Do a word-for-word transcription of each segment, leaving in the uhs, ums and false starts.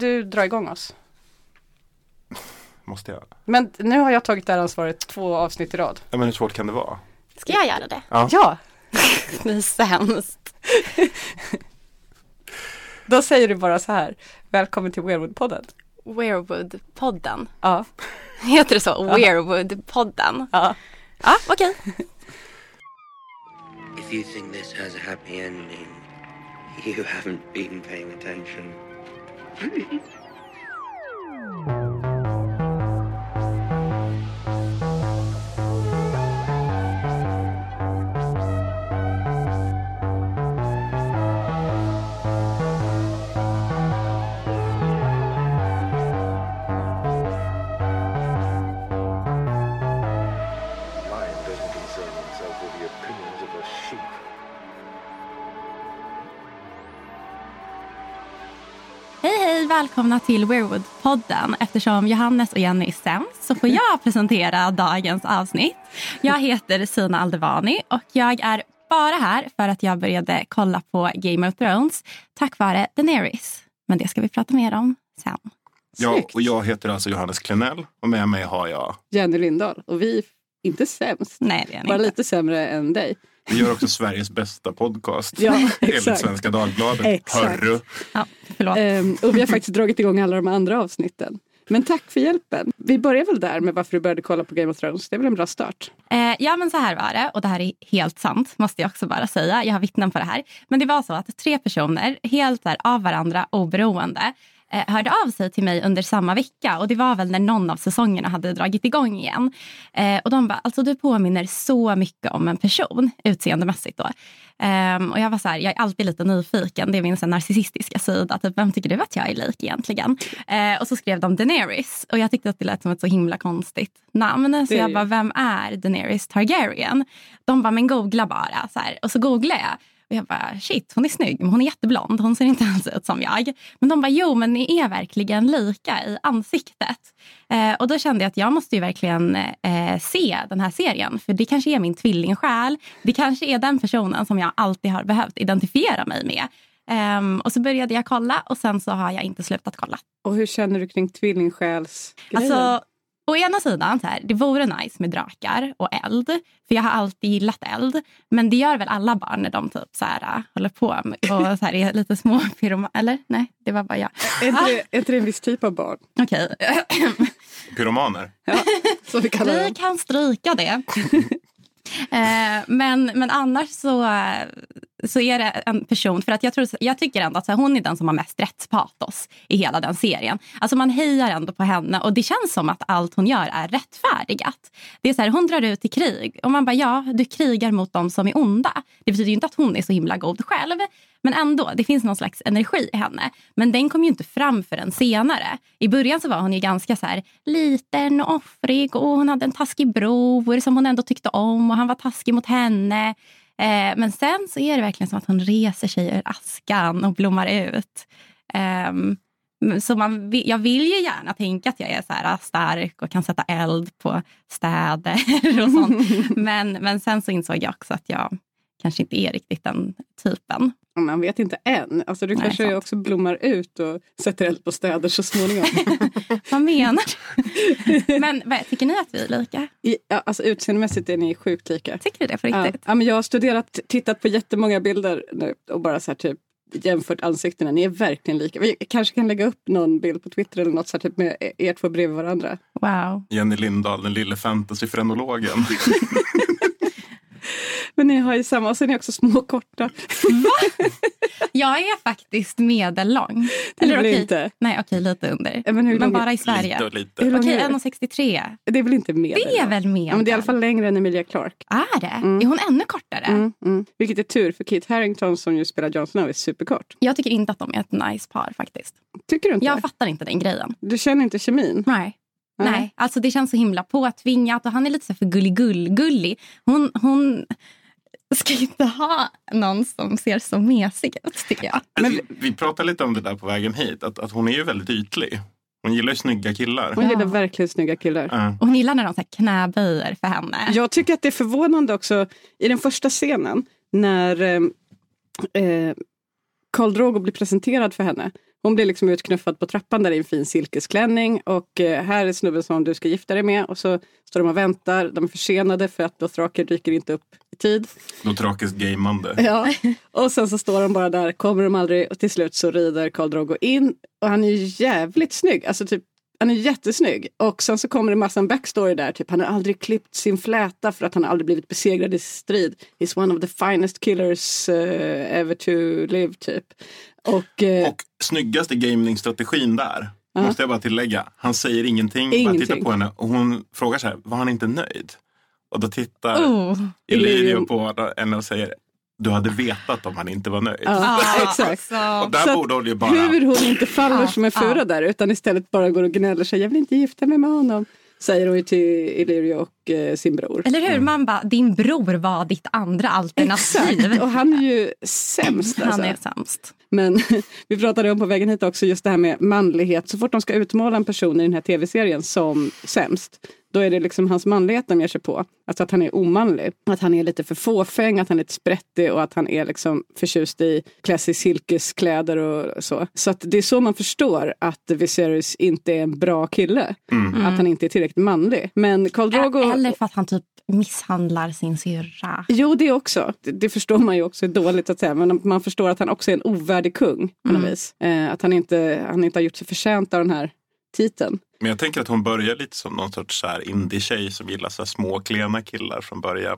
du dra igång oss? Måste jag? Men nu har jag tagit det här ansvaret två avsnitt i rad. Ja, men hur svårt kan det vara? Ska jag göra det? Ja. Ja! Ni är sämst. Då säger du bara så här. Välkommen till Weirwood-podden. Weirwood-podden. Ja. Heter det så? Weirwood-podden. Ja. Ja, okej. If you think this has a happy ending, you haven't been paying attention. Hej hej, välkomna till Weirwood-podden. Eftersom Johannes och Jenny är sämst så får jag presentera dagens avsnitt. Jag heter Sina Aldevani och jag är bara här för att jag började kolla på Game of Thrones tack vare Daenerys. Men det ska vi prata mer om sen. Ja, och jag heter alltså Johannes Klenell och med mig har jag Jenny Lindahl. Och vi är inte sämst. Nej, det är bara inte. lite sämre än dig. Vi gör också Sveriges bästa podcast. Ja, Enligt exakt. Svenska Dagbladet. Exakt. Hörru. Ja, förlåt. Um, och vi har faktiskt dragit igång alla de andra avsnitten. Men tack för hjälpen. Vi börjar väl där med varför du började kolla på Game of Thrones. Det är väl en bra start. Eh, ja, men så här var det. Och det här är helt sant, måste jag också bara säga. Jag har vittnen på det här. Men det var så att tre personer, helt där, av varandra oberoende, eh, hörde av sig till mig under samma vecka. Och det var väl när någon av säsongerna hade dragit igång igen. Eh, och de bara, alltså du påminner så mycket om en person, utseendemässigt då. Um, och jag var så här, jag är alltid lite nyfiken. Det är min så narcissistiska sida. Typ, vem tycker du att jag är lik egentligen? Uh, och så skrev de Daenerys. Och jag tyckte att det lät som ett så himla konstigt namn. Så jag bara, vem är Daenerys Targaryen? De bara, men googla bara. Så här. Och så googlade jag. Och jag bara, shit, hon är snygg. Men hon är jätteblond. Hon ser inte alls ut som jag. Men de bara, jo, men ni är verkligen lika i ansiktet. Eh, och då kände jag att jag måste ju verkligen eh, se den här serien. För det kanske är min tvillingsjäl. Det kanske är den personen som jag alltid har behövt identifiera mig med. Um, och så började jag kolla och sen så har jag inte slutat kolla. Och hur känner du kring tvillingsjäls? Alltså, å ena sidan så här, det vore nice med drakar och eld. För jag har alltid gillat eld. Men det gör väl alla barn när de typ så här, håller på och så här, är lite små pyroman. Eller? Nej, det var bara jag. Är inte, det, är inte det en viss typ av barn? Okej. Okay. Pyromaner. Ja, så vi kallar Vi dem. kan stryka det. eh, men, men annars så, så är det en person, för att jag, tror, jag tycker ändå att så här, hon är den som har mest rättspatos i hela den serien. Alltså man hejar ändå på henne och det känns som att allt hon gör är rättfärdigat. Det är så här, hon drar ut i krig och man bara, ja, du krigar mot dem som är onda. Det betyder ju inte att hon är så himla god själv. Men ändå, det finns någon slags energi i henne. Men den kom ju inte fram förrän senare. I början så var hon ju ganska så här liten och offrig. Och hon hade en taskig bror som hon ändå tyckte om. Och han var taskig mot henne. Eh, men sen så är det verkligen som att hon reser sig ur askan och blommar ut. Eh, så man, jag vill ju gärna tänka att jag är så här stark och kan sätta eld på städer och sånt. Men, men sen så insåg jag också att jag kanske inte är riktigt den typen. Man vet inte än. Alltså du Nej, kanske sant. också blommar ut och sätter eld på städer så småningom. Vad menar du? Men vad, tycker ni att vi är lika? I, ja, alltså utseendemässigt är ni sjukt lika. Tycker du det på Ja. riktigt? Ja, men jag har studerat, tittat på jättemånga bilder nu och bara så här typ jämfört ansiktena. Ni är verkligen lika. Vi kanske kan lägga upp någon bild på Twitter eller något så här typ med er två bredvid varandra. Wow. Jenny Lindahl, den lille fantasyfrenologen. Men ni har ju samma, och sen är ni också små och korta. Va? Jag är faktiskt medellång. Det blir okej. inte. Nej, okej, lite under. Ja, men hur men lång är- bara i Sverige. Lite och lite. Hur lång Okej, är du? ett komma sextiotre. Det är väl inte med? Det är väl med. Ja, men det är i alla fall längre än Emilia Clarke. Är det? Mm. Är hon ännu kortare? Mm, mm. Vilket är tur, för Kit Harington som ju spelar Jon Snow är superkort. Jag tycker inte att de är ett nice par faktiskt. Tycker du inte? Jag fattar inte den grejen. Du känner inte kemin? Nej. Nej. Nej, alltså det känns så himla påtvingat och han är lite så för gulligull-gullig. Hon, hon ska inte ha någon som ser så mesig ut, tycker jag. Men vi, vi pratade lite om det där på vägen hit. Att, att hon är ju väldigt ytlig. Hon gillar ju snygga killar. Hon gillar Ja. verkligen snygga killar. Ja. Och hon gillar när de så här knäböjer för henne. Jag tycker att det är förvånande också i den första scenen när eh, Khal Drogo blir presenterad för henne. Hon blir liksom utknuffad på trappan där i en fin silkesklänning. Och eh, här är snubben som du ska gifta dig med. Och så står de och väntar. De är försenade för att Dothraki dyker inte upp i tid. Dothrakis gameande. Ja, och sen så står de bara där. Kommer de aldrig. Och till slut så rider Khal Drogo in. Och han är ju jävligt snygg. Alltså typ. Han är jättesnygg. Och sen så kommer det en massa backstory där. Typ, han har aldrig klippt sin fläta för att han aldrig blivit besegrad i strid. He's one of the finest killers uh, ever to live, typ. Och, uh, och snyggaste gaming-strategin där, uh-huh. måste jag bara tillägga. Han säger ingenting, ingenting. bara tittar på henne. Och hon frågar så här, var han inte nöjd? Och då tittar oh. Illyrio på henne och säger... Du hade vetat om han inte var nöjd. Ja, exakt. Och där borde hon ju bara... Hur hon inte faller ja, som en fura ja. där, utan istället bara går och gnäller sig. Jag vill inte gifta mig med honom, säger hon ju till Illyrio och eh, sin bror. Eller hur? Mm. Man bara, din bror var ditt andra alternativ. Exakt. Och han är ju sämst. Alltså. Han är sämst. Men vi pratade om på vägen hit också just det här med manlighet. Så fort de ska utmåla en person i den här tv-serien som sämst, då är det liksom hans manlighet de ger sig på. Alltså att han är omanlig. Att han är lite för fåfäng, att han är lite sprättig och att han är liksom förtjust i klassisk silkeskläder och så. Så att det är så man förstår att Viserys inte är en bra kille. Mm. Att han inte är tillräckligt manlig. Men Khal Drogo... Eller för att han typ misshandlar sin syrra. Jo, det också. Det, det förstår man ju också är dåligt att säga. Men man förstår att han också är en ovärdig kung på något mm. vis. Eh, att han inte, han inte har gjort sig förtjänt av den här titeln. Men jag tänker att hon börjar lite som någon sorts så här indie-tjej som gillar så här små klena killar från början.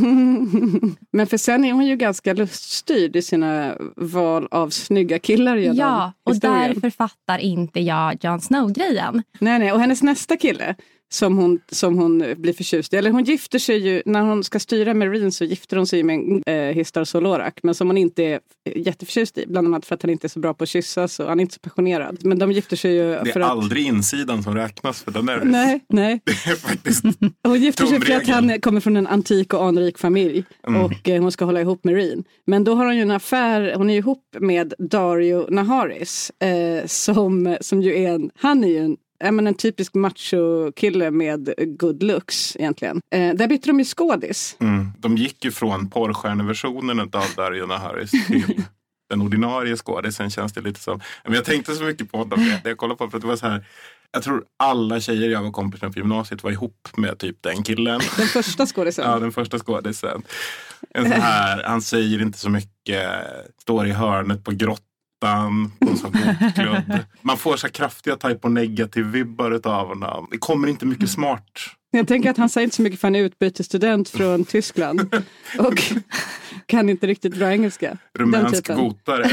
Men för sen är hon ju ganska luststyrd i sina val av snygga killar genom Ja, och historien. därför fattar inte jag Jon Snow-grejen. Nej, nej, och hennes nästa kille som hon, som hon blir förtjust i. Eller hon gifter sig ju, när hon ska styra Meereen så gifter hon sig med eh, Histar Solorak. Men som hon inte är jätteförtjust i. Bland annat för att han inte är så bra på att kyssa så han är inte så passionerad. Men de gifter sig ju det för är att... aldrig insidan som räknas för den är... Nej, nej. Det är faktiskt hon gifter sig för att han kommer från en antik och anrik familj. Mm. Och eh, hon ska hålla ihop Meereen. Men då har hon ju en affär, hon är ju ihop med Daario Naharis. Eh, som, som ju är en, han är ju en Ja, men en typisk macho-kille med good looks egentligen. Eh, där bytte de ju skådis. Mm. De gick ju från porrstjärneversionen av Daario Naharis till den ordinarie skådisen, känns det lite som. Men jag tänkte så mycket på dem det jag kollade på för att det var så här. Jag tror alla tjejer jag var kompis med på gymnasiet var ihop med typ den killen. Den första skådisen? Ja, den första skådisen. En så här, han säger inte så mycket, står i hörnet på grott. På en sån bokklubb. Man får så kraftiga typ och negativ vibbar av honom. Det kommer inte mycket smart. Jag tänker att han säger inte så mycket för han är utbytesstudent från Tyskland. Och kan inte riktigt bra engelska. Rumänsk gotare.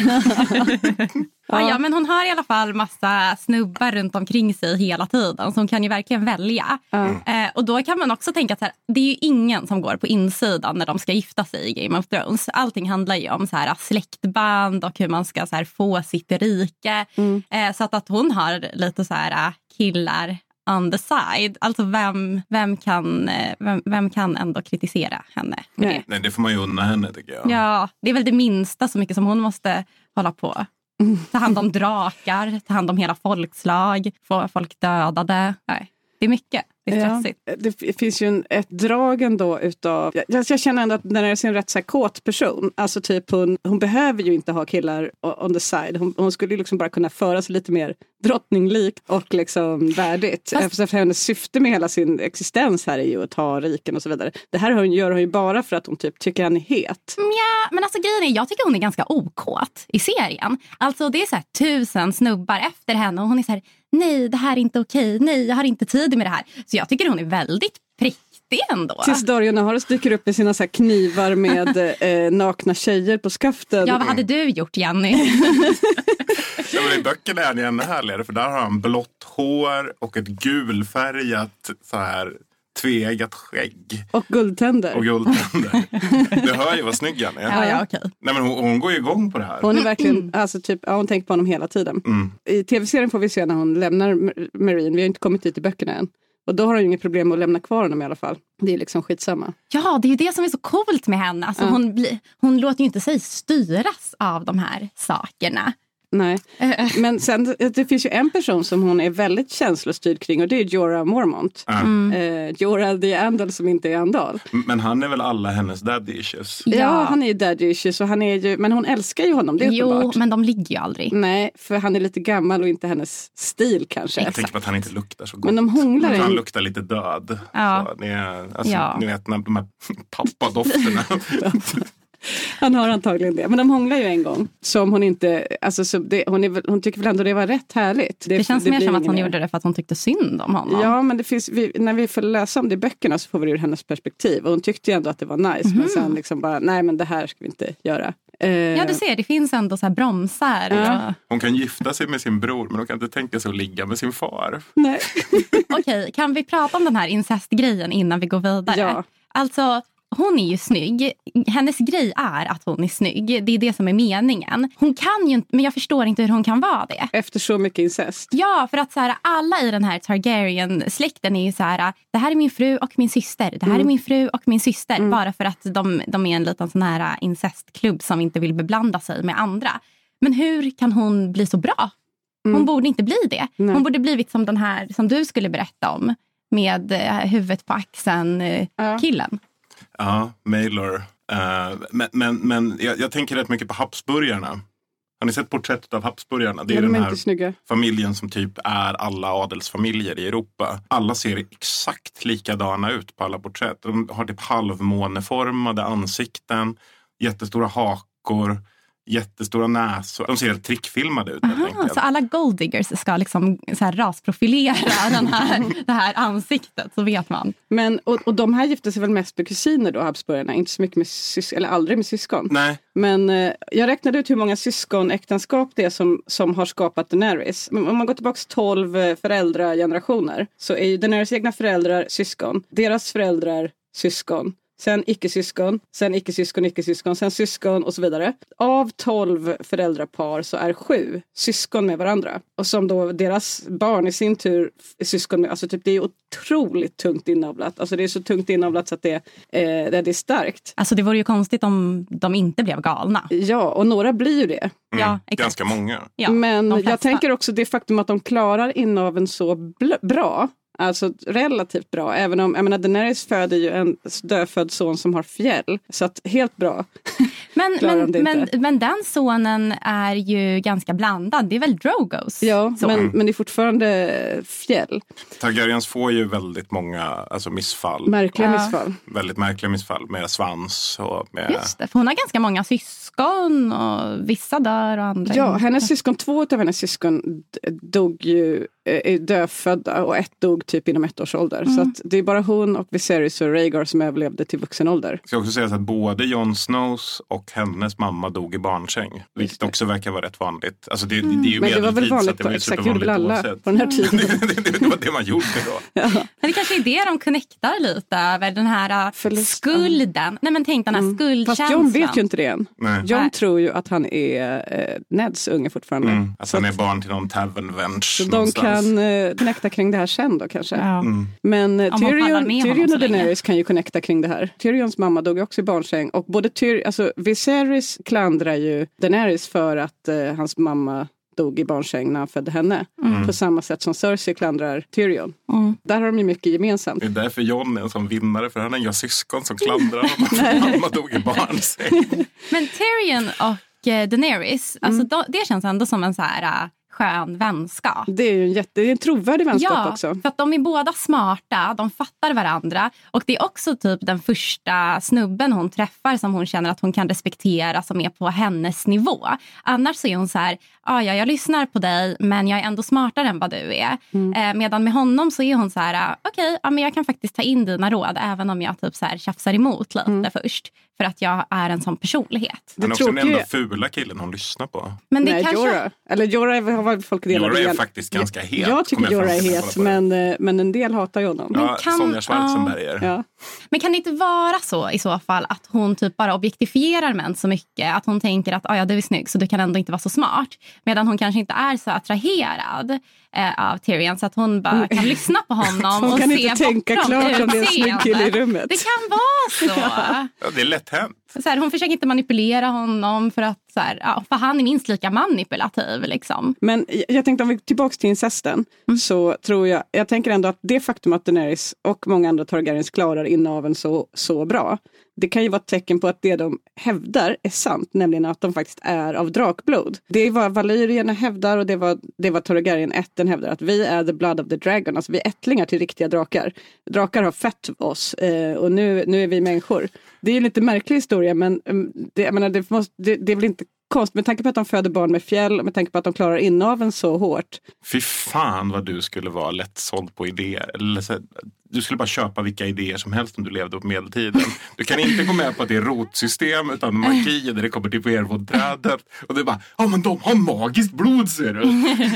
Ja, ja, men hon har i alla fall massa snubbar runt omkring sig hela tiden. Så hon kan ju verkligen välja. Mm. Eh, och då kan man också tänka att så här, det är ju ingen som går på insidan när de ska gifta sig i Game of Thrones. Allting handlar ju om så här, släktband och hur man ska så här, få sitt rike. Mm. Eh, så att, att hon har lite så här killar on the side. Alltså vem, vem, kan, vem, vem kan ändå kritisera henne? Nej. Nej, det får man ju unna henne tycker jag. Ja, det är väl det minsta så mycket som hon måste hålla på. Ta hand om drakar, ta hand om hela folkslag, få folk dödade. Nej, det är mycket. Det är stressigt. Ja, det finns ju en, ett drag ändå utav... Jag, jag känner ändå att den är en rätt så här kåt person. Alltså typ hon, hon behöver ju inte ha killar on the side. Hon, hon skulle ju liksom bara kunna föra sig lite mer drottninglikt och liksom värdigt. Fast... Efter hennes syfte med hela sin existens här är ju att ta riken och så vidare. Det här hon, gör hon ju bara för att hon typ tycker han är het. Ja, men alltså grejen är, jag tycker hon är ganska okåt i serien. Alltså det är så här tusen snubbar efter henne och hon är så här, nej det här är inte okej, nej jag har inte tid med det här. Så jag tycker hon är väldigt präktig ändå. Tills Daario Naharis dyker upp med sina så här knivar med eh, nakna tjejer på skaften. Ja, vad hade du gjort, Jenny? Ja, men i böckerna är han ännu härligare för där har han blått hår och ett gulfärgat så här tvegat skägg. Och guldtänder. Och guldtänder. Du hör ju vad snygg han är. Ja, ja, okej. Nej, men hon, hon går ju igång på det här. Hon är verkligen, mm. alltså typ, ja, hon tänker på honom hela tiden. Mm. I tv-serien får vi se när hon lämnar Meereen. Vi har inte kommit dit i böckerna än. Och då har hon ju inget problem med att lämna kvar honom i alla fall. Det är liksom skitsamma. Ja, det är ju det som är så coolt med henne. Alltså, ja. hon, bli, hon låter ju inte sig styras av de här sakerna. Nej, men sen det finns ju en person som hon är väldigt känslostyrd kring och det är Jorah Mormont. Mm. Eh, Jorah the Andal som inte är Andal. Men han är väl alla hennes daddy issues? Ja, Ja. han är ju daddy issues och han är ju, men hon älskar ju honom, det är Jo, uppenbart. men de ligger ju aldrig. Nej, för han är lite gammal och inte hennes stil kanske. Jag tänker på att han inte luktar så gott. Men de hånglar Han en... luktar lite död. Ja. Så det är, alltså, Ja. Ni vet, när de här pappadofterna. Han har antagligen det. Men de hånglar ju en gång. Som hon inte, alltså, så det, hon, är, väl- hon tycker väl ändå det var rätt härligt. Det känns mer blir som att inget hon mer. gjorde det för att hon tyckte synd om honom. Ja, men det finns, vi, när vi får läsa om det i böckerna så får vi det ur hennes perspektiv. Och hon tyckte ju ändå att det var nice. Mhm. Men sen liksom bara, nej men det här ska vi inte göra. Eh, Ja, du ser, det finns ändå så här bromsar. Ja. Och... Hon kan gifta sig med sin bror, men hon kan inte tänka sig att ligga med sin far. nej. Okej, kan vi prata om den här incestgrejen innan vi går vidare? Ja. Alltså, hon är ju snygg. Hennes grej är att hon är snygg. Det är det som är meningen. Hon kan ju inte, men jag förstår inte hur hon kan vara det. Efter så mycket incest. Ja, för att så här, alla i den här Targaryen-släkten är ju så här, det här är min fru och min syster. Det här Mm. är min fru och min syster. Mm. Bara för att de, de är en liten sån här incestklubb som inte vill beblanda sig med andra. Men hur kan hon bli så bra? Hon Mm. borde inte bli det. Nej. Hon borde blivit som den här som du skulle berätta om. Med eh, huvudet på axeln eh, Ja. killen. Ja, Maelor. Uh, men men, men jag, jag tänker rätt mycket på Habsburgarna. Har ni sett porträttet av Habsburgarna? Det är De den är här inte snygga. familjen som typ är alla adelsfamiljer i Europa. Alla ser exakt likadana ut på alla porträtt. De har typ halvmåneformade ansikten, jättestora hakor, jättestora näsor. De ser helt trickfilmade ut helt Aha, enkelt. så alla golddiggers ska liksom så här rasprofilera den här, det här ansiktet, så vet man. Men, och, och de här gifte sig väl mest med kusiner då, Habsburgarna. Inte så mycket med syskon, eller aldrig med syskon. Nej, Men eh, jag räknade ut hur många syskonäktenskap det är som, som har skapat Daenerys. Men om man går tillbaka tolv eh, föräldragenerationer så är ju Daenerys egna föräldrar syskon. Deras föräldrar syskon. Sen icke-syskon, sen icke-syskon, icke-syskon, sen syskon och så vidare. Av tolv föräldrapar så är sju syskon med varandra. Och som då deras barn i sin tur är syskon med. Alltså typ det är otroligt tungt inavlat. Alltså det är så tungt inavlat så att det, eh, det är starkt. Alltså det vore ju konstigt om de inte blev galna. Ja, och några blir ju det. mm, Ja, exakt. ganska många. Ja, Men de flesta. jag tänker också det faktum att de klarar inaveln så bl- bra. Alltså relativt bra. Även om, jag menar, Daenerys föder ju en dödfödd son som har fjäll. Så att helt bra. Men, klarar men, de det men, inte. men den sonen är ju ganska blandad. Det är väl Drogos? Ja, Så. men, men det är fortfarande fjäll. Targaryens får ju väldigt många alltså, missfall. Märkliga Ja. missfall. Väldigt märkliga missfall med svans och med... Just det, för hon har ganska många syskon och vissa dör och andra Ja, inte. hennes syskon, två av hennes syskon d- dog ju är dödfödda och ett dog typ inom ett års ålder. Mm. Så att det är bara hon och Viserys och Rhaegar som överlevde till vuxen ålder. Jag ska också säga så att både Jon Snows och hennes mamma dog i barnsäng. Vilket också verkar vara rätt vanligt. Alltså det, det, det är ju Men det var väl medeltid, så vanligt, att det var ju exakt, gjorde väl supervanligt alla oavsett. på den här tiden. det, det, det var det man gjorde då. Ja. Men det kanske är det de connectar lite över, den här Förlust. skulden. Nej men tänk den här Mm. skuldkänslan. Fast Jon vet ju inte det än. Nej. John Nej. tror ju att han är eh, Neds unge fortfarande. Mm. Att så han är att, barn till någon tavernvench så de någonstans. kan eh, connecta kring det här sen då kanske. Ja. Mm. Men eh, Om hon pallar Tyrion, med honom Tyrion så och länge. Daenerys kan ju connecta kring det här. Tyrions mamma dog ju också i barnsäng. Och både Tyr, alltså Viserys klandrar ju Daenerys för att eh, hans mamma dog i barnsäng när han födde henne. Mm. På samma sätt som Cersei klandrar Tyrion. Mm. Där har de ju mycket gemensamt. Det är därför Jon är en sån vinnare, för han har inga syskon som klandrar honom. Mamma dog i barnsäng. Men Tyrion och eh, Daenerys, Mm. alltså, då, det känns ändå som en så här äh, skön vänskap. Det är ju en, jätte, det är en trovärdig vänskap Ja, också. för att de är båda smarta, de fattar varandra. Och det är också typ den första snubben hon träffar som hon känner att hon kan respektera, som är på hennes nivå. Annars så är hon så här, ah, ja, jag lyssnar på dig men jag är ändå smartare än vad du är. Mm. Eh, medan med honom så är hon så här, okej, okay, ja, men jag kan faktiskt ta in dina råd även om jag typ så här tjafsar emot lite Mm. först. För att jag är en sån personlighet. Han är Det också den tråkiga- enda fula killen hon lyssnar på. Men det Nej, kanske... Jorah. Eller Jorah har väl folk delar. Jorah är igen. faktiskt ganska het. Jag tycker kommer Jorah är fram till när jag het, kollar på det. men, eh, men en del hatar ju honom. Ja, kan- Sonja Schwarzenberger. Ja. Men kan det inte vara så i så fall att hon typ bara objektifierar män så mycket att hon tänker att ah, ja, du är snygg så du kan ändå inte vara så smart. Medan hon kanske inte är så attraherad eh, av Tyrion så att hon bara kan lyssna på honom Hon och kan se inte tänka bortom klart om det är en snygg kille i utseendet. rummet. Det kan vara så. Ja, det är lätt hänt. Så här, hon försöker inte manipulera honom för att så här, ja, för han är minst lika manipulativ liksom. Men jag tänkte om vi tillbaka till incesten mm. så tror jag, jag tänker ändå att det faktum att Daenerys och många andra Targaryens klarar inaveln så, så bra, det kan ju vara ett tecken på att det de hävdar är sant, nämligen att de faktiskt är av drakblod. Det är vad valyrierna hävdar och det var det var Targaryen ätten hävdar, att vi är the blood of the dragon, alltså vi är ättlingar till riktiga drakar. Drakar har fött oss eh, och nu, nu är vi människor. Det är ju lite märklig historia, men det, jag menar, det, måste, det, det är väl inte konst med tanke på att de föder barn med fjäll och med tanke på att de klarar inaveln så hårt. Fy fan vad du skulle vara lättsåld på idéer. Eller så, du skulle bara köpa vilka idéer som helst om du levde på medeltiden. Du kan inte gå med på att det är rotsystem utan magi där det kommer till ervårdträdet. Och det är bara, ja men de har magiskt blod ser du.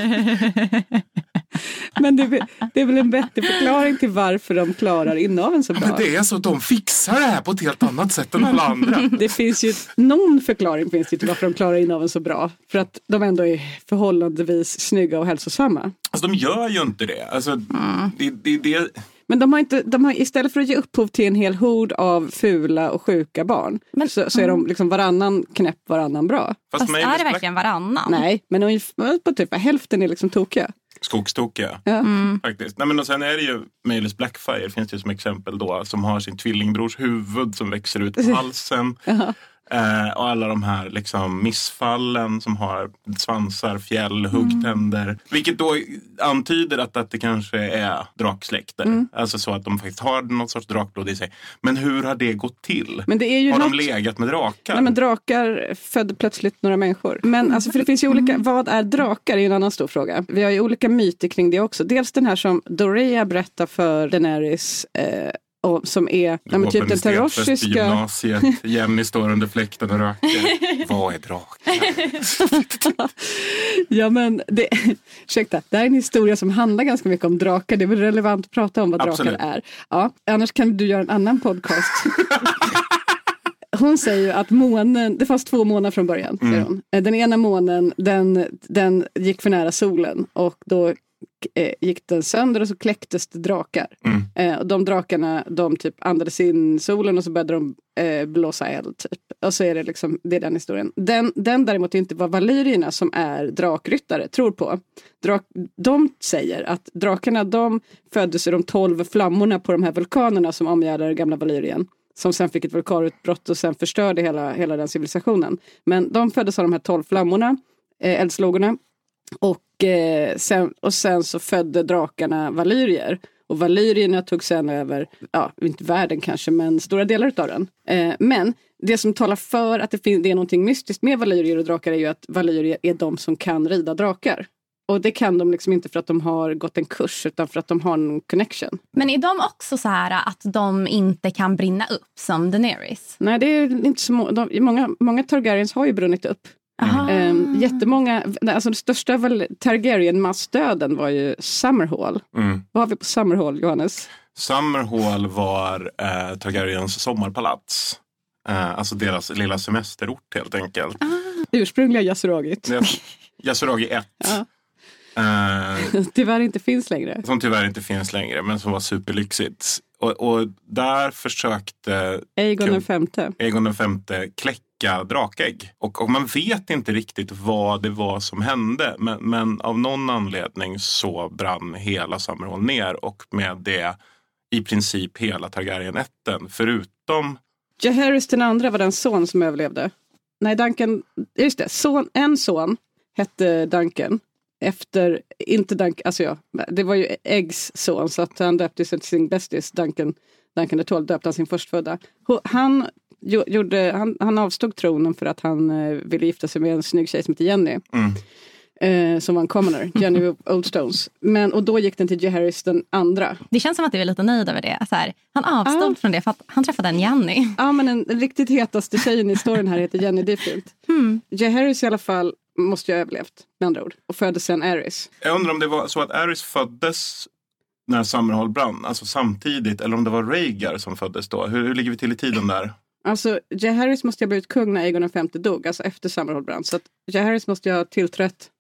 Men det, det är väl en bättre förklaring till varför de klarar inaveln så bra. Ja, men det är så att de fixar det här på ett helt annat sätt än alla andra. Det finns ju, någon förklaring finns det till varför de klarar inaveln så bra. För att de ändå är förhållandevis snygga och hälsosamma. Alltså de gör ju inte det. Alltså, mm. det, det, det... Men de har inte, de har, istället för att ge upphov till en hel hord av fula och sjuka barn men, så, så är de liksom varannan knäpp, varannan bra. Fast, Fast är det verkligen varannan? Nej, men ungefär på typ hälften är liksom tokiga. Skogstokiga, ja. mm. faktiskt. Nej, men och sen är det ju Malice Blackfire, finns det ju som exempel då, som har sin tvillingbrors huvud som växer ut på halsen. Ja. Eh, och alla de här liksom missfallen som har svansar, fjäll, huggtänder. Mm. Vilket då antyder att, att det kanske är draksläkter. Mm. Alltså så att de faktiskt har något sorts drakblod i sig. Men hur har det gått till? Men det är ju har något... de legat med drakar? Nej, men drakar födde plötsligt några människor. Men alltså, för det finns ju olika, vad är drakar är en annan stor fråga. Vi har ju olika myter kring det också. Dels den här som Dorea berättar för Daenerys eh, och som är ja, typ den terroristiska gymnasiet. Jenny står under fläkten och röker. Vad är drakar? Ja men det, ursäkta, det här är en historia som handlar ganska mycket om drakar. Det är väl relevant att prata om vad Absolut. drakar är. Ja, annars kan du göra en annan podcast. Hon säger ju att månen, det fanns två månar från början. Mm. Säger hon. Den ena månen den, den gick för nära solen och då eh, gick den sönder och så kläcktes det drakar. Mm. Eh, och de drakarna, de typ andades in solen och så började de eh, blåsa eld typ. Och så är det liksom, det är den historien. Den, den däremot inte vad valyrierna som är drakryttare tror på. Drak, de säger att drakarna, de föddes i de tolv flammorna på de här vulkanerna som omgärdar gamla Valyrien. Som sen fick ett vulkanutbrott och sen förstörde hela, hela den civilisationen. Men de föddes av de här tolv flammorna, eh, eldslågorna. Och, eh, sen, och sen så födde drakarna valyrier. Och valyrierna tog sen över, ja, inte världen kanske, men stora delar av den. Eh, men det som talar för att det, fin- det är någonting mystiskt med valyrier och drakar är ju att valyrier är de som kan rida drakar. Och det kan de liksom inte för att de har gått en kurs utan för att de har en connection. Men är de också så här att de inte kan brinna upp som Daenerys? Nej, det är inte så må- de, många, många Targaryens har ju brunnit upp. Um, jättemånga, alltså det största väl Targaryen-massdöden var ju Summerhall. Mm. Vad har vi på Summerhall, Johannes? Summerhall var eh, Targaryens sommarpalats. Eh, alltså deras lilla semesterort helt enkelt. Ah. Ursprungliga Yasuragit. Yasuragi ett. Ja. Uh, tyvärr inte finns längre. Som tyvärr inte finns längre, men som var superlyxigt. Och, och där försökte Aegon den femte. Aegon den femte kläcka drakägg. Och, och man vet inte riktigt vad det var som hände. Men, men av någon anledning så brann hela Summerhall ner. Och med det i princip hela Targaryen-ätten. Förutom... Jaehaerys den andra var den son som överlevde. Nej, Duncan... Just det, son, en son hette Duncan. Efter, inte Duncan, alltså ja, det var ju Eggs son så att han döpte sig till sin bästis, Duncan, Duncan the tolfte döpte han sin förstfödda. Han, gjorde, han, han avstod tronen för att han eh, ville gifta sig med en snygg tjej som heter Jenny. Mm. Eh, som var en commoner, Jenny Oldstones. Men, och då gick den till Jaehaerys den andra. Det känns som att du är lite nöjd över det. Så här, han avstod ah. från det för att han träffade en Jenny. Ja, ah, men den riktigt hetaste tjejen i storyn här heter Jenny Diffint. Mm. Jaehaerys i alla fall måste ju ha överlevt, med andra ord. Och föddes sen Aerys. Jag undrar om det var så att Aerys föddes när Summerhall brann, alltså samtidigt, eller om det var Rhaegar som föddes då. Hur, hur ligger vi till i tiden där? Alltså, Jaehaerys måste ha blivit kung när Aegon den femte dog, alltså efter Summerhall brann. Så att Jaehaerys måste ha tillträtt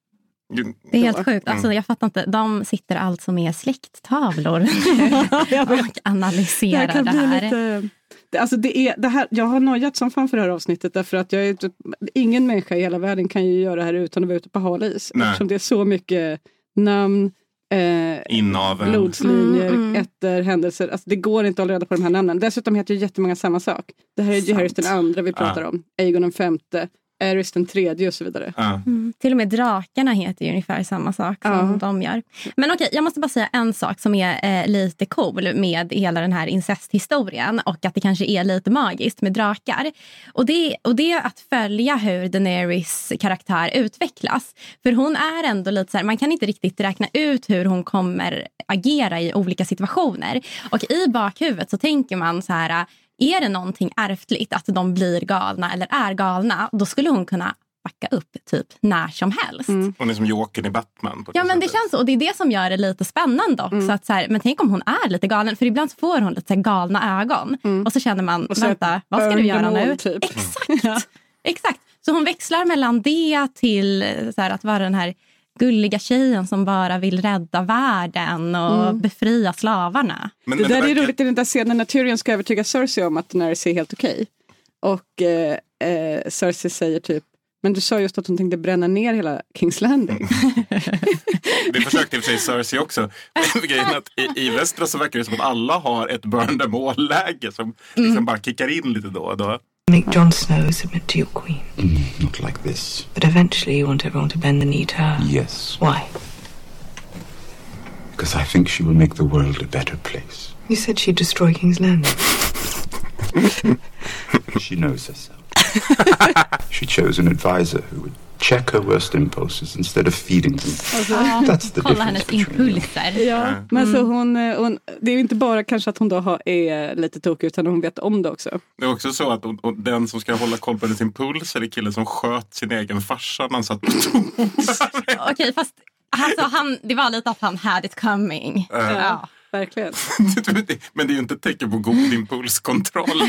Det är helt sjukt. Alltså, jag fattar inte. De sitter alltså med släkttavlor och analyserar det, det här. Lite, alltså det är, det här. Jag har nojat som fan för det här avsnittet. Därför att jag är, ingen människa i hela världen kan ju göra det här utan att vara ute på hal is. Nej. Eftersom det är så mycket namn, eh, Inavel, blodslinjer, mm, mm. ätter, händelser. Alltså det går inte att hålla reda på de här namnen. Dessutom heter ju jättemånga samma sak. Det här är Jaehaerys den andra vi pratar ah. om. Aegon den femte. Aerys den tredje och så vidare. Ja. Mm. Till och med drakarna heter ju ungefär samma sak som ja. de gör. Men okej, jag måste bara säga en sak som är eh, lite cool med hela den här incesthistorien och att det kanske är lite magiskt med drakar. Och det, och det är att följa hur Daenerys karaktär utvecklas. För hon är ändå lite så här, man kan inte riktigt räkna ut hur hon kommer agera i olika situationer. Och i bakhuvudet så tänker man så här... Är det någonting ärftligt att de blir galna eller är galna, då skulle hon kunna backa upp typ när som helst. Mm. Hon är som Jokern i Batman. På det ja, men sättet. Det känns så. Och det är det som gör det lite spännande också. Mm. Att så här, men tänk om hon är lite galen. För ibland får hon lite så här galna ögon. Mm. Och så känner man, så vänta, vad ska du göra nu? Typ. Exakt. Ja. Exakt. Så hon växlar mellan det till så här, att vara den här gulliga tjejen som bara vill rädda världen och mm. befria slavarna. Men, det men där det verkar... är roligt i den där scenen när Tyrion ska övertyga Cersei om att Daenerys är helt okej. Och eh, eh, Cersei säger typ, men du sa just att hon tänkte bränna ner hela King's Landing. Vi försökte i och för sig Cersei också. Grejen att i, i västra så verkar det som att alla har ett burn them all-läge som liksom mm. bara kickar in lite då och då. Make Jon Snow submit to your queen. Mm, not like this. But eventually you want everyone to bend the knee to her. Yes. Why? Because I think she will make the world a better place. You said she'd destroy King's Landing. She knows herself. She chose an advisor who would check her worst impulses instead of feeding them. Alltså, That's the kolla hennes impulser. Ja, mm. men så hon, hon, det är ju inte bara kanske att hon då har, är lite tokig utan hon vet om det också. Det är också så att och, och den som ska hålla koll på hennes impuls är det killen som sköt sin egen farsa när han satt på tom. Okej, fast alltså, han, det var lite att han had it coming. Uh. Ja. Verkligen. Men det är ju inte ett tecken på god impulskontroll.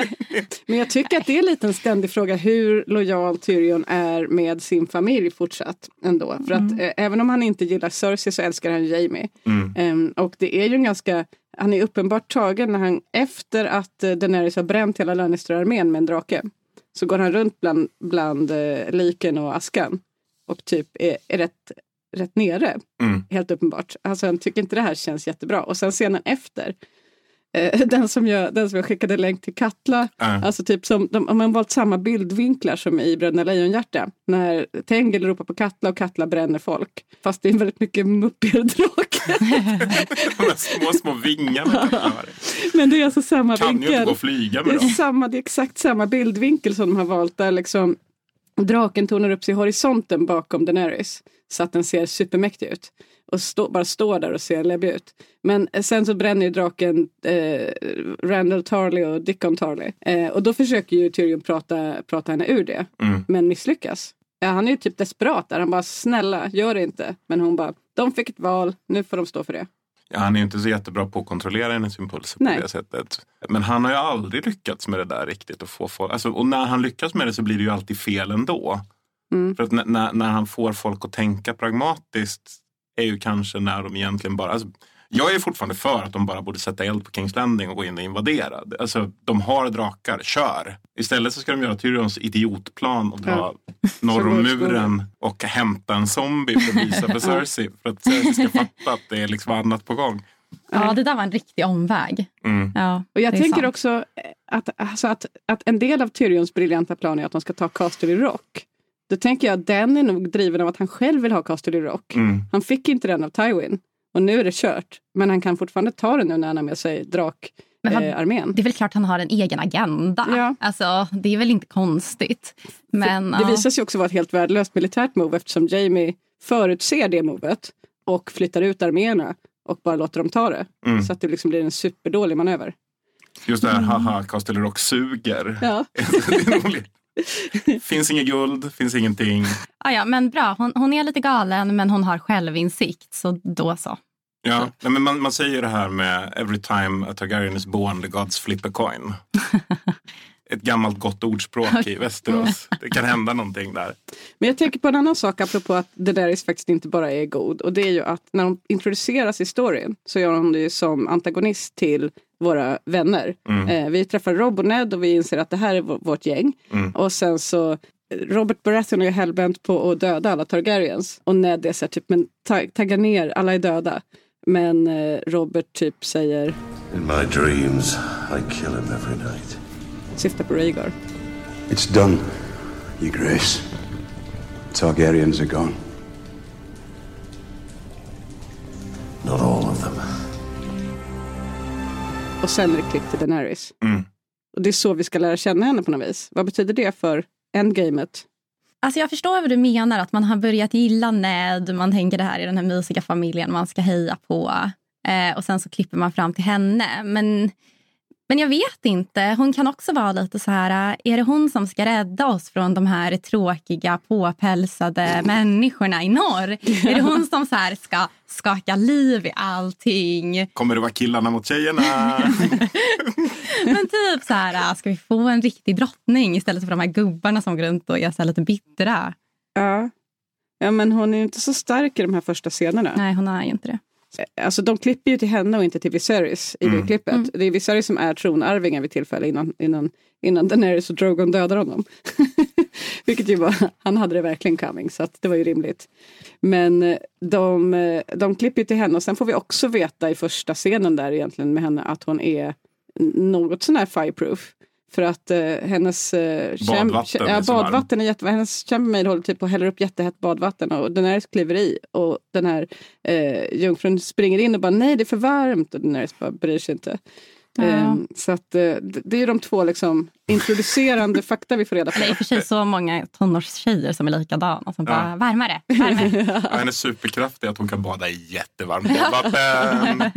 Men jag tycker att det är lite en ständig fråga hur lojal Tyrion är med sin familj fortsatt ändå. För att mm. eh, även om han inte gillar Cersei så älskar han Jaime. Mm. Um, och det är ju en ganska, han är uppenbart tagen när han efter att uh, Daenerys har bränt hela Lannister-armén med en drake. Så går han runt bland, bland uh, liken och askan. Och typ är, är rätt... rätt nere, mm. helt uppenbart. Alltså han tycker inte det här känns jättebra. Och sen scenen efter, eh, den, som jag, den som jag skickade länk till Katla, mm. alltså typ som, de, om man valt samma bildvinklar som i Bröderna Lejonhjärta, när Tengil ropar på Katla och Katla bränner folk. Fast det är väldigt mycket muppigare drakar. De här små, små vingarna. Ja. Men det är alltså samma kan vinkel. Kan ju inte gå och flyga med det är dem. Samma, det är exakt samma bildvinkel som de har valt där liksom draken tonar upp sig i horisonten bakom Daenerys. Så att den ser supermäktig ut. Och stå, bara står där och ser läbbig ut. Men sen så bränner ju draken eh, Randall Tarly och Dickon Tarly. Eh, och då försöker ju Tyrion prata, prata henne ur det. Mm. Men misslyckas. Ja, han är ju typ desperat där. Han bara, snälla, gör det inte. Men hon bara, de fick ett val. Nu får de stå för det. Ja, han är ju inte så jättebra på att kontrollera hennes impulser på Nej. det sättet. Men han har ju aldrig lyckats med det där riktigt. Att få folk, alltså, och när han lyckas med det så blir det ju alltid fel ändå. Mm. För att n- när, när han får folk att tänka pragmatiskt är ju kanske när de egentligen bara... Alltså, jag är fortfarande för att de bara borde sätta eld på King's Landing och gå in och invadera. Alltså, de har drakar, kör! Istället så ska de göra Tyrions idiotplan och dra ja. norr om muren och hämta en zombie för att visa för Cersei. För att Cersei ska fatta att det är liksom annat på gång. Ja, det där var en riktig omväg. Mm. Ja, och jag tänker sant. också att, alltså att, att en del av Tyrions briljanta plan är att de ska ta Casterly Rock. Då tänker jag att den är nog driven av att han själv vill ha Casterly Rock. Mm. Han fick inte den av Tywin. Och nu är det kört. Men han kan fortfarande ta den nu när han har med sig drakarmén. Eh, det är väl klart han har en egen agenda. Ja. Alltså, det är väl inte konstigt. Men, det ja. visar sig också vara ett helt värdelöst militärt move. Eftersom Jaime förutser det movet. Och flyttar ut arméerna. Och bara låter dem ta det. Mm. Så att det liksom blir en superdålig manöver. Just det här, mm. haha, Casterly Rock suger. Ja. Det är roligt. Finns inget guld, finns ingenting. Ah, ja, men bra. Hon, hon är lite galen, men hon har självinsikt, så då så. Ja, nej, men man, man säger det här med every time a Targaryen is born, the gods flip a coin. ett gammalt gott ordspråk i Västerås. Det kan hända någonting där. Men jag tänker på en annan sak apropå att Daenerys faktiskt inte bara är god. Och det är ju att när de introduceras i storyn så gör de det ju som antagonist till våra vänner. Mm. Eh, vi träffar Robb och Ned och vi inser att det här är v- vårt gäng. Mm. Och sen så Robert Baratheon är hellbent på att döda alla Targaryens. Och Ned är så här, typ, men ta- tagga ner, alla är döda. Men eh, Robert typ säger... In my dreams, I kill him every night. Syftar på Rhaegar. It's done, Your Grace. Targaryens are gone. Not all of them. Och sen är det klipp till Daenerys. Mm. Och det är så vi ska lära känna henne på något vis. Vad betyder det för endgamet? Alltså jag förstår vad du menar, att man har börjat gilla Ned. Man tänker det här i den här mysiga familjen man ska heja på. Eh, och sen så klipper man fram till henne. Men, men jag vet inte. Hon kan också vara lite så här, är det hon som ska rädda oss från de här tråkiga, påpälsade människorna i norr? Är det hon som så här ska skaka liv i allting? Kommer det vara killarna mot tjejerna? Men typ så här, ska vi få en riktig drottning istället för de här gubbarna som går runt och är så här lite bittra? Ja. Ja, men hon är ju inte så stark i de här första scenerna. Nej, hon är ju inte det. Alltså de klipper ju till henne och inte till Viserys i mm. det klippet. Mm. Det är Viserys som är tronarvingen vid tillfälle innan, innan, innan Daenerys och Drogon dödar honom. Vilket ju var, han hade det verkligen coming, så att det var ju rimligt. Men de, de klipper ju till henne och sen får vi också veta i första scenen där egentligen med henne att hon är något sån här fireproof. För att eh, hennes eh, badvatten, käm, ja, badvatten är jätte, hennes chambermaid håller typ på och häller upp jättehett badvatten och Daenerys kliver i och den här eh, jungfrun springer in och bara nej det är för varmt och Daenerys bara bryr sig inte. Ja. Eh, så att eh, det är ju de två liksom introducerande fakta vi får reda på. Det är för sig så många tonårstjejer som är likadana som ja. bara varmare, varmare. Ja, hennes superkraft är att hon kan bada i jättevarmt badvatten.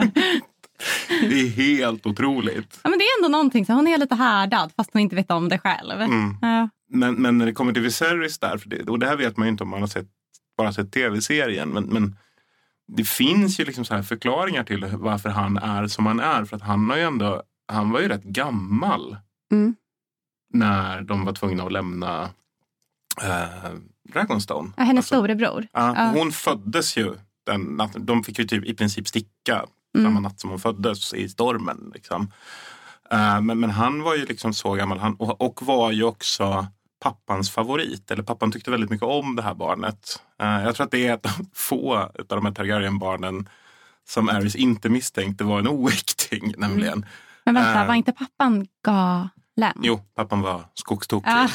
Det är helt otroligt. Ja, men det är ändå någonting, så hon är lite härdad fast hon inte vet om det själv. Mm. Ja. Men, men när det kommer till Viserys där, för det, och det här vet man ju inte om man har sett, bara sett tv-serien, men, men det finns ju liksom så här förklaringar till varför han är som han är. För att han har ju ändå, han var ju rätt gammal mm. när de var tvungna att lämna äh, Dragonstone. Ja, hennes alltså, storebror. Ja, ja. Hon föddes ju den natten, de fick ju typ i princip sticka Mm. samma natt som hon föddes i stormen. Liksom. Uh, men, men han var ju liksom så gammal. Han, och, och var ju också pappans favorit. Eller pappan tyckte väldigt mycket om det här barnet. Uh, jag tror att det är ett av få av de här Targaryen-barnen som Aerys inte misstänkte var en oäkting. Nämligen. Mm. Men vänta, uh, var inte pappan galen? Jo, pappan var skogstokig. Ah.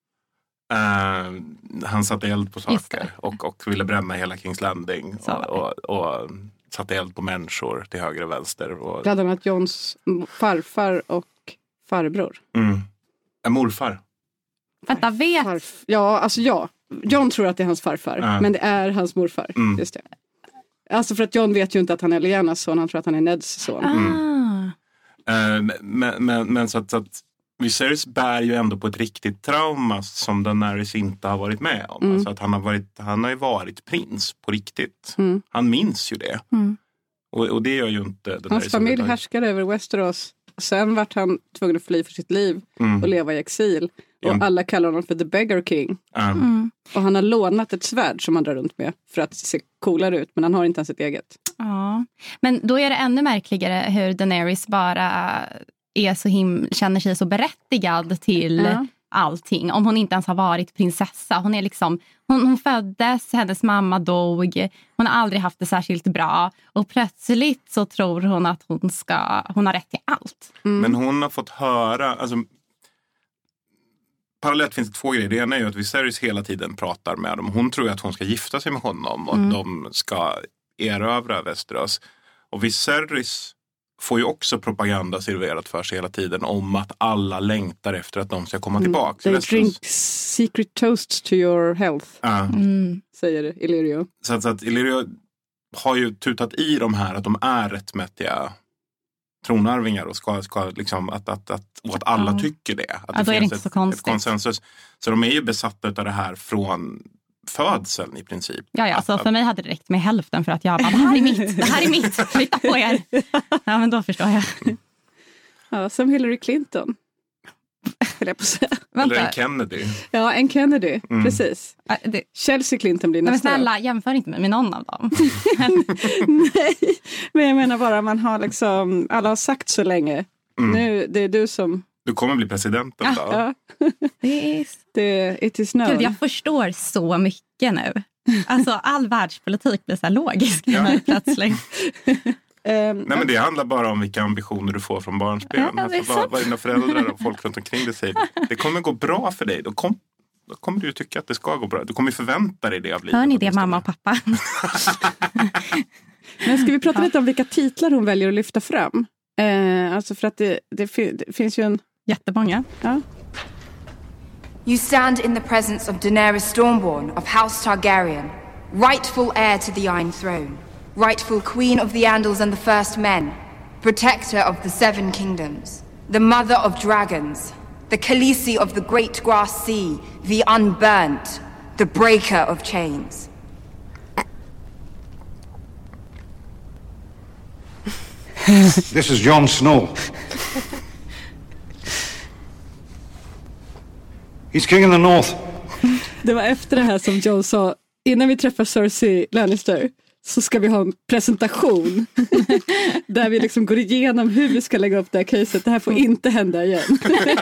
Uh, han satte eld på saker och, och ville bränna hela Kings Landing. Och, och, och satte eld på människor till höger och vänster. Och... Bland annat Johns farfar och farbror. Mm. En morfar. Vänta, vet. Farf... Ja, alltså ja. John tror att det är hans farfar. Mm. Men det är hans morfar. Mm. Just det. Alltså för att John vet ju inte att han är Lyannas son. Han tror att han är Neds son. Ah. Mm. Uh, men, men, men så att, så att Viserys bär ju ändå på ett riktigt trauma som Daenerys inte har varit med om. Mm. Alltså att han har, varit, han har ju varit prins på riktigt. Mm. Han minns ju det. Mm. Och, och det gör ju inte Daenerys. Hans familj härskade över Westeros. Sen vart han tvungen att fly för sitt liv mm. och leva i exil. Och mm. alla kallar honom för The Beggar King. Mm. Mm. Och han har lånat ett svärd som han drar runt med för att se coolare ut. Men han har inte ens ett eget. Ja, men då är det ännu märkligare hur Daenerys bara är så him- känner sig så berättigad till ja. allting. Om hon inte ens har varit prinsessa. Hon är liksom, hon, hon föddes, hennes mamma dog. Hon har aldrig haft det särskilt bra. Och plötsligt så tror hon att hon ska, hon har rätt till allt. Mm. Men hon har fått höra, alltså parallellt finns det två grejer. Det ena är ju att Viserys hela tiden pratar med dem. Hon tror ju att hon ska gifta sig med honom och mm. att de ska erövra Västerås. Och Viserys får ju också propaganda serverat för sig hela tiden om att alla längtar efter att de ska komma tillbaka. Mm. They drink secret toasts to your health, uh. mm. säger Illyrio. Så att, så att Illyrio har ju tutat i de här att de är rättmätiga tronarvingar och ska, ska liksom att, att, att, och att alla ja. tycker det. Att ja, det då finns är det inte ett, så konstigt. ett konsensus. Så de är ju besatta av det här från födseln i princip. Ja, ja, att, så att, för mig hade det räckt med hälften för att jag bara, det här är mitt, det här är mitt, flytta på er. Ja, men då förstår jag. Ja, som Hillary Clinton. Eller på säga. Eller en Kennedy. Ja, en Kennedy, mm. precis. Äh, det... Chelsea Clinton blir nästa. Men snälla, jämför inte med, med någon av dem. Nej, men jag menar bara, man har liksom, alla har sagt så länge. Mm. Nu, det är du som... Du kommer bli presidenten då. Ja. Det är... det, it is known. Gud, jag förstår så mycket nu. Alltså, all världspolitik blir så här logisk ja. plötsligt. Um, Nej, men det handlar bara om vilka ambitioner du får från barnsben. Ja, alltså, vad, vad dina föräldrar och folk runt omkring dig säger. Det kommer gå bra för dig. Då, kom, då kommer du tycka att det ska gå bra. Du kommer förvänta dig det av livet. Hör ni det, mamma och pappa? Men ska vi prata ja. lite om vilka titlar hon väljer att lyfta fram? Eh, alltså för att det, det, det finns ju en... Jättemånga. Ja. You stand in the presence of Daenerys Stormborn of House Targaryen, rightful heir to the Iron Throne. Rightful queen of the Andals and the First Men, protector of the Seven Kingdoms, the mother of dragons, the Khaleesi of the Great Grass Sea, the Unburnt, the breaker of chains. This is Jon Snow. He's king in the north. Det var efter det här som Jon sa, innan vi träffar Cersei Lannister så ska vi ha en presentation där vi liksom går igenom hur vi ska lägga upp det här caset. Det här får inte hända igen.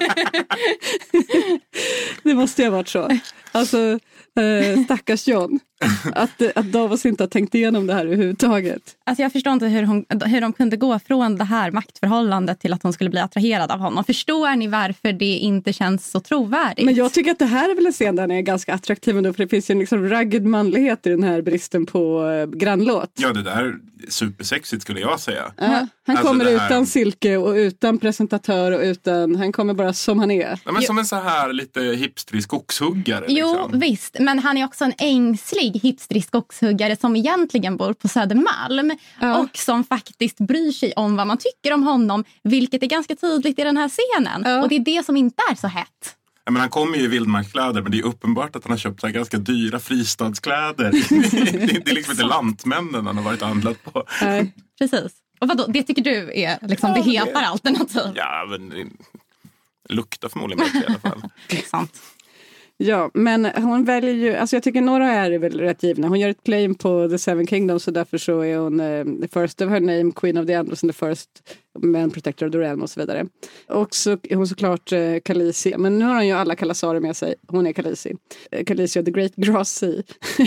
Det måste ju ha varit så. Alltså, eh, stackars Jon. Att, att Davos inte har tänkt igenom det här överhuvudtaget. Alltså jag förstår inte hur, hon, hur de kunde gå från det här maktförhållandet till att hon skulle bli attraherad av honom. Förstår ni varför det inte känns så trovärdigt? Men jag tycker att det här är väl en scen där han är ganska attraktiv ändå, för det finns ju en liksom rugged manlighet i den här bristen på äh, grannlåt. Ja, det där är supersexigt skulle jag säga. Ja, han alltså kommer här... utan silke och utan presentatör och utan, han kommer bara som han är. Ja, men som en så här lite hipstrig skogshuggare. Jo, liksom. Visst. Men han är också en ängslig hipstrig skogshuggare som egentligen bor på Södermalm. Ja. Och som faktiskt bryr sig om vad man tycker om honom. Vilket är ganska tydligt i den här scenen. Ja. Och det är det som inte är så hett. Ja, men han kommer ju i vildmarkskläder, men det är uppenbart att han har köpt så här ganska dyra fristadskläder. Det är liksom inte lantmännen han har varit handlat på. Nej. Precis. Och vadå, det tycker du är liksom ja, det hetare det... alternativ? Ja, men det luktar förmodligen bättre i alla fall. Det är sant. Ja, men hon väljer ju, alltså jag tycker några är väl rätt givna. Hon gör ett claim på The Seven Kingdoms, så därför så är hon uh, the first of her name, Queen of the Andals and the first man, protector of the realm och så vidare. Och så är hon såklart uh, Khaleesi, men nu har hon ju alla Kalasarer med sig. Hon är Khaleesi. Uh, Khaleesi of the Great Grass Sea.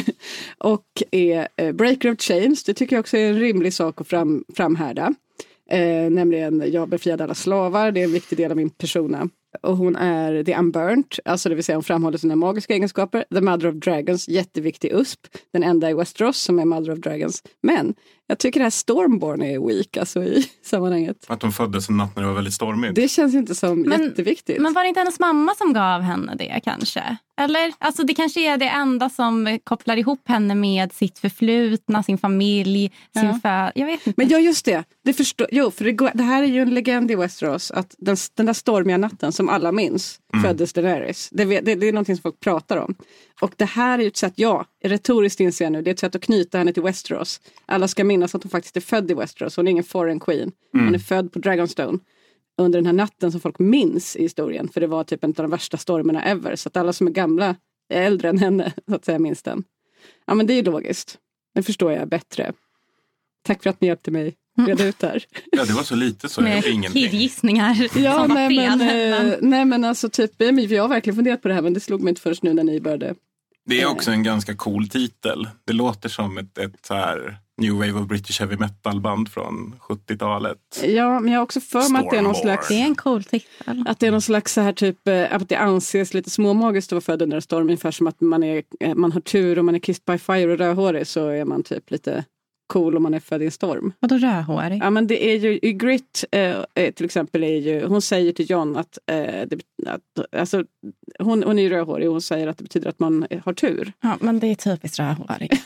Och är uh, breaker of chains, det tycker jag också är en rimlig sak att fram, framhärda. Uh, nämligen, jag befriade alla slavar, det är en viktig del av min persona. Och hon är the unburnt, alltså det vill säga hon framhåller sina magiska egenskaper. The Mother of Dragons, jätteviktig U S P. Den enda i Westeros som är Mother of Dragons. Men jag tycker det här Stormborn är weak alltså i sammanhanget. Att hon föddes en natt när det var väldigt stormigt. Det känns inte som men, jätteviktigt. Men var det inte hennes mamma som gav henne det kanske? Eller? Alltså det kanske är det enda som kopplar ihop henne med sitt förflutna, sin familj, sin ja. föd. Jag vet inte. Men ja, just det. Det förstår, jo, för det, går, det här är ju en legend i Westeros att den, den där stormiga natten som alla minns mm. föddes Daenerys. Det, det, det är någonting som folk pratar om. Och det här är ju ett sätt, ja, retoriskt inser jag nu, det är ett sätt att knyta henne till Westeros. Alla ska minnas att hon faktiskt är född i Westeros. Hon är ingen foreign queen. Mm. Hon är född på Dragonstone under den här natten som folk minns i historien. För det var typ en av de värsta stormerna ever. Så att alla som är gamla är äldre än henne, så att säga, minns den. Ja, men det är logiskt. Det förstår jag bättre. Tack för att ni hjälpte mig reda ut här. Ja, det var så lite så. Med kidgissningar ja, som nej, var fel. Men, nej, men alltså typ, jag har verkligen funderat på det här, men det slog mig inte först nu när ni började. Det är också en ganska cool titel. Det låter som ett, ett så här New Wave of British Heavy Metal-band från sjuttiotalet. Ja, men jag har också för mig att det är någon slags... Det är en cool titel. Att det är någon slags så här typ... Att det anses lite småmagiskt att vara född under en storm. Ungefär som att man, är, man har tur och man är kissed by fire och rödhårig, så är man typ lite cool om man är född i en storm. Vadå rödhårig? Ja, men det är ju... I Grit eh, till exempel är ju... Hon säger till Jon att... Eh, det, att alltså, hon, hon är ju rödhårig och hon säger att det betyder att man har tur. Ja, men det är typiskt rödhårig.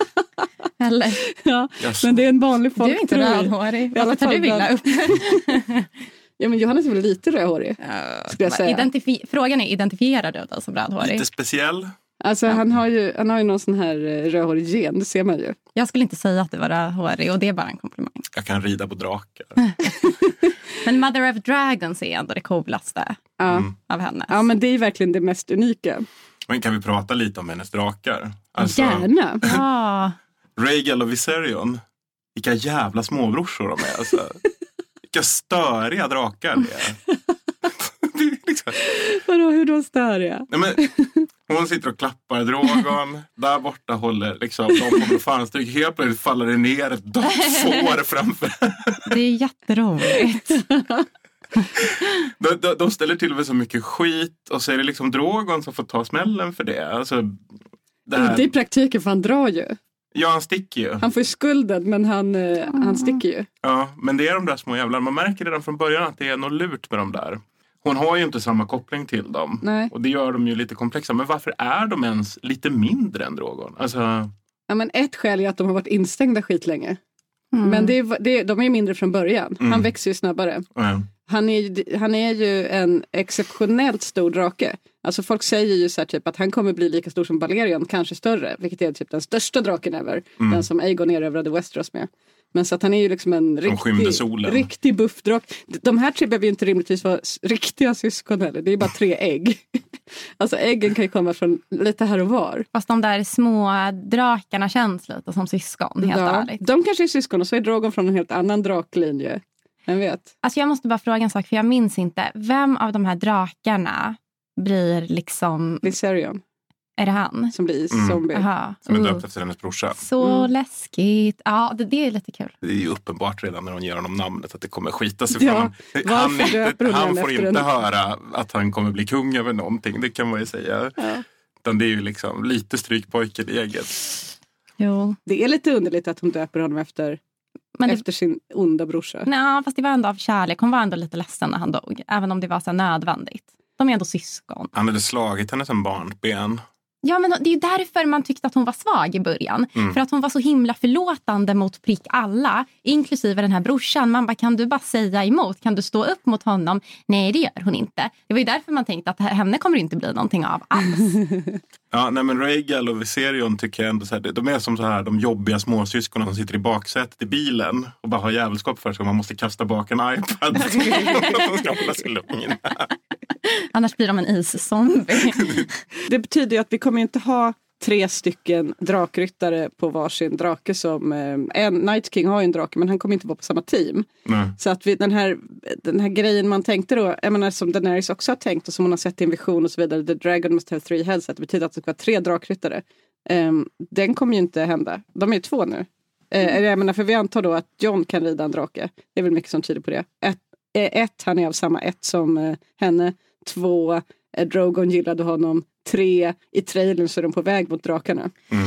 Eller? Ja, yes. Men det är en vanlig folk. Du är inte rödhårig. Varför tar du illa upp? Ja, men Johannes är väl lite rödhårig, skulle jag säga. Identifi- Frågan är, identifierar du dig som rödhårig? Lite speciell. Alltså ja. han har ju han har ju någon sån här rödhårig gen, det ser man ju. Jag skulle inte säga att det var rödhårig och det är bara en komplimang. jag kan rida på drakar. Men Mother of Dragons är ändå det coolaste mm. av hennes. Ja, men det är verkligen det mest unika. Men kan vi prata lite om hennes drakar? Alltså, gärna. Ja. Rhaegal och Viserion. Vilka jävla småbrorsor de är. Alltså. Vilka störiga drakar det är. Det är liksom... Vadå, hur då störiga? Nej, men, hon sitter och klappar Drogon. Där borta håller liksom, de kommer att fanstryk. Helt plötsligt faller det ner ett dött får framför. Det är jätteroligt. de, de, de ställer till med så mycket skit. Och så är det liksom Drogon som får ta smällen för det. Alltså, det här... Inte i praktiken, för han drar ju. Ja, han sticker ju. Han får ju skulden, men han, eh, mm. han sticker ju. Ja, men det är de där små jävlar. Man märker redan från början att det är något lurt med de där. Hon har ju inte samma koppling till dem. Nej. Och det gör dem ju lite komplexa. Men varför är de ens lite mindre än Drogon? Alltså... Ja, men ett skäl är att de har varit instängda skitlänge. Mm. Men det är, det, de är mindre från början. Mm. Han växer ju snabbare. Mm. Han är, han är ju en exceptionellt stor drake. Alltså folk säger ju så här typ att han kommer bli lika stor som Balerion, kanske större. Vilket är typ den största draken ever. Mm. Den som Aegon erövrade Westeros med. Men så att han är ju liksom en riktig, riktig buffdrak. De här tre behöver ju inte rimligtvis vara riktiga syskon heller. Det är bara tre ägg. Alltså äggen kan ju komma från lite här och var. Fast de där små drakarna känns lite som syskon, helt ja, ärligt. De kanske är syskon och så är Drogon från en helt annan draklinje. Jag vet. Alltså jag måste bara fråga en sak, för jag minns inte. Vem av de här drakarna blir liksom... Viserion. Är det han? Som blir mm. zombie. Aha. Som är döpt efter hennes brorsa. Så mm. läskigt. Ja, det, det är lite kul. Det är ju uppenbart redan när hon ger honom namnet att det kommer skita sig ja, från honom. Han, inte, han får inte en... höra att han kommer bli kung över någonting. Det kan man ju säga. Ja. Utan det är ju liksom lite strykpojken i eget. Jo. Det är lite underligt att hon döper honom efter... Men det... Efter sin onda brorsa. Nej, fast det var ändå av kärlek. Hon var ändå lite ledsen när han dog. Även om det var så nödvändigt. De är ändå syskon. Han hade slagit henne som barnben. Ja, men det är ju därför man tyckte att hon var svag i början. Mm. För att hon var så himla förlåtande mot prick alla. Inklusive den här brorsan. Man bara, kan du bara säga emot? Kan du stå upp mot honom? Nej, det gör hon inte. Det var ju därför man tänkte att henne kommer inte bli någonting av alls. Ja, nej men Rhaegal och Viserion tycker jag ändå så här, de är som så här de jobbiga småsyskonen som sitter i baksätet i bilen och bara har jävelskap för sig. Man måste kasta bak en iPad. De ska hålla sig lugna. Annars blir de en iszombie. Det betyder ju att vi kommer inte ha tre stycken drakryttare på varsin drake som... Eh, en Night King har ju en drake, men han kommer inte vara på samma team. Nej. Så att vi, den, här, den här grejen man tänkte då, jag menar, som Daenerys också har tänkt och som hon har sett i en vision och så vidare, The Dragon must have three heads, att det betyder att det ska vara tre drakryttare. Eh, den kommer ju inte hända. De är ju två nu. Eh, jag menar, för vi antar då att Jon kan rida en drake. Det är väl mycket som tyder på det. Ett, ett han är av samma ett som eh, henne. Två, eh, Drogon gillade honom. Tre, i trailern så är de på väg mot drakarna. Mm.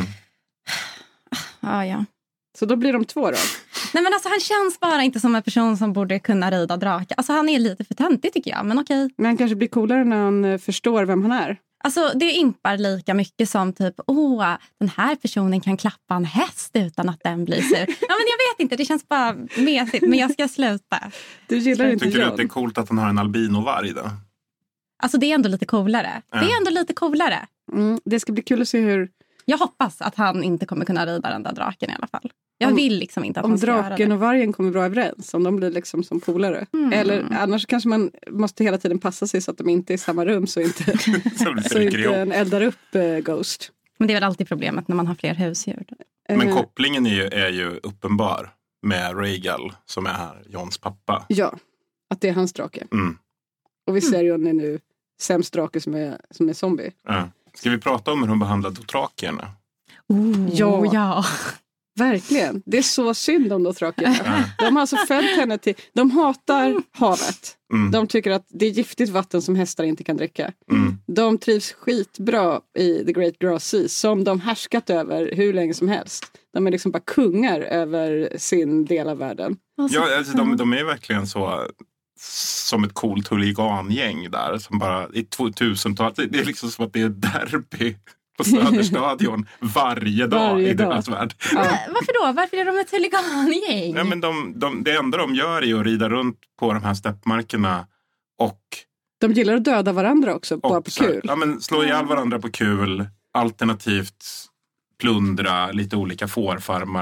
Ah, ja. Så då blir de två då. Nej, men alltså han känns bara inte som en person som borde kunna rida drakar. Alltså han är lite för töntig tycker jag, men okej. Men han kanske blir coolare när han eh, förstår vem han är. Alltså det impar lika mycket som typ, åh, den här personen kan klappa en häst utan att den blir sur. Ja, men jag vet inte, det känns bara mesigt, men jag ska sluta. Du gillar inte Tycker Jon? du att det är coolt att han har en albinovarg då? Alltså det är ändå lite coolare. Ja. Det är ändå lite coolare. Mm, det ska bli kul att se hur... Jag hoppas att han inte kommer kunna rida den där draken i alla fall. Jag om, vill liksom inte att han han ska göra det. Om draken och vargen kommer bra överens. Om de blir liksom som polare. Mm. Eller annars kanske man måste hela tiden passa sig så att de inte är i samma rum. Så inte, så inte en eldar upp uh, Ghost. Men det är väl alltid problemet när man har fler husdjur. Men uh, kopplingen är ju, är ju uppenbar med Rhaegal som är här, Jons pappa. Ja, att det är hans drake. Mm. Och Viserion är nu sämst drake som är, som är zombie. Ja. Ska vi prata om hur hon behandlade dotrakierna? Oh, ja. ja. Verkligen. Det är så synd om dotrakierna. De har alltså följt henne till... De hatar havet. Mm. De tycker att det är giftigt vatten som hästar inte kan dricka. Mm. De trivs skitbra i The Great Grass Sea som de härskat över hur länge som helst. De är liksom bara kungar över sin del av världen. Ja, alltså, de, de är verkligen så... som ett coolt huligangäng där som bara i tvåtusentalet, det är liksom som att det är derby på Söderstadion varje dag varje i dag. deras värld. Ja. Varför då? Varför är de ett huligangäng? Ja, men de, de, det enda de gör är att rida runt på de här steppmarkerna och de gillar att döda varandra också, bara på kul. Ja, men slå ihjäl varandra på kul, alternativt plundra lite olika fårfarmar,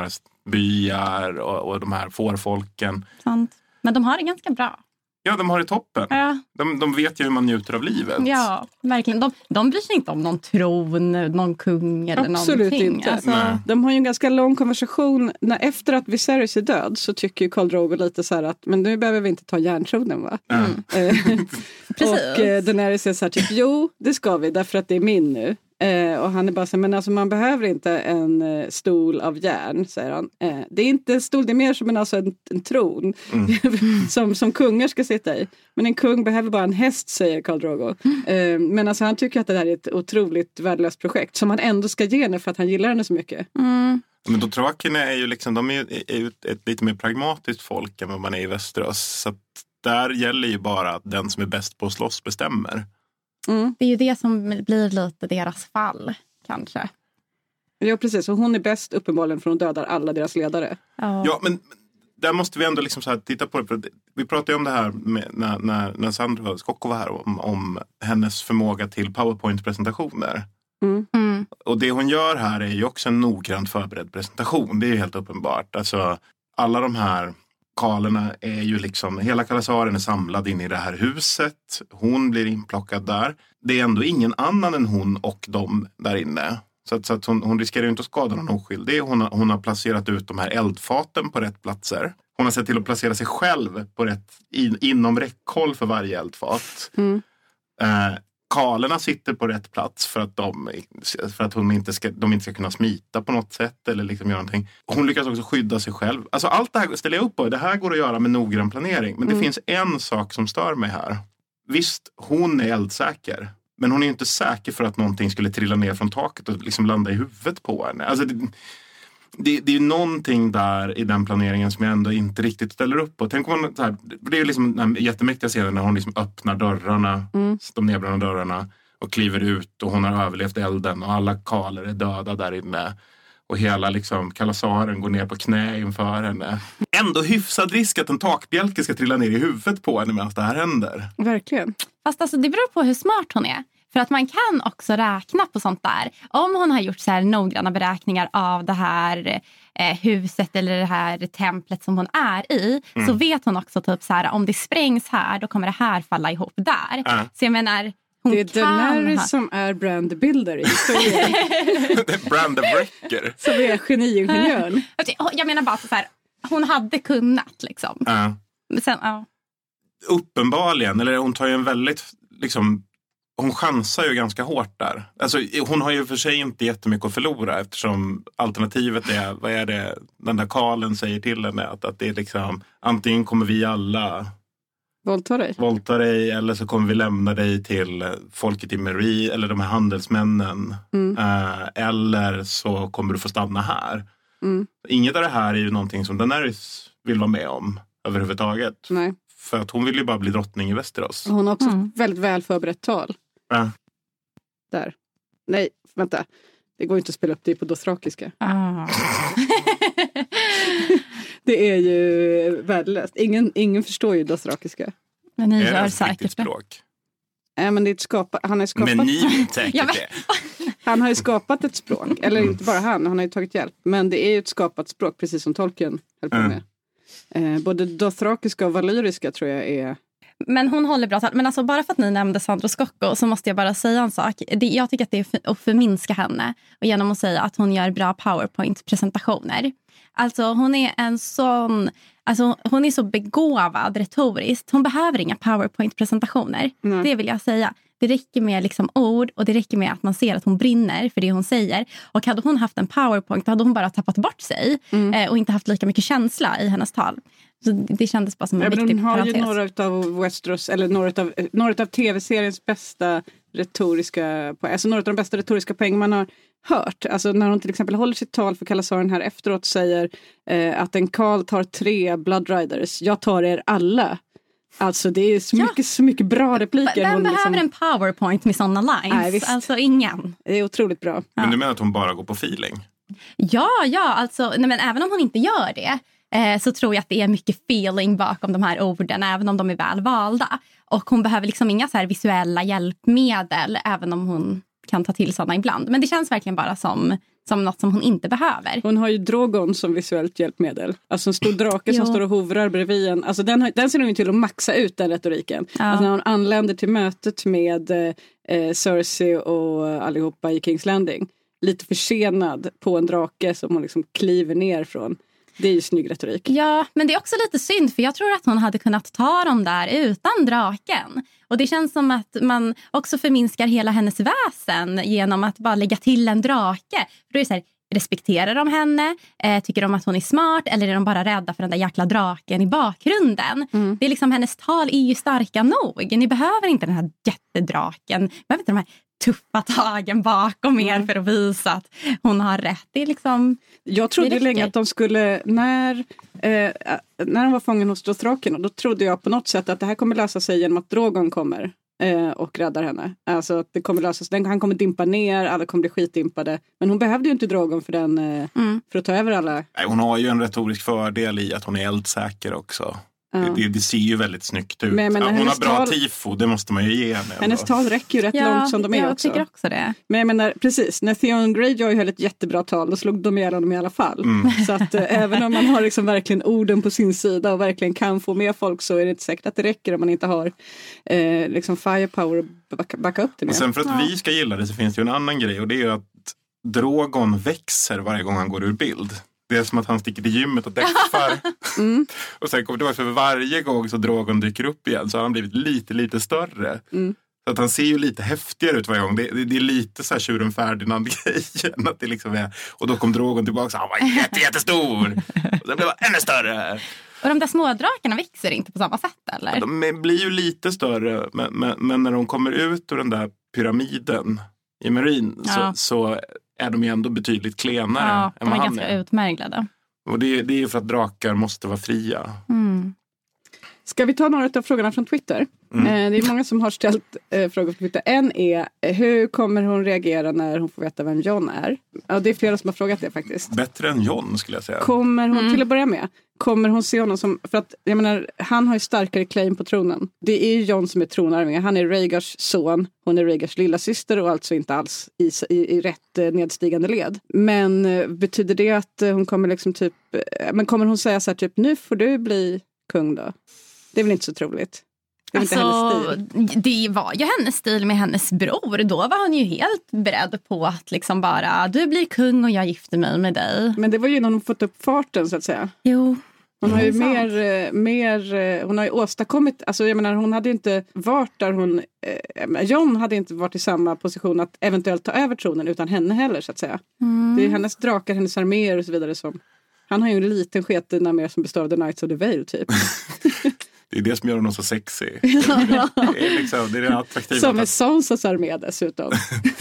byar och, och de här fårfolken. Sant. Men de har det ganska bra. Ja, de har det toppen. Ja. De, de vet ju hur man njuter av livet. Ja, verkligen. De, de bryr sig inte om någon tron, någon kung eller Absolut någonting. inte. Alltså, de har ju en ganska lång konversation. När, efter att Viserys är död så tycker ju Khal Drogo lite så här att men nu behöver vi inte ta järntronen, va? Mm. Och eh, Daenerys är så här typ, jo det ska vi därför att det är min nu. Eh, och han är bara så här, men alltså man behöver inte en eh, stol av järn, säger han. Eh, det är inte en stol, det är mer som en, alltså en, en tron mm. som, som kungar ska sitta i. Men en kung behöver bara en häst, säger Khal Drogo. Eh, men alltså han tycker att det här är ett otroligt värdelöst projekt som han ändå ska ge henne för att han gillar henne så mycket. Mm. Men Dothrakierna är ju liksom, de är ju är ju ett, ett lite mer pragmatiskt folk än vad man är i Västerås. Så att där gäller ju bara att den som är bäst på att slåss bestämmer. Mm. Det är ju det som blir lite deras fall, kanske. Ja, precis. Och hon är bäst uppenbarligen för hon dödar alla deras ledare. Ja, ja men där måste vi ändå liksom så här titta på det. För vi pratade ju om det här med, när, när, när Sandra Skocko var här om, om hennes förmåga till PowerPoint-presentationer. Mm. Mm. Och det hon gör här är ju också en noggrant förberedd presentation. Det är ju helt uppenbart. Alltså alla de här kalerna är ju liksom, hela kalasaren är samlad in i det här huset. Hon blir inplockad där. Det är ändå ingen annan än hon och de där inne. Så att, så att hon, hon riskerar ju inte att skada någon oskyldig. Hon har, hon har placerat ut de här eldfaten på rätt platser. Hon har sett till att placera sig själv på rätt, in, inom räckhåll för varje eldfat. Mm. Eh, kalerna sitter på rätt plats för att, de, för att hon inte ska, de inte ska kunna smita på något sätt eller liksom göra någonting. Hon lyckas också skydda sig själv. Alltså allt det här ställer jag upp på. Det här går att göra med noggrann planering. Men det Mm. finns en sak som stör mig här. Visst, hon är eldsäker. Men hon är inte säker för att någonting skulle trilla ner från taket och liksom landa i huvudet på henne. Alltså det, det, det är ju någonting där i den planeringen som jag ändå inte riktigt ställer upp på. Tänk om hon, så här, det är ju liksom den jättemäktiga scenen när hon liksom öppnar dörrarna, mm. de nedbrända dörrarna och kliver ut och hon har överlevt elden och alla kaler är döda där inne. Och hela liksom kalasaren går ner på knä inför henne. Ändå hyfsad risk att en takbjälke ska trilla ner i huvudet på henne medan det här händer. Verkligen. Fast alltså, det beror på hur smart hon är. För att man kan också räkna på sånt där. Om hon har gjort så här noggranna beräkningar av det här eh, huset eller det här templet som hon är i. Mm. Så vet hon också typ så här, om det sprängs här då kommer det här falla ihop där. Äh. Så jag menar... Hon det är Daenerys ha... som är Bran the Builder i historien. Det är Bran the Breaker. Som är geniingenjören. Jag menar bara så här, hon hade kunnat liksom. Äh. Men sen, ja. Uppenbarligen, eller hon tar ju en väldigt liksom, hon chansar ju ganska hårt där. Alltså hon har ju för sig inte jättemycket att förlora eftersom alternativet är, vad är det den där Karlen säger till henne att, att det är liksom, antingen kommer vi alla Våldta dig. Våldta dig eller så kommer vi lämna dig till folket i Meereen eller de här handelsmännen. Mm. Eh, eller så kommer du få stanna här. Mm. Inget av det här är ju någonting som Daenerys vill vara med om överhuvudtaget. Nej. För att hon vill ju bara bli drottning i Västerås. Hon har också mm. väldigt väl förberett tal. Äh. Där. Nej, vänta. Det går inte att spela upp det på dothrakiska. Ah. Det är ju värdelöst. Ingen, ingen förstår ju dothrakiska. Men ni är gör det säkert språk? Nej, men det är ett skapa, han har skapat... Men ni vet säkert ja, men... det. Han har ju skapat ett språk. Eller mm. inte bara han, han har ju tagit hjälp. Men det är ju ett skapat språk, precis som Tolkien höll på med. Mm. Eh, både dothrakiska och valyriska tror jag är... Men hon håller bra tal. Men alltså bara för att ni nämnde Sandra Skocko så måste jag bara säga en sak. Det, jag tycker att det är för, att förminska henne. Och genom att säga att hon gör bra PowerPoint-presentationer. Alltså hon är en sån... Alltså hon är så begåvad retoriskt. Hon behöver inga PowerPoint-presentationer. Mm. Det vill jag säga. Det räcker med liksom ord och det räcker med att man ser att hon brinner för det hon säger. Och hade hon haft en PowerPoint då hade hon bara tappat bort sig. Mm. Eh, och inte haft lika mycket känsla i hennes tal. Så det kändes bara som en viktig parentes. Hon har parentes. ju några av Westeros, eller några av, några av tv-seriens bästa retoriska poäng. Alltså några av de bästa retoriska poäng man har hört. Alltså när hon till exempel håller sitt tal för kalasaren här efteråt säger eh, att en Karl tar tre Blood Riders. Jag tar er alla. Alltså det är så mycket, ja. så mycket bra repliker. Vem hon behöver liksom... en PowerPoint med sådana lines? Nej, visst. Alltså ingen. Det är otroligt bra. Men du menar att hon bara går på feeling? Ja, ja. Alltså, nej, men även om hon inte gör det eh, så tror jag att det är mycket feeling bakom de här orden. Även om de är väl valda. Och hon behöver liksom inga så här visuella hjälpmedel. Även om hon kan ta till sådana ibland. Men det känns verkligen bara som som något som hon inte behöver. Hon har ju Drogon som visuellt hjälpmedel. Alltså en stor drake som står och hovrar bredvid en. Alltså den, har, den ser hon ju till att maxa ut den retoriken. Ja. Alltså när hon anländer till mötet med eh, Cersei och allihopa i King's Landing. Lite försenad på en drake som hon liksom kliver ner från. Det är ju snygg retorik. Ja, men det är också lite synd för jag tror att hon hade kunnat ta dem där utan draken. Och det känns som att man också förminskar hela hennes väsen genom att bara lägga till en drake. För då är det så här, respekterar de henne? Eh, tycker de att hon är smart? Eller är de bara rädda för den där jäkla draken i bakgrunden? Mm. Det är liksom, hennes tal är ju starka nog. Ni behöver inte den här jättedraken. Ni behöver inte de här tuffa tagen bakom er mm. för att visa att hon har rätt. Det är liksom... Jag trodde länge att de skulle, när, eh, när de var fången hos Dothraki, då trodde jag på något sätt att det här kommer lösa sig genom att Drogon kommer eh, och räddar henne. Alltså att det kommer lösa sig, han kommer dimpa ner, alla kommer bli skitdimpade. Men hon behövde ju inte Drogon för, den, eh, mm. för att ta över alla. Nej, hon har ju en retorisk fördel i att hon är eldsäker också. Ja. Det, det ser ju väldigt snyggt ut. Men, men, ja, hon har bra tal... tifo, det måste man ju ge henne. Hennes tal räcker ju rätt ja, långt som de är jag också. Jag tycker också det. Men jag menar, precis, när Theon Greyjoy höll ett jättebra tal, då slog de ihjäl honom i alla fall. Mm. Så att äh, även om man har liksom verkligen orden på sin sida och verkligen kan få med folk, så är det inte säkert att det räcker om man inte har eh, liksom firepower att backa, backa upp det med. Och sen för att ja. vi ska gilla det så finns det ju en annan grej, och det är ju att Drogon växer varje gång han går ur bild. Det är som att han sticker till gymmet och däffar. Mm. Och sen kommer det vara för varje gång så Drogon dyker upp igen så har han blivit lite, lite större. Mm. Så att han ser ju lite häftigare ut varje gång. Det, det, det är lite så här Tjuren Ferdinand-grejen. Att det liksom är, och då kom Drogon tillbaka och han var jätte, jättestor. Och sen blev han ännu större. Och de där smådrakarna växer inte på samma sätt, eller? Ja, de blir ju lite större. Men, men, men när de kommer ut ur den där pyramiden i Meereen ja. så... så är de ju ändå betydligt klenare ja, än vad han är. De är ganska utmärglade. Och det, det är ju för att drakar måste vara fria. Mm. Ska vi ta några av frågorna från Twitter? Mm. Eh, det är många som har ställt eh, frågor på Twitter. En är, hur kommer hon reagera när hon får veta vem Jon är? Ja, det är flera som har frågat det faktiskt. Bättre än Jon skulle jag säga. Kommer hon, mm. till att börja med, kommer hon se honom som, för att jag menar, han har ju starkare claim på tronen. Det är ju Jon som är tronarvinge. Han är Rhaegars son, hon är Rhaegars lilla syster och alltså inte alls i, i, i rätt eh, nedstigande led. Men eh, betyder det att eh, hon kommer liksom typ, eh, men kommer hon säga så här typ, nu får du bli kung då? Det är väl inte så troligt. Det, alltså, det var ju hennes stil med hennes bror. Då var hon ju helt beredd på att liksom bara, du blir kung och jag gifter mig med dig. Men det var ju när hon fått upp farten så att säga. Jo. Hon har ju mer, mer, hon har ju åstadkommit, alltså jag menar hon hade ju inte varit där hon, eh, Jon hade inte varit i samma position att eventuellt ta över tronen utan henne heller så att säga. Mm. Det är hennes drakar, hennes arméer och så vidare som, han har ju en liten sketina mer som består av The Knights of the Vale typ. Det är det som gör honom så sexy. Det är, liksom, det är det attraktiva. Som är Sansas armé dessutom.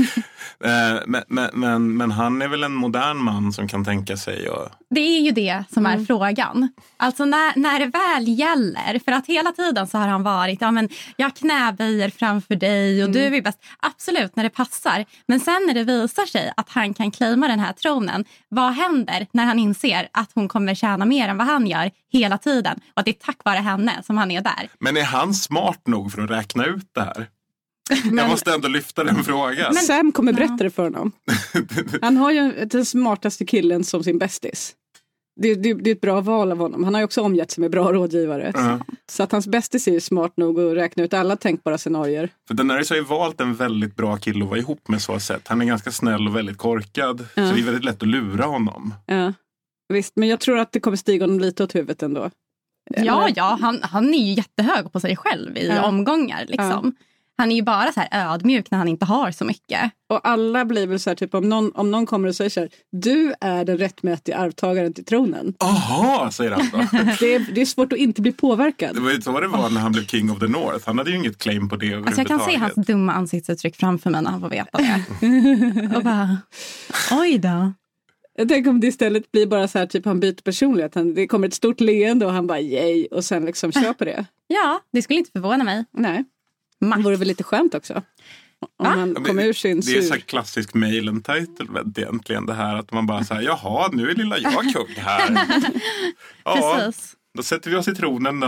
men, men, men, men han är väl en modern man som kan tänka sig. Och... Det är ju det som är mm. frågan. Alltså när, när det väl gäller. För att hela tiden så har han varit, ja men jag knäböjer framför dig och mm. du är bäst. Absolut när det passar. Men sen när det visar sig att han kan claima den här tronen. Vad händer när han inser att hon kommer tjäna mer än vad han gör hela tiden? Och att det är tack vare henne som han är där. Men är han smart nog för att räkna ut det här? Men, jag måste ändå lyfta den frågan. Men Sam kommer berätta det för honom. Han har ju den smartaste killen som sin bästis. Det, det, det är ett bra val av honom. Han har ju också omgett sig med bra rådgivare. Uh-huh. Så att hans bästis är ju smart nog att räkna ut alla tänkbara scenarier. För Daenerys har ju valt en väldigt bra kille att vara ihop med så sätt. Han är ganska snäll och väldigt korkad. Uh-huh. Så det är väldigt lätt att lura honom. Ja, uh-huh. Visst. Men jag tror att det kommer stiga honom lite åt huvudet ändå. Ja, ja. Han, han är ju jättehög på sig själv i uh-huh. omgångar liksom. Uh-huh. Han är ju bara så här ödmjuk när han inte har så mycket. Och alla blir väl så här, typ om någon, om någon kommer och säger så här, du är den rättmätiga arvtagaren till tronen. Aha, säger han då. det, är, det är svårt att inte bli påverkad. Det var ju så det var när han blev King of the North. Han hade ju inget claim på det alltså jag kan se hans dumma ansiktsuttryck framför mig när han får veta det. Och bara, oj då. Jag tänker om det istället blir bara så här, typ han byter personlighet. Han, det kommer ett stort leende och han bara, yay. Och sen liksom köper det. Ja, det skulle inte förvåna mig. Nej. Det vore väl lite skönt också. Om ah? man kommer ur sin sur. Det är så här klassisk mail-entitlement egentligen det här. Att man bara säger, jaha nu är lilla jag kung här. Ja, precis. Då sätter vi oss i tronen då.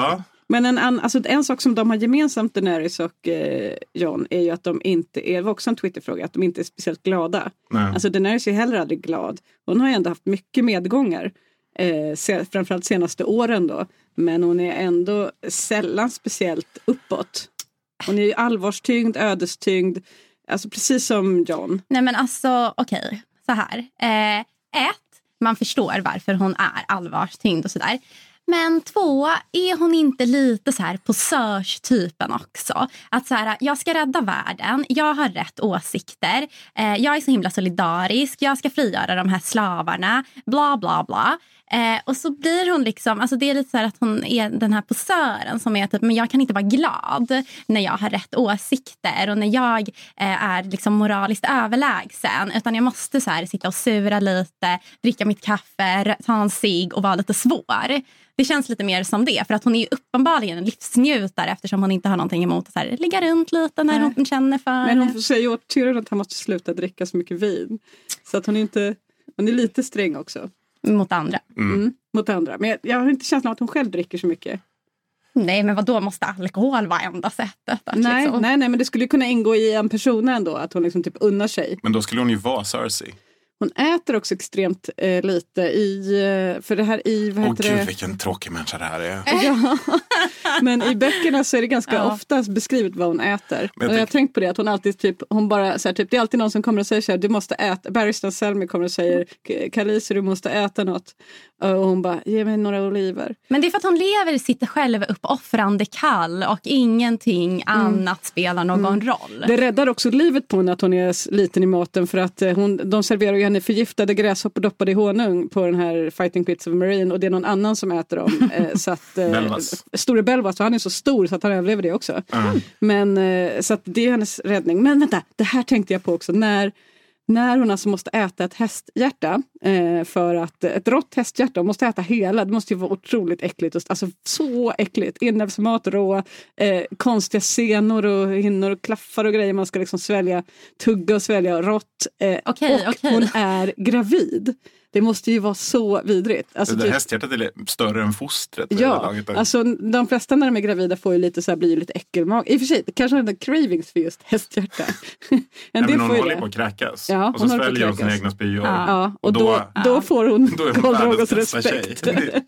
Men en, an, alltså en sak som de har gemensamt, Daenerys och eh, Jon, är ju att de inte är, det var också en Twitterfråga, att de inte är speciellt glada. Nej. Alltså Daenerys är heller aldrig glad. Hon har ju ändå haft mycket medgångar, eh, se, framförallt senaste åren då. Men hon är ändå sällan speciellt uppåt. Hon är ju allvarstyngd, ödestyngd, alltså precis som Jon. Nej men alltså, okej, okay, så här. Eh, ett, man förstår varför hon är allvarstyngd och sådär. Men två, är hon inte lite så här posörstypen också? Att så här, jag ska rädda världen, jag har rätt åsikter, eh, jag är så himla solidarisk, jag ska frigöra de här slavarna, bla bla bla. Eh, och så blir hon liksom, alltså det är lite så här att hon är den här posören som är typ, men jag kan inte vara glad när jag har rätt åsikter och när jag eh, är liksom moraliskt överlägsen, utan jag måste så här sitta och sura lite, dricka mitt kaffe, ta en cigg och vara lite svår. Det känns lite mer som det, för att hon är ju uppenbarligen en livsnjutare eftersom hon inte har någonting emot att så här, ligga runt lite när Nej. hon känner för. Men hon säger åt Tyrion att han måste sluta dricka så mycket vin. Så att hon inte, hon är lite sträng också. Mot andra. Mm. Mm, mot andra. Men jag, jag har inte känslan att hon själv dricker så mycket. Nej, men vad då måste alkohol vara enda sättet? Att nej, liksom... nej, nej, men det skulle kunna ingå i en person ändå. Att hon liksom typ unnar sig. Men då skulle hon ju vara Cersei. Hon äter också extremt eh, lite i, eh, för det här i, vad heter Åh det? gud, vilken tråkig människa det här är. Ja, men i böckerna så är det ganska ja. oftast beskrivet vad hon äter. Jag och jag har tänkt på det, att hon alltid typ, hon bara så här, typ, det är alltid någon som kommer och säger så här, du måste äta, Barristan Selmy kommer och säger, Khaleesi, du måste äta något. Och hon bara, ge mig några oliver. Men det är för att hon lever sitt själv uppoffrande kall och ingenting mm. annat spelar någon mm. roll. Det räddar också livet på henne att hon är liten i maten, för att hon, de serverar ju henne förgiftade gräshoppor doppade i honung på den här Fighting Pits of Marine, och det är någon annan som äter dem. eh, så att, eh, Store Belvas, så han är så stor så att han överlever det också. Mm. Men eh, så att det är hennes räddning. Men vänta, det här tänkte jag på också. När, när hon alltså måste äta ett hästhjärta, eh, för att ett rått hästhjärta, hon måste äta hela, det måste ju vara otroligt äckligt. Alltså så äckligt. Inälvsmat, rå, eh, konstiga senor och hinnor och klaffar och grejer. Man ska liksom svälja, tugga och svälja rått. Eh, okay, och okay. hon är gravid. Det måste ju vara så vidrigt. Alltså, det där typ, hästhjärtat är större än fostret. Ja, alltså de flesta när de är gravida får ju lite så här, blir ju lite äckelmag. I och för sig, kanske har den cravings för just hästhjärta. en ja, del men hon får håller det. på att kräkas. Ja, och så sväljer hon sina egna spyor. Ja. ja, och, och då, då, då får hon Khal Drogos respekt.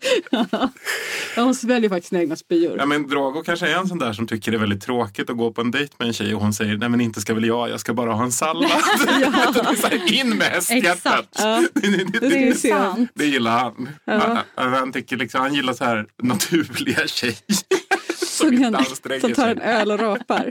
ja, hon sväljer faktiskt sina egna spyor. Ja, men Drogo kanske är en sån där som tycker det är väldigt tråkigt att gå på en dejt med en tjej och hon säger, nej men inte ska väl jag, jag ska bara ha en sallad. ja. det är så här, in med hästhjärtat. Ja. det, det, det är sant. Det gillar han. Ja. Han, han, tycker liksom, han gillar så här naturliga tjejer. som, som, som tar en öl och rapar.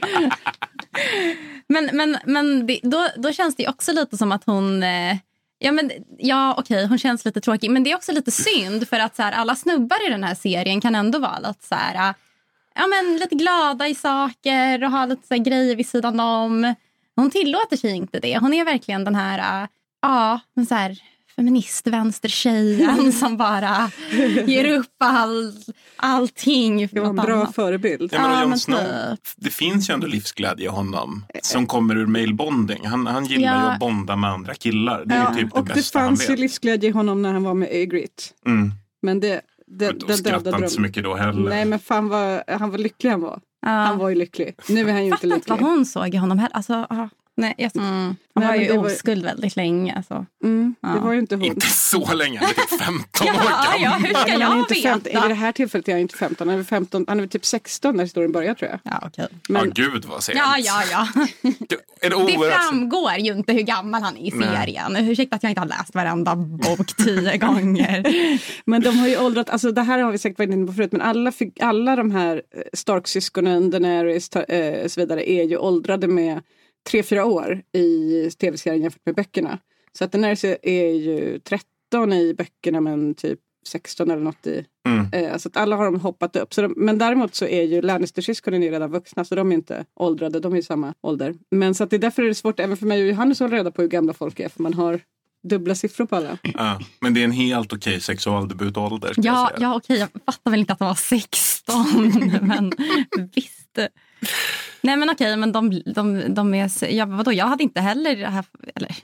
men men, men det, då, då känns det också lite som att hon... Eh, ja, men, ja okej, okay, hon känns lite tråkig. Men det är också lite synd för att så här, alla snubbar i den här serien kan ändå vara lite så här... Ja, men lite glada i saker och ha lite så här grejer vid sidan om. Hon tillåter sig inte det. Hon är verkligen den här... Ja, men så här... feministvänstertjejen som bara ger upp all, allting för det var en bra annat. förebild. Ja, men ja, men Snow, det finns ju ändå livsglädje i honom som kommer ur male-bonding. Han, han gillar ja. ju att bonda med andra killar. Det är ja, ju typ det och bästa det han fanns ju livsglädje i honom när han var med Ygritte. Mm. Men det, det, och det skrattade inte så mycket då heller. Nej, men fan var, han var lycklig han var. Ja. Han var ju lycklig. Nu är han ju inte lycklig. Fattar inte vad hon såg i honom heller. Alltså, aha. Nej, jag, mm. Han var ju oskuld var... väldigt länge. Alltså. Mm, ja. Det var ju inte hon. Inte så länge, han är typ femton ja, år gammal. Ja, hur ska jag inte veta? femton, I det här tillfället är han inte femton, han är, femton, han är typ sexton när historien börjar tror jag. Ja, okej. Men... Ja, gud vad sent. Ja, ja, ja. det, det framgår ju inte hur gammal han är i serien. Nej. Ursäkta att jag inte har läst varenda bok tio gånger. Men de har ju åldrat, alltså det här har vi säkert varit inne på förut, men alla, alla de här Stark-syskonen, Daenerys och så vidare är ju åldrade med tre, fyra år i tv-serien jämfört med böckerna. Så att Daenerys är ju tretton i böckerna men typ sexton eller något i. Mm. Eh, så att alla har de hoppat upp. Så de, men däremot så är ju Lannister-syskonen ju redan vuxna så de är inte åldrade, de är i samma ålder. Men så att det är därför är det svårt även för mig och Johannes att reda på hur gamla folk är för man har dubbla siffror på alla. Ja, men det är en helt okej sexualdebutålder. Ja, ja okej. Jag fattar väl inte att de var sexton. Men visst. Nej men okej, men de, de, de är... Ja, vadå, jag hade inte heller... Haft, eller...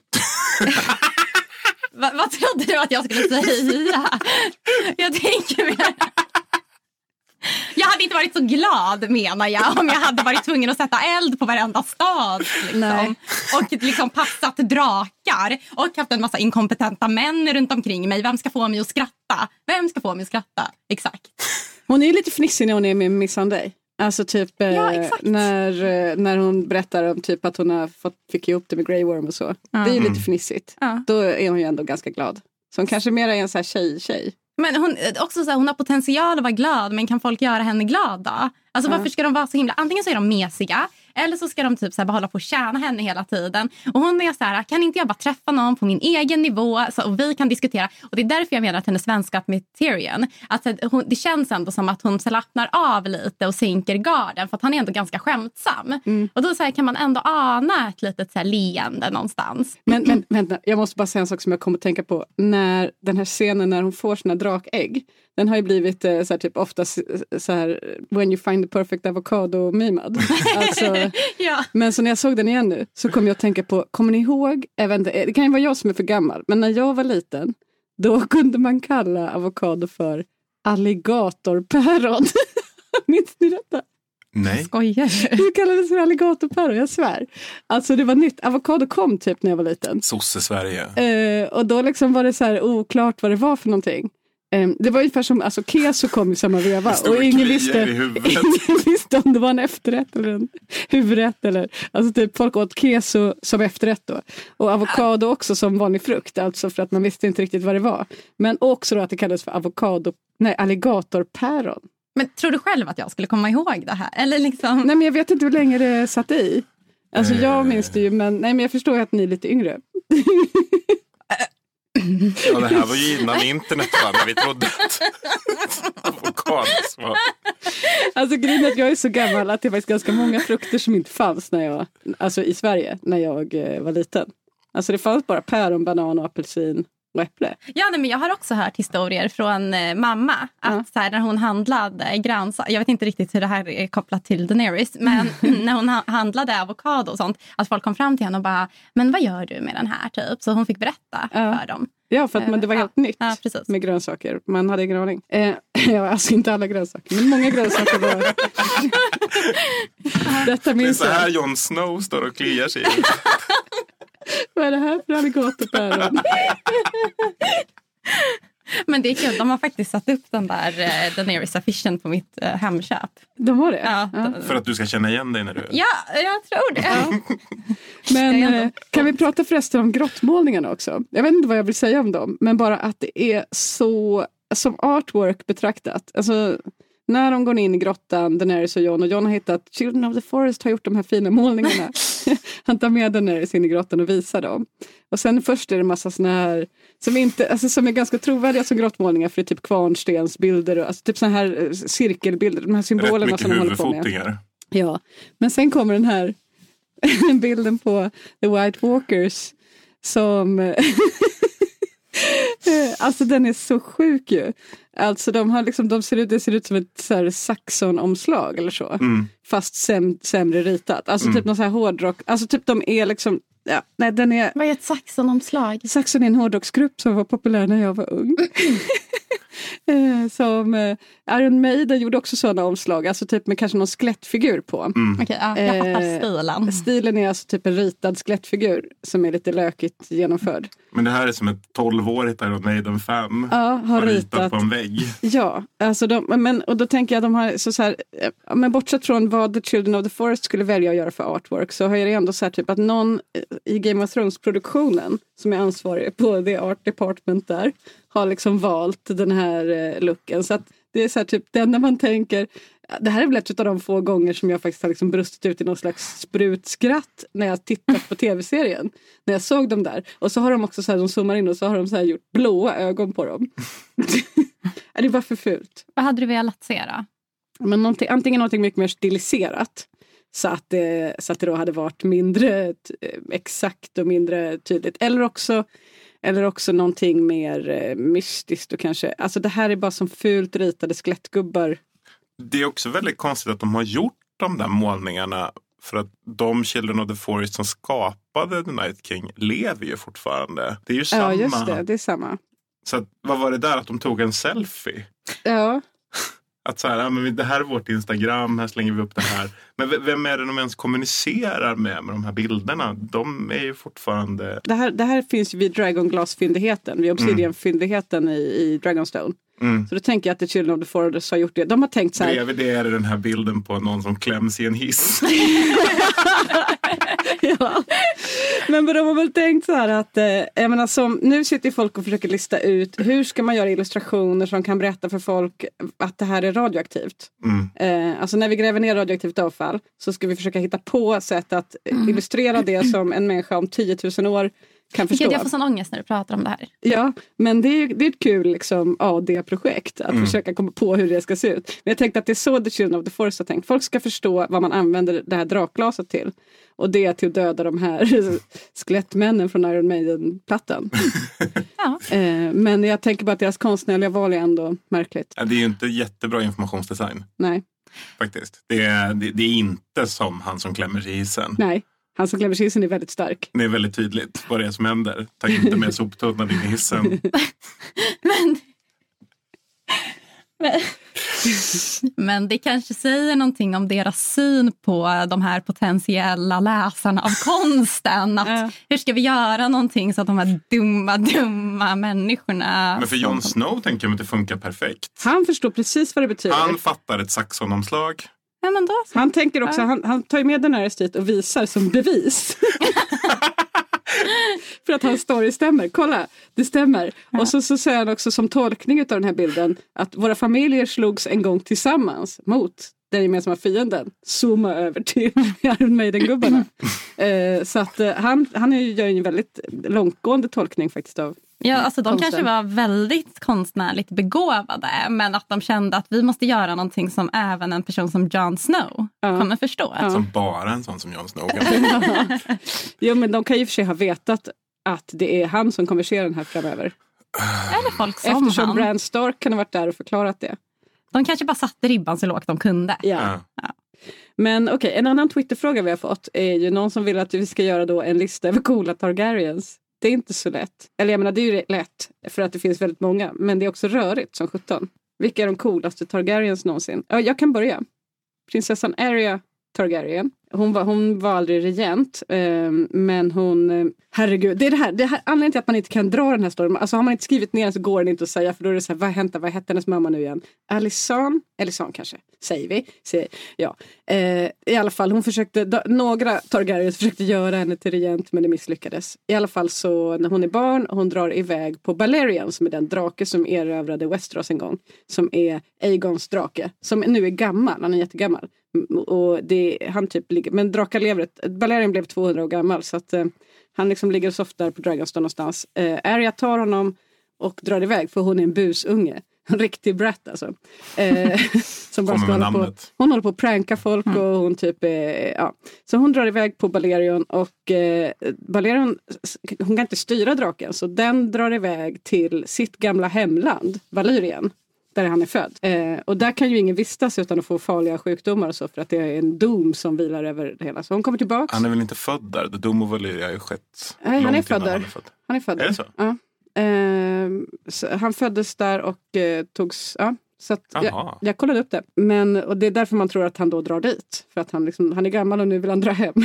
vad, vad trodde du att jag skulle säga? Jag tänker mer... Jag hade inte inte varit så glad, menar jag, om jag hade varit tvungen att sätta eld på varenda stad. Liksom. Och liksom passat drakar. Och haft en massa inkompetenta män runt omkring mig. Vem ska få mig att skratta? Vem ska få mig att skratta? Exakt. Hon är ju lite fnissig när hon är med Miss Sunday. Alltså typ ja, eh, när, när hon berättar om typ att hon har fått, fick ihop det med Grey Worm och så. Mm. Det är ju lite fnissigt. Mm. Då är hon ju ändå ganska glad. Så hon kanske mer är en så här tjej-tjej. Men hon, också så här, hon har potential att vara glad, men kan folk göra henne glad då? Alltså ja. Varför ska de vara så himla... Antingen så är de mesiga, eller så ska de typ så här bara hålla på och tjäna henne hela tiden. Och hon är så här, kan inte jag bara träffa någon på min egen nivå så, och vi kan diskutera. Och det är därför jag menar att hennes vänskap med Tyrion, att hon, det känns ändå som att hon slappnar av lite och sänker garden, för att han är ändå ganska skämtsam. Mm. Och då så här, kan man ändå ana ett litet så här leende någonstans. Men, men vänta, jag måste bara säga en sak som jag kommer att tänka på. När den här scenen när hon får sina drakägg, den har ju blivit så här, typ ofta så här when you find the perfect avocado mimad. Alltså, ja. Men så när jag såg den igen nu så kom jag att tänka på, kommer ni ihåg, även det, det kan ju vara jag som är för gammal, men när jag var liten då kunde man kalla avokado för alligatorpäron. Minns ni detta? Nej. Skojar. Det kallades för alligatorpäron, jag svär. Alltså det var nytt. Avokado kom typ när jag var liten. Sosse-Sverige. Eh, och då liksom var det så här oklart vad det var för någonting. Um, det var ungefär som, alltså keso kom i samma veva och ingen visste, ingen visste om det var en efterrätt eller en huvudrätt eller, alltså typ folk åt keso som efterrätt då och avokado också som vanlig frukt, alltså för att man visste inte riktigt vad det var, men också då att det kallades för avokado, nej alligatorpäron. Men tror du själv att jag skulle komma ihåg det här? Eller liksom... Nej, men jag vet inte hur länge det satt i, alltså jag minns det ju, men nej, men jag förstår ju att ni är lite yngre. Ja, det här var ju innan internet, va, när vi trodde att avokados var... Alltså grejen är att jag är så gammal att det var ganska många frukter som inte fanns när jag, alltså i Sverige när jag eh, var liten. Alltså det fanns bara päron, banan och apelsin och äpple. Ja, nej, men jag har också hört historier från eh, mamma att ja. Så här, när hon handlade grönsaker, jag vet inte riktigt hur det här är kopplat till Daenerys, men när hon ha- handlade avokado och sånt, att folk kom fram till henne och bara, men vad gör du med den här typ? Så hon fick berätta ja. För dem. Ja, för att men det var helt ja. Nytt ja, med grönsaker. Man hade ingen aning. Eh, ja, alltså inte alla grönsaker, men många grönsaker var... Detta minns det är så här Jon Snow står och kliar sig. Vad är det här för alligatorpäron? Men det är kul, de har faktiskt satt upp den där uh, Daenerys-affischen på mitt uh, hemköp. De har det? Ja, ja. För att du ska känna igen dig när du... Ja, jag tror det. Ja. Men uh, kan vi prata förresten om grottmålningarna också? Jag vet inte vad jag vill säga om dem, men bara att det är så, som artwork betraktat. Alltså... När de går in i grottan, Daenerys och Jon, och Jon har hittat Children of the Forest har gjort de här fina målningarna. Han tar med Daenerys in i grottan och visar dem. Och sen först är det en massa såna här som, inte, alltså, som är ganska trovärdiga som grottmålningar, för det är typ kvarnstensbilder och alltså, typ såna här cirkelbilder, de här symbolerna som de håller på med. Ja, men sen kommer den här bilden på The White Walkers som... Alltså den är så sjuk ju. Alltså de har liksom, de ser ut, det ser ut som ett så här Saxon-omslag eller så. Mm. Fast säm, sämre ritat. Alltså mm. typ någon så här hårdrock. Alltså typ de är liksom, ja, nej den är... Vad är ett Saxon-omslag? Saxon är en hårdrocksgrupp som var populär när jag var ung. Som eh, Iron Maiden gjorde också sådana omslag, alltså typ med kanske någon skelettfigur på. Mm. Okej, ja, jag fattar stilen. Eh, stilen är alltså typ en ritad skelettfigur som är lite lökigt genomförd. Men det här är som ett tolvårigt Iron Maiden fem ja, har, har ritat, ritat på en vägg. Ja, alltså de, men, och då tänker jag de har så, så här, men bortsett från vad The Children of the Forest skulle välja att göra för artwork, så har jag det ändå så här typ att någon i Game of Thrones-produktionen som är ansvarig på the art department där har liksom valt den här looken. Så att det är så här typ den när man tänker, det här är väl ett av de få gånger som jag faktiskt har liksom brustit ut i någon slags sprutskratt när jag tittat på tv-serien. När jag såg dem där. Och så har de också så här, de zoomar in och så har de så här gjort blåa ögon på dem. Det var för fult. Vad hade du velat se då? Men någonting, antingen någonting mycket mer stiliserat. Så att, det, så att det då hade varit mindre exakt och mindre tydligt. Eller också... Eller också någonting mer eh, mystiskt och kanske... Alltså det här är bara som fult ritade skelettgubbar. Det är också väldigt konstigt att de har gjort de där målningarna. För att de Children of the Forest som skapade The Night King lever ju fortfarande. Det är ju samma. Ja, just det. Det är samma. Så att, vad var det där att de tog en selfie? Ja. Att så här, ja, men det här är vårt Instagram, här slänger vi upp det här. Men v- vem är det de ens kommunicerar med med de här bilderna? De är ju fortfarande... Det här, det här finns ju vid Dragonglass-fyndigheten, vid Obsidian-fyndigheten i, i Dragonstone. Mm. Så då tänker jag att The Children of the Forest har gjort det. De har tänkt så här... Bredvid det är det den här bilden på någon som kläms i en hiss. Ja. Men de har väl tänkt så här att eh, jag menar, som, nu sitter folk och försöker lista ut hur ska man göra illustrationer som kan berätta för folk att det här är radioaktivt. Mm. Eh, alltså när vi gräver ner radioaktivt avfall så ska vi försöka hitta på sätt att mm. illustrera det som en människa om tio tusen år kan förstå. Jag får sån ångest när du pratar om det här. Ja, men det är, det är ett kul liksom, A D-projekt att mm. försöka komma på hur det ska se ut. Men jag tänkte att det är så The Children of the Forest har tänkt. Folk ska förstå vad man använder det här drakglaset till. Och det är till att döda de här skelettmännen från Iron Maiden-plattan. Ja. eh, men jag tänker bara att deras konstnärliga val är ändå märkligt. Det är ju inte jättebra informationsdesign. Nej. Faktiskt. Det är, det, det är inte som han som klämmer sig i hissen. Nej. Han som klämmer sig i hissen är väldigt stark. Det är väldigt tydligt vad det är som händer. Ta inte med soptunnan in i hissen. men, men, men det kanske säger någonting om deras syn på de här potentiella läsarna av konsten. Att, ja. Hur ska vi göra någonting så att de här dumma, dumma människorna... Men för Jon Snow tänker jag att det funkar perfekt. Han förstår precis vad det betyder. Han fattar ett saxonomslag. Ja, men då så. Han tänker också, ja. han, han tar ju med den här dit och visar som bevis. För att hans story stämmer. Kolla, det stämmer. Ja. Och så, så säger han också som tolkning av den här bilden att våra familjer slogs en gång tillsammans mot den gemensamma fienden. Zooma över till Iron Maiden-gubbarna. eh, så att eh, han, han är, gör en väldigt långtgående tolkning faktiskt av Ja, alltså de konsten. Kanske var väldigt konstnärligt begåvade, men att de kände att vi måste göra någonting som även en person som Jon Snow ja. kommer förstå. Ja. Som bara en sån som Jon Snow kan ja. Jo, men de kan ju för sig ha vetat att det är han som konverserar den här framöver. Eller folk som Eftersom han. Bran Stark kan ha varit där och förklarat det. De kanske bara satte ribban så lågt de kunde. Ja. Ja. Ja. Men okej, okay, en annan Twitterfråga vi har fått är ju någon som vill att vi ska göra då en lista över coola Targaryens. Det är inte så lätt. Eller jag menar, det är ju lätt för att det finns väldigt många. Men det är också rörigt som sjutton. Vilka är de coolaste Targaryens någonsin? Ja, jag kan börja. Prinsessan Arya Targaryen. Hon var, hon var aldrig regent. Eh, men hon... Eh, herregud, det är det här. Det här anledningen till att man inte kan dra den här storyn. Alltså har man inte skrivit ner den så går den inte att säga. För då är det så här, vad hände? Vad hette hennes mamma nu igen? Alysanne? Alysanne kanske, säger vi. Säger, ja. Eh, I alla fall, hon försökte... Då, några Targaryens försökte göra henne till regent, men det misslyckades. I alla fall så, när hon är barn, hon drar iväg på Balerion, som är den drake som erövrade Westeros en gång. Som är Aegons drake. Som nu är gammal, han är jättegammal. Och det, han typ ligger, men drakar lever ett, Balerion blev tvåhundra år gammal så att eh, han liksom ligger och softar på Dragonstone någonstans. Eh, Arya tar honom och drar iväg för hon är en busunge. En riktig brat alltså. Eh, som bara ska hålla på, hon håller på att pranka folk mm. och hon typ eh, ja. Så hon drar iväg på Balerion och eh, Balerion, hon kan inte styra draken så den drar iväg till sitt gamla hemland, Valyrien. Där han är född. Eh, och där kan ju ingen vistas utan att få farliga sjukdomar och så. För att det är en dom som vilar över det hela. Så hon kommer tillbaka. Han är väl inte född där? The Dom of Valyria har ju skett. Nej, han är född där. Han är född. Han är född där. Är det så? Ja. Eh, så han föddes där och eh, togs... Ja. Så att jag, jag kollade upp det. Men, och det är därför man tror att han då drar dit. För att han, liksom, han är gammal och nu vill han dra hem.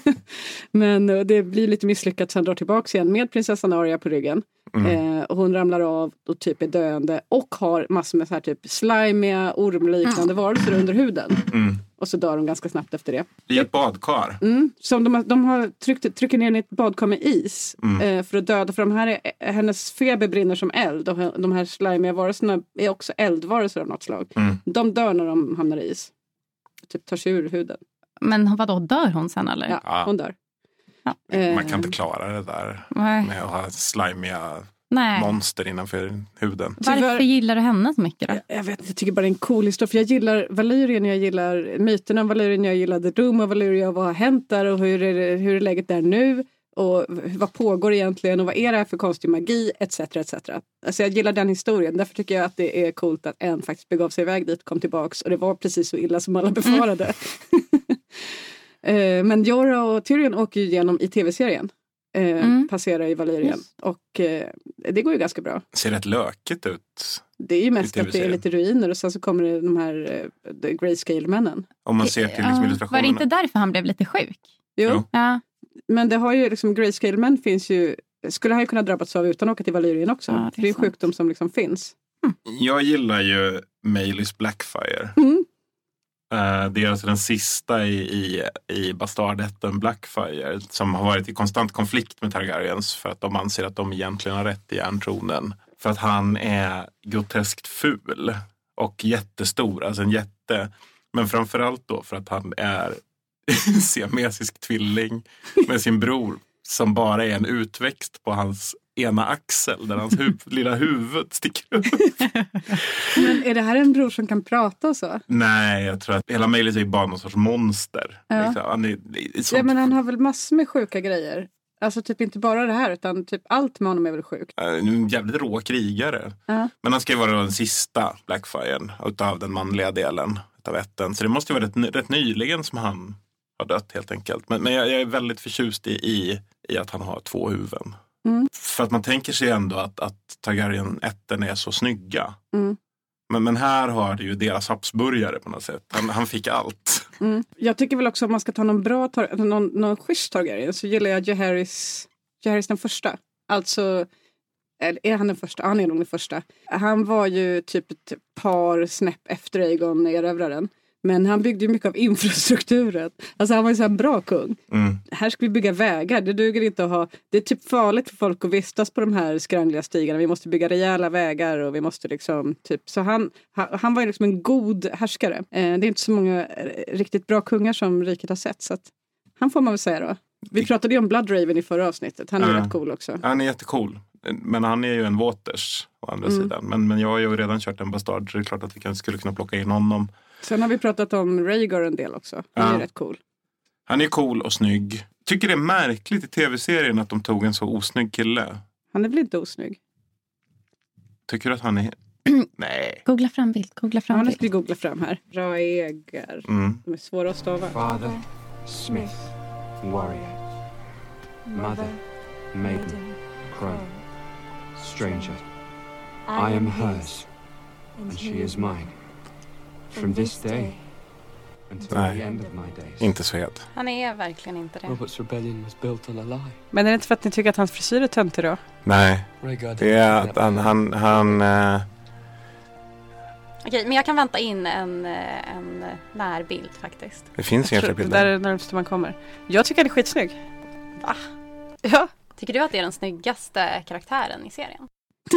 Men det blir lite misslyckat så han drar tillbaka igen med prinsessan Arya på ryggen. Mm. Eh, och hon ramlar av och typ är döende. Och har massor med så här typ slimiga, ormliknande varelser under huden. Mm. Och så dör de ganska snabbt efter det. I ett badkar? Mm, som de, de har tryckt, tryckt ner i ett badkar med is. Mm. Eh, för att döda. För de här är, hennes feber brinner som eld. Och de här slimiga varelserna är också eldvarelser av något slag. Mm. De dör när de hamnar i is. Typ tar sig ur huden. Men vadå, dör hon sen eller? Ja, ja. Hon dör. Ja. Man kan inte klara det där Nej. med att ha slimiga Nej. monster innanför huden. Varför Tyvärr, gillar du henne så mycket då? Jag, jag vet jag tycker bara det är en cool historia. För jag gillar Valyrien, jag gillar myterna om Valyrien, jag gillar The Doom of Valyria och vad har hänt där och hur är, det, hur är läget där nu och vad pågår egentligen och vad är det här för konstig magi etc. et cetera. Alltså jag gillar den historien, därför tycker jag att det är coolt att en faktiskt begav sig iväg dit, kom tillbaks och det var precis så illa som alla befarade. Mm. Men Jorah och Tyrion åker ju igenom i tv-serien. eh, Mm. passerar i Valyrien. Yes. Och eh, det går ju ganska bra. Ser rätt lökigt ut. Det är ju mest I att det är tv-serien. lite ruiner och sen så kommer det de här eh, the grayscale-männen. Om man ser till liksom Ja, var illustrationerna. det inte därför han blev lite sjuk? Jo, Jo. Ja. men det har ju liksom grayscale-män finns ju, skulle han ju kunna drabbats av utan att åka till Valyrien också. Ja, det är det är ju sant. sjukdom som liksom finns. Jag gillar ju Maleys Blackfire. Mm. Uh, det är alltså den sista i, i, i bastardätten Blackfire som har varit i konstant konflikt med Targaryens för att de anser att de egentligen har rätt i järntronen. För att han är groteskt ful och jättestor, alltså en jätte. Men framförallt då för att han är siamesisk tvilling med sin bror som bara är en utväxt på hans ena axel där hans huv- lilla huvud sticker upp. Men är det här en bror som kan prata och så? Nej, jag tror att hela Maleys är bara någon sorts monster. Ja. Liksom. Han, är, det är sånt- Ja, men han har väl massor med sjuka grejer. Alltså typ inte bara det här utan typ allt med honom är väl sjukt. Han är en jävligt rå krigare. Ja. Men han ska ju vara den sista Blackfiren utav den manliga delen utav ätten. Så det måste ju vara rätt, rätt nyligen som han har dött helt enkelt. Men, men jag, jag är väldigt förtjust i, i, i att han har två huvuden. Mm. För att man tänker sig ändå att, att Targaryen-ätten är så snygga. Mm. Men, men här har det ju deras Habsburgare på något sätt. Han, han fick allt. Mm. Jag tycker väl också om man ska ta någon bra, tar- någon, någon schysst Targaryen så gillar jag Jaehaerys, Jaehaerys den första. Alltså, eller är han den första? Han är nog den första. Han var ju typ ett par snäpp efter Aegon erövraren. Men han byggde ju mycket av infrastrukturen. Alltså han var ju så här bra kung. Mm. Här ska vi bygga vägar. Det duger inte att ha... Det är typ farligt för folk att vistas på de här skrangliga stigarna. Vi måste bygga rejäla vägar och vi måste liksom... Typ, så han, han, han var ju liksom en god härskare. Eh, det är inte så många eh, riktigt bra kungar som riket har sett. Så att, han får man väl säga då. Vi pratade ju om Bloodraven i förra avsnittet. Han är ju Ja. rätt cool också. Han är jättecool. Men han är ju en Waters å andra Mm. sidan. Men, men jag har ju redan kört en bastard. Så det är klart att vi kanske skulle kunna plocka in honom. Sen har vi pratat om Rhaegar en del också. Han är Ja. ju rätt cool. Han är cool och snygg. Tycker det är märkligt i tv-serien att de tog en så osnygg kille. Han är väl inte osnygg? Tycker du att han är... Nej. Googla fram bild, googla Ja, fram nu bild. ska vi googla fram här. Rhaegar. Mm. De är svåra att stava. Father, Smith, warrior. Mother, maiden, crone. Stranger. I am hers, and she is mine. From this day until Nej. the end of my days. Inte så het. Han är verkligen inte det. Robert's rebellion was built on a lie. Men är det inte för att ni tycker att hans frisyr är töntig då? Nej. Rhaegar Det är att han... han, han eh, Okej, men jag kan vänta in en, eh, en närbild faktiskt. det finns inga fler Det bilder. där är det närmaste man kommer. Jag tycker han är skitsnygg. Va? Ja, Tycker du att det är den snyggaste karaktären i serien?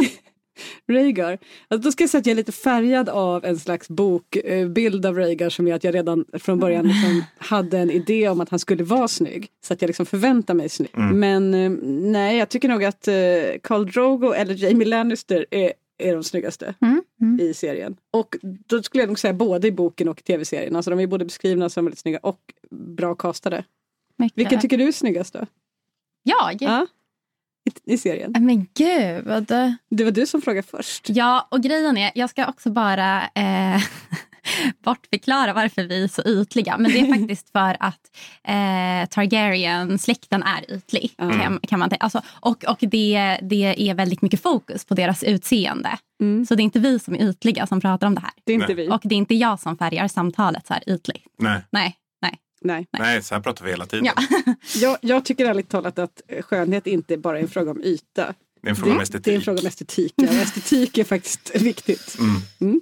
Rhaegar. Alltså, då ska jag säga att jag är lite färgad av en slags bokbild av Rhaegar som gör att jag redan från början liksom hade en idé om att han skulle vara snygg. Så att jag liksom förväntar mig snygg. Mm. Men eh, nej, jag tycker nog att eh, Khal Drogo eller Jaime Lannister är, är de snyggaste Mm. Mm. i serien. Och då skulle jag nog säga både i boken och i tv-serien. Alltså de är både beskrivna som väldigt snygga och bra castade. Mycket. Vilken tycker du är snyggast då? Jag? Ja, i, i serien. Men gud. Det var du som frågade först. Ja, och grejen är, jag ska också bara eh, bortförklara varför vi är så ytliga. Men det är faktiskt för att eh, Targaryen-släkten är ytlig. Mm. Kan, kan man tänka. Alltså, och och det, det är väldigt mycket fokus på deras utseende. Mm. Så det är inte vi som är ytliga som pratar om det här. Det är inte Nej. vi. Och det är inte jag som färgar samtalet så här ytligt. Nej. Nej, nej. Nej. Nej, så här pratar vi hela tiden. Ja. Jag, jag tycker ärligt talat att skönhet inte bara är en fråga om yta. Det är en fråga om Det, estetik. det är en fråga om estetik. Ja. Estetik är faktiskt viktigt. Mm. Mm.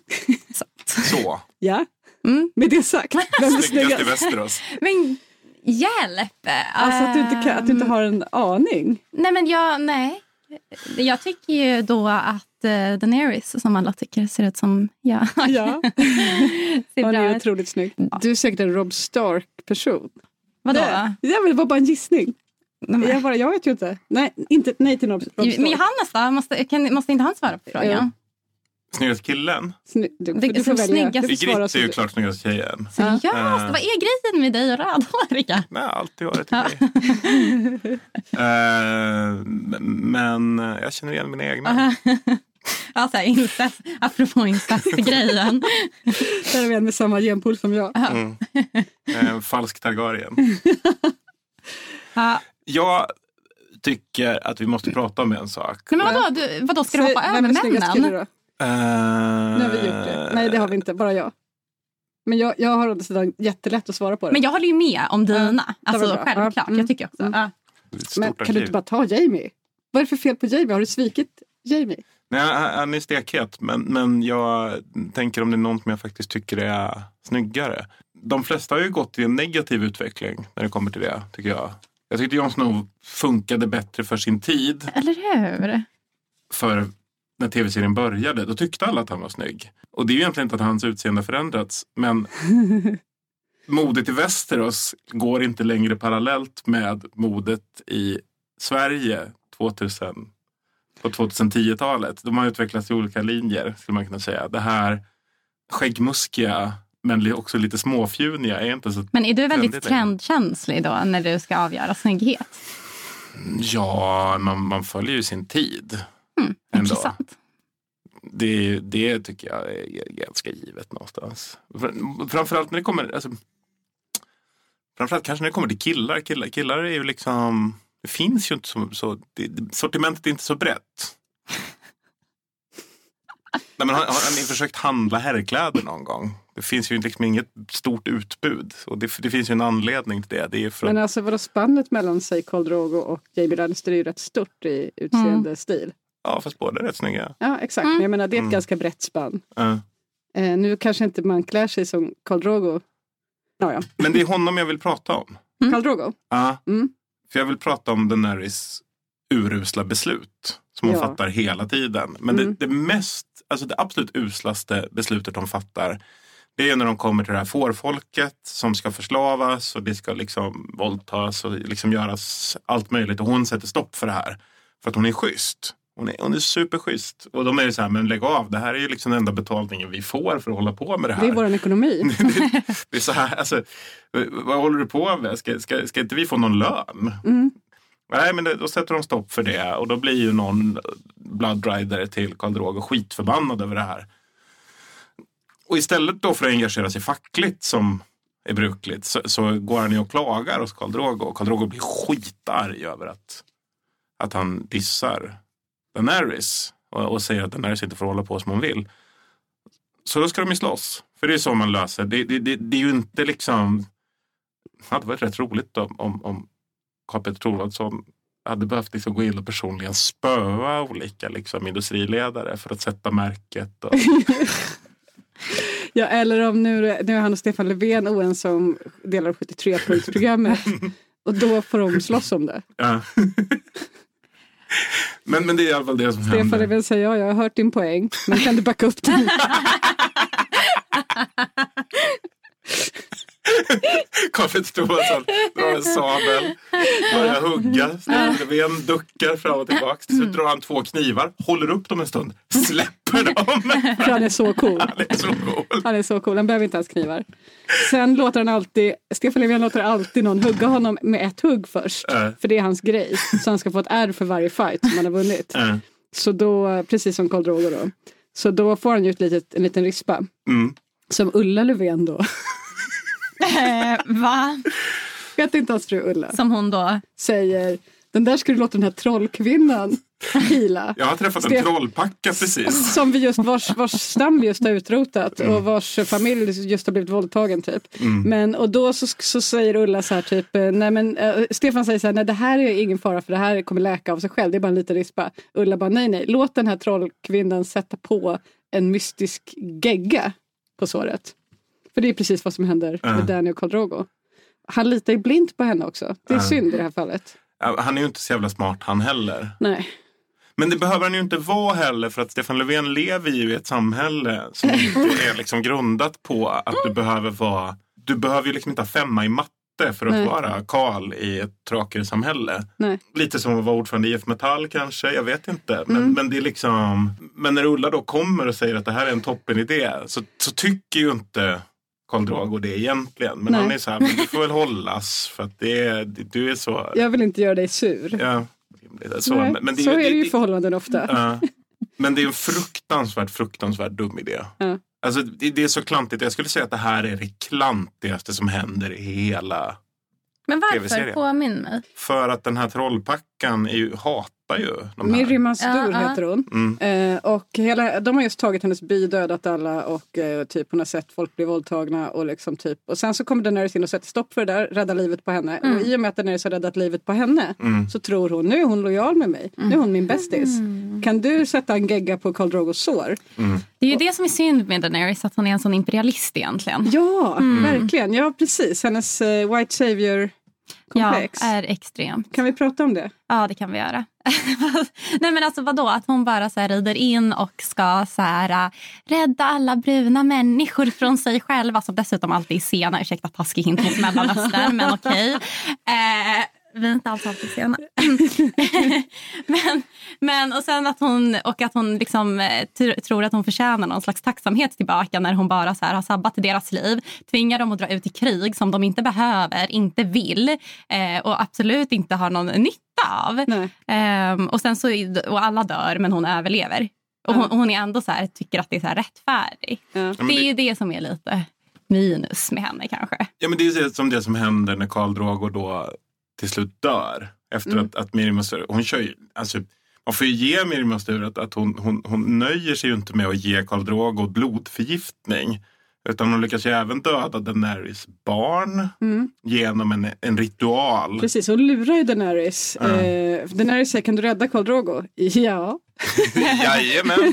Så. Ja, Mm. med det sagt. Vem är Snyggast i snyggast? Västerås. Men hjälp! Alltså att du, inte kan, att du inte har en aning. Nej, men jag, nej. Jag tycker ju då att uh, Daenerys, som alla tycker, ser ut som jag. Ja, ser hon bra är ut. otroligt snygg. Du är säkert en Rob Stark-person. Vadå? Det, det var bara en gissning. Nej, men- Jag, bara, jag vet ju inte. Nej, inte, nej till Rob, Rob Stark. Men Johannes då? Måste, kan, måste inte han svara på frågan? Ja. Snyggast killen. Sny, du, Det- du får som välja. snyggast- Du får svara Ygritte som är ju du- klart snyggast tjejen. Seriöst? Ja. Vad är grejen med dig och rödhåriga? Nej, alltid varit Ja. mig. uh, men jag känner igen mina egna. Ja, så här, incest, apropå incest-grejen. Där är vi en med samma genpool som jag. Mm. Uh, falsk Targaryen. Ja. Jag tycker att vi måste prata om en sak. Men vadå, du, vadå ska du hoppa Säg, över vem är snyggast kille männen? då? Uh... Nu har vi gjort det. Nej, det har vi inte. Bara jag. Men jag, jag har sådär jättelätt att svara på det. Men jag håller ju med om dina. Ja, alltså självklart. självklart, Mm. jag tycker också. Mm. Ja. Men kan du inte bara ta Jamie? Vad är det för fel på Jamie? Har du svikit Jamie? Nej, han är stekhet. Men, men jag tänker om det är någon som jag faktiskt tycker är snyggare. De flesta har ju gått i en negativ utveckling när det kommer till det, tycker jag. Jag tyckte Jon Snow funkade bättre för sin tid. Eller hur? För när tv-serien började, då tyckte alla att han var snygg. Och det är ju egentligen inte att hans utseende förändrats. Men modet i Västerås går inte längre parallellt med modet i Sverige tvåtusen, på tjugohundratio-talet. De har utvecklats i olika linjer, skulle man kunna säga. Det här skäggmuskiga, men också lite småfjuniga är inte så... Men är du väldigt trendigt längre. trendkänslig då när du ska avgöra snygghet? Ja, man, man följer ju sin tid. Mm, intressant. Det, det tycker jag är ganska givet någonstans. Framförallt när det kommer... Alltså, framförallt kanske när det kommer till killar. Killar, killar är ju liksom... Det finns ju inte så... så det, sortimentet är inte så brett. Nej, men har, har ni försökt handla herrkläder någon gång? Det finns ju liksom inget stort utbud. Och det, det finns ju en anledning till det. det är för Men alltså vadå, spannet mellan sig Khal Drogo och Jamie Lannister är ju rätt stort i utseendestil. Mm. Ja, fast båda är rätt snygga. Ja, exakt. Mm. Jag menar, det är ett Mm. ganska brett spann. Uh. Eh, nu kanske inte man klär sig som Khal Drogo. Ja, ja. Men det är honom jag vill prata om. Mm. Khal Drogo? Ja, Mm. för jag vill prata om Daenerys urusla beslut som hon Ja. fattar hela tiden. Men Mm. det, det mest, alltså det absolut uslaste beslutet de fattar, det är när de kommer till det här fårfolket som ska förslavas och det ska liksom våldtas och liksom göras allt möjligt. Och hon sätter stopp för det här för att hon är schysst. Hon är, hon är superschysst. Och de är ju så här, men lägg av, det här är ju liksom den enda betalningen vi får för att hålla på med det här. Det är vår ekonomi. det, det är så här, alltså, vad håller du på med? Ska, ska, ska inte vi få någon lön? Mm. Nej, men det, då sätter de stopp för det. Och då blir ju någon Bloodrider till Khal Drogo skitförbannad över det här. Och istället då för att engagera sig fackligt som är brukligt så, så går han ju och klagar hos Khal Drogo. Och Khal Drogo blir skitarg över att, att han dissar Daenerys. Och, och säger att Daenerys inte får hålla på som hon vill. Så då ska de ju slåss. För det är så man löser. Det, det, det, det är ju inte liksom... Det hade varit rätt roligt om, om, om Karl Petter Thorvaldsson hade behövt liksom gå in och personligen spöa olika liksom, industriledare för att sätta märket. Och... Ja, eller om nu, nu är han och Stefan Löfven oense om delar av sjuttiotre-punktsprogrammet. Och då får de slåss om det. Ja. men, men det är i alla fall det som Stefan händer. Löfven säger, ja, jag har hört din poäng. Men kan du backa upp den? Karl Petter Thorvaldsson drar en sabel, börjar hugga. Stefan Löfven duckar fram och tillbaka. Så drar han två knivar, håller upp dem en stund, släpper dem. För han är så cool. Han är så cool. Han är så cool, han behöver inte ens knivar. Sen låter han alltid, Stefan Löfven låter alltid någon hugga honom med ett hugg först. Äh. För det är hans grej. Så han ska få ett R för varje fight som han har vunnit. Äh. Så då, precis som Khal Drogo då. Så då får han ju ett litet, en liten rispa. Mm. Som Ulla Löfven då. Eh, va? Vet inte hans fru Ulla. Som hon då... Säger, den där skulle låta den här trollkvinnan hila. Jag har träffat Stef- en trollpacka precis. Som vi just, vars, vars stam vi just har utrotat. Mm. Och vars familj just har blivit våldtagen typ. Mm. Men, och då så, så säger Ulla så här typ, nej men, äh, Stefan säger så här, nej det här är ingen fara för det här kommer läka av sig själv. Det är bara en liten rispa. Ulla bara, nej nej, låt den här trollkvinnan sätta på en mystisk gegga på såret. För det är precis vad som händer med Uh. Dany och Khal Drogo. Han litar ju blint på henne också. Det är Uh. synd i det här fallet. Han är ju inte så jävla smart han heller. Nej. Men det behöver han ju inte vara heller, för att Stefan Löfven lever ju i ett samhälle som inte är liksom grundat på att du behöver vara... Du behöver ju liksom inte ha femma i matte för att Nej. vara Karl i ett trakersamhälle. Nej. Lite som att vara ordförande i I F Metall kanske, jag vet inte. Men, Mm. men det är liksom... Men när Ulla då kommer och säger att det här är en toppen idé, så, så tycker ju inte Khal Drogo det egentligen. Men Nej. han är så här, men du får väl hållas för att det är, du är så... Jag vill inte göra dig sur. Ja, så, Nej, men det, så är det ju i det, förhållanden ofta. Ja. Men det är en fruktansvärt, fruktansvärt dum idé. Ja. Alltså det, det är så klantigt. Jag skulle säga att det här är det klantigaste som händer i hela Men varför? tv-serien. Påminn mig. För att den här trollpackan är ju, hatar ju de här. Miriam Mastur Ja, heter hon. Mm. Eh, och hela, de har just tagit hennes by, dödat alla och eh, typ hon har sett folk bli våldtagna och liksom typ. Och sen så kommer Daenerys in och sätter stopp för det där, räddar livet på henne. Mm. Och i och med att Daenerys har räddat livet på henne Mm. så tror hon, nu är hon lojal med mig. Mm. Nu är hon min bästis. Mm. Kan du sätta en gegga på Khal Drogos sår? Mm. Det är ju det som är synd med Daenerys, att hon är en sån imperialist egentligen. Ja, Mm. verkligen. Ja, precis. Hennes eh, White Savior komplex. Ja, är extremt. Kan vi prata om det? Ja, det kan vi göra. Nej, men alltså vadå? Att hon bara så här rider in och ska så här äh, rädda alla bruna människor från sig själva. Som dessutom alltid är sena. Ursäkta taskig hint mot Mellanöstern, men okej. Eh, vi är inte alls alltid sena. men, men och sen att hon, och att hon liksom t- tror att hon förtjänar någon slags tacksamhet tillbaka när hon bara så här har sabbat deras liv. Tvingar dem att dra ut i krig som de inte behöver, inte vill eh, och absolut inte har någon nytta av. Um, och sen så och alla dör, men hon överlever. Och hon, hon är ändå så här, tycker att det är så här rättfärdigt. Ja. Det är ju det som är lite minus med henne kanske. Ja, men det är som det som händer när Khal Drogo då till slut dör. Efter Mm. att, att Miriam Mastur, hon kör ju, alltså, man får ju ge Miriam Mastur att, att hon, hon, hon nöjer sig ju inte med att ge Khal Drogo blodförgiftning. Utan hon lyckas ju även döda Daenerys barn Mm. genom en, en ritual. Precis, hon lurar ju Daenerys. Ja. Eh, Daenerys säger, kan du rädda Khal Drogo? Ja. Jajamän.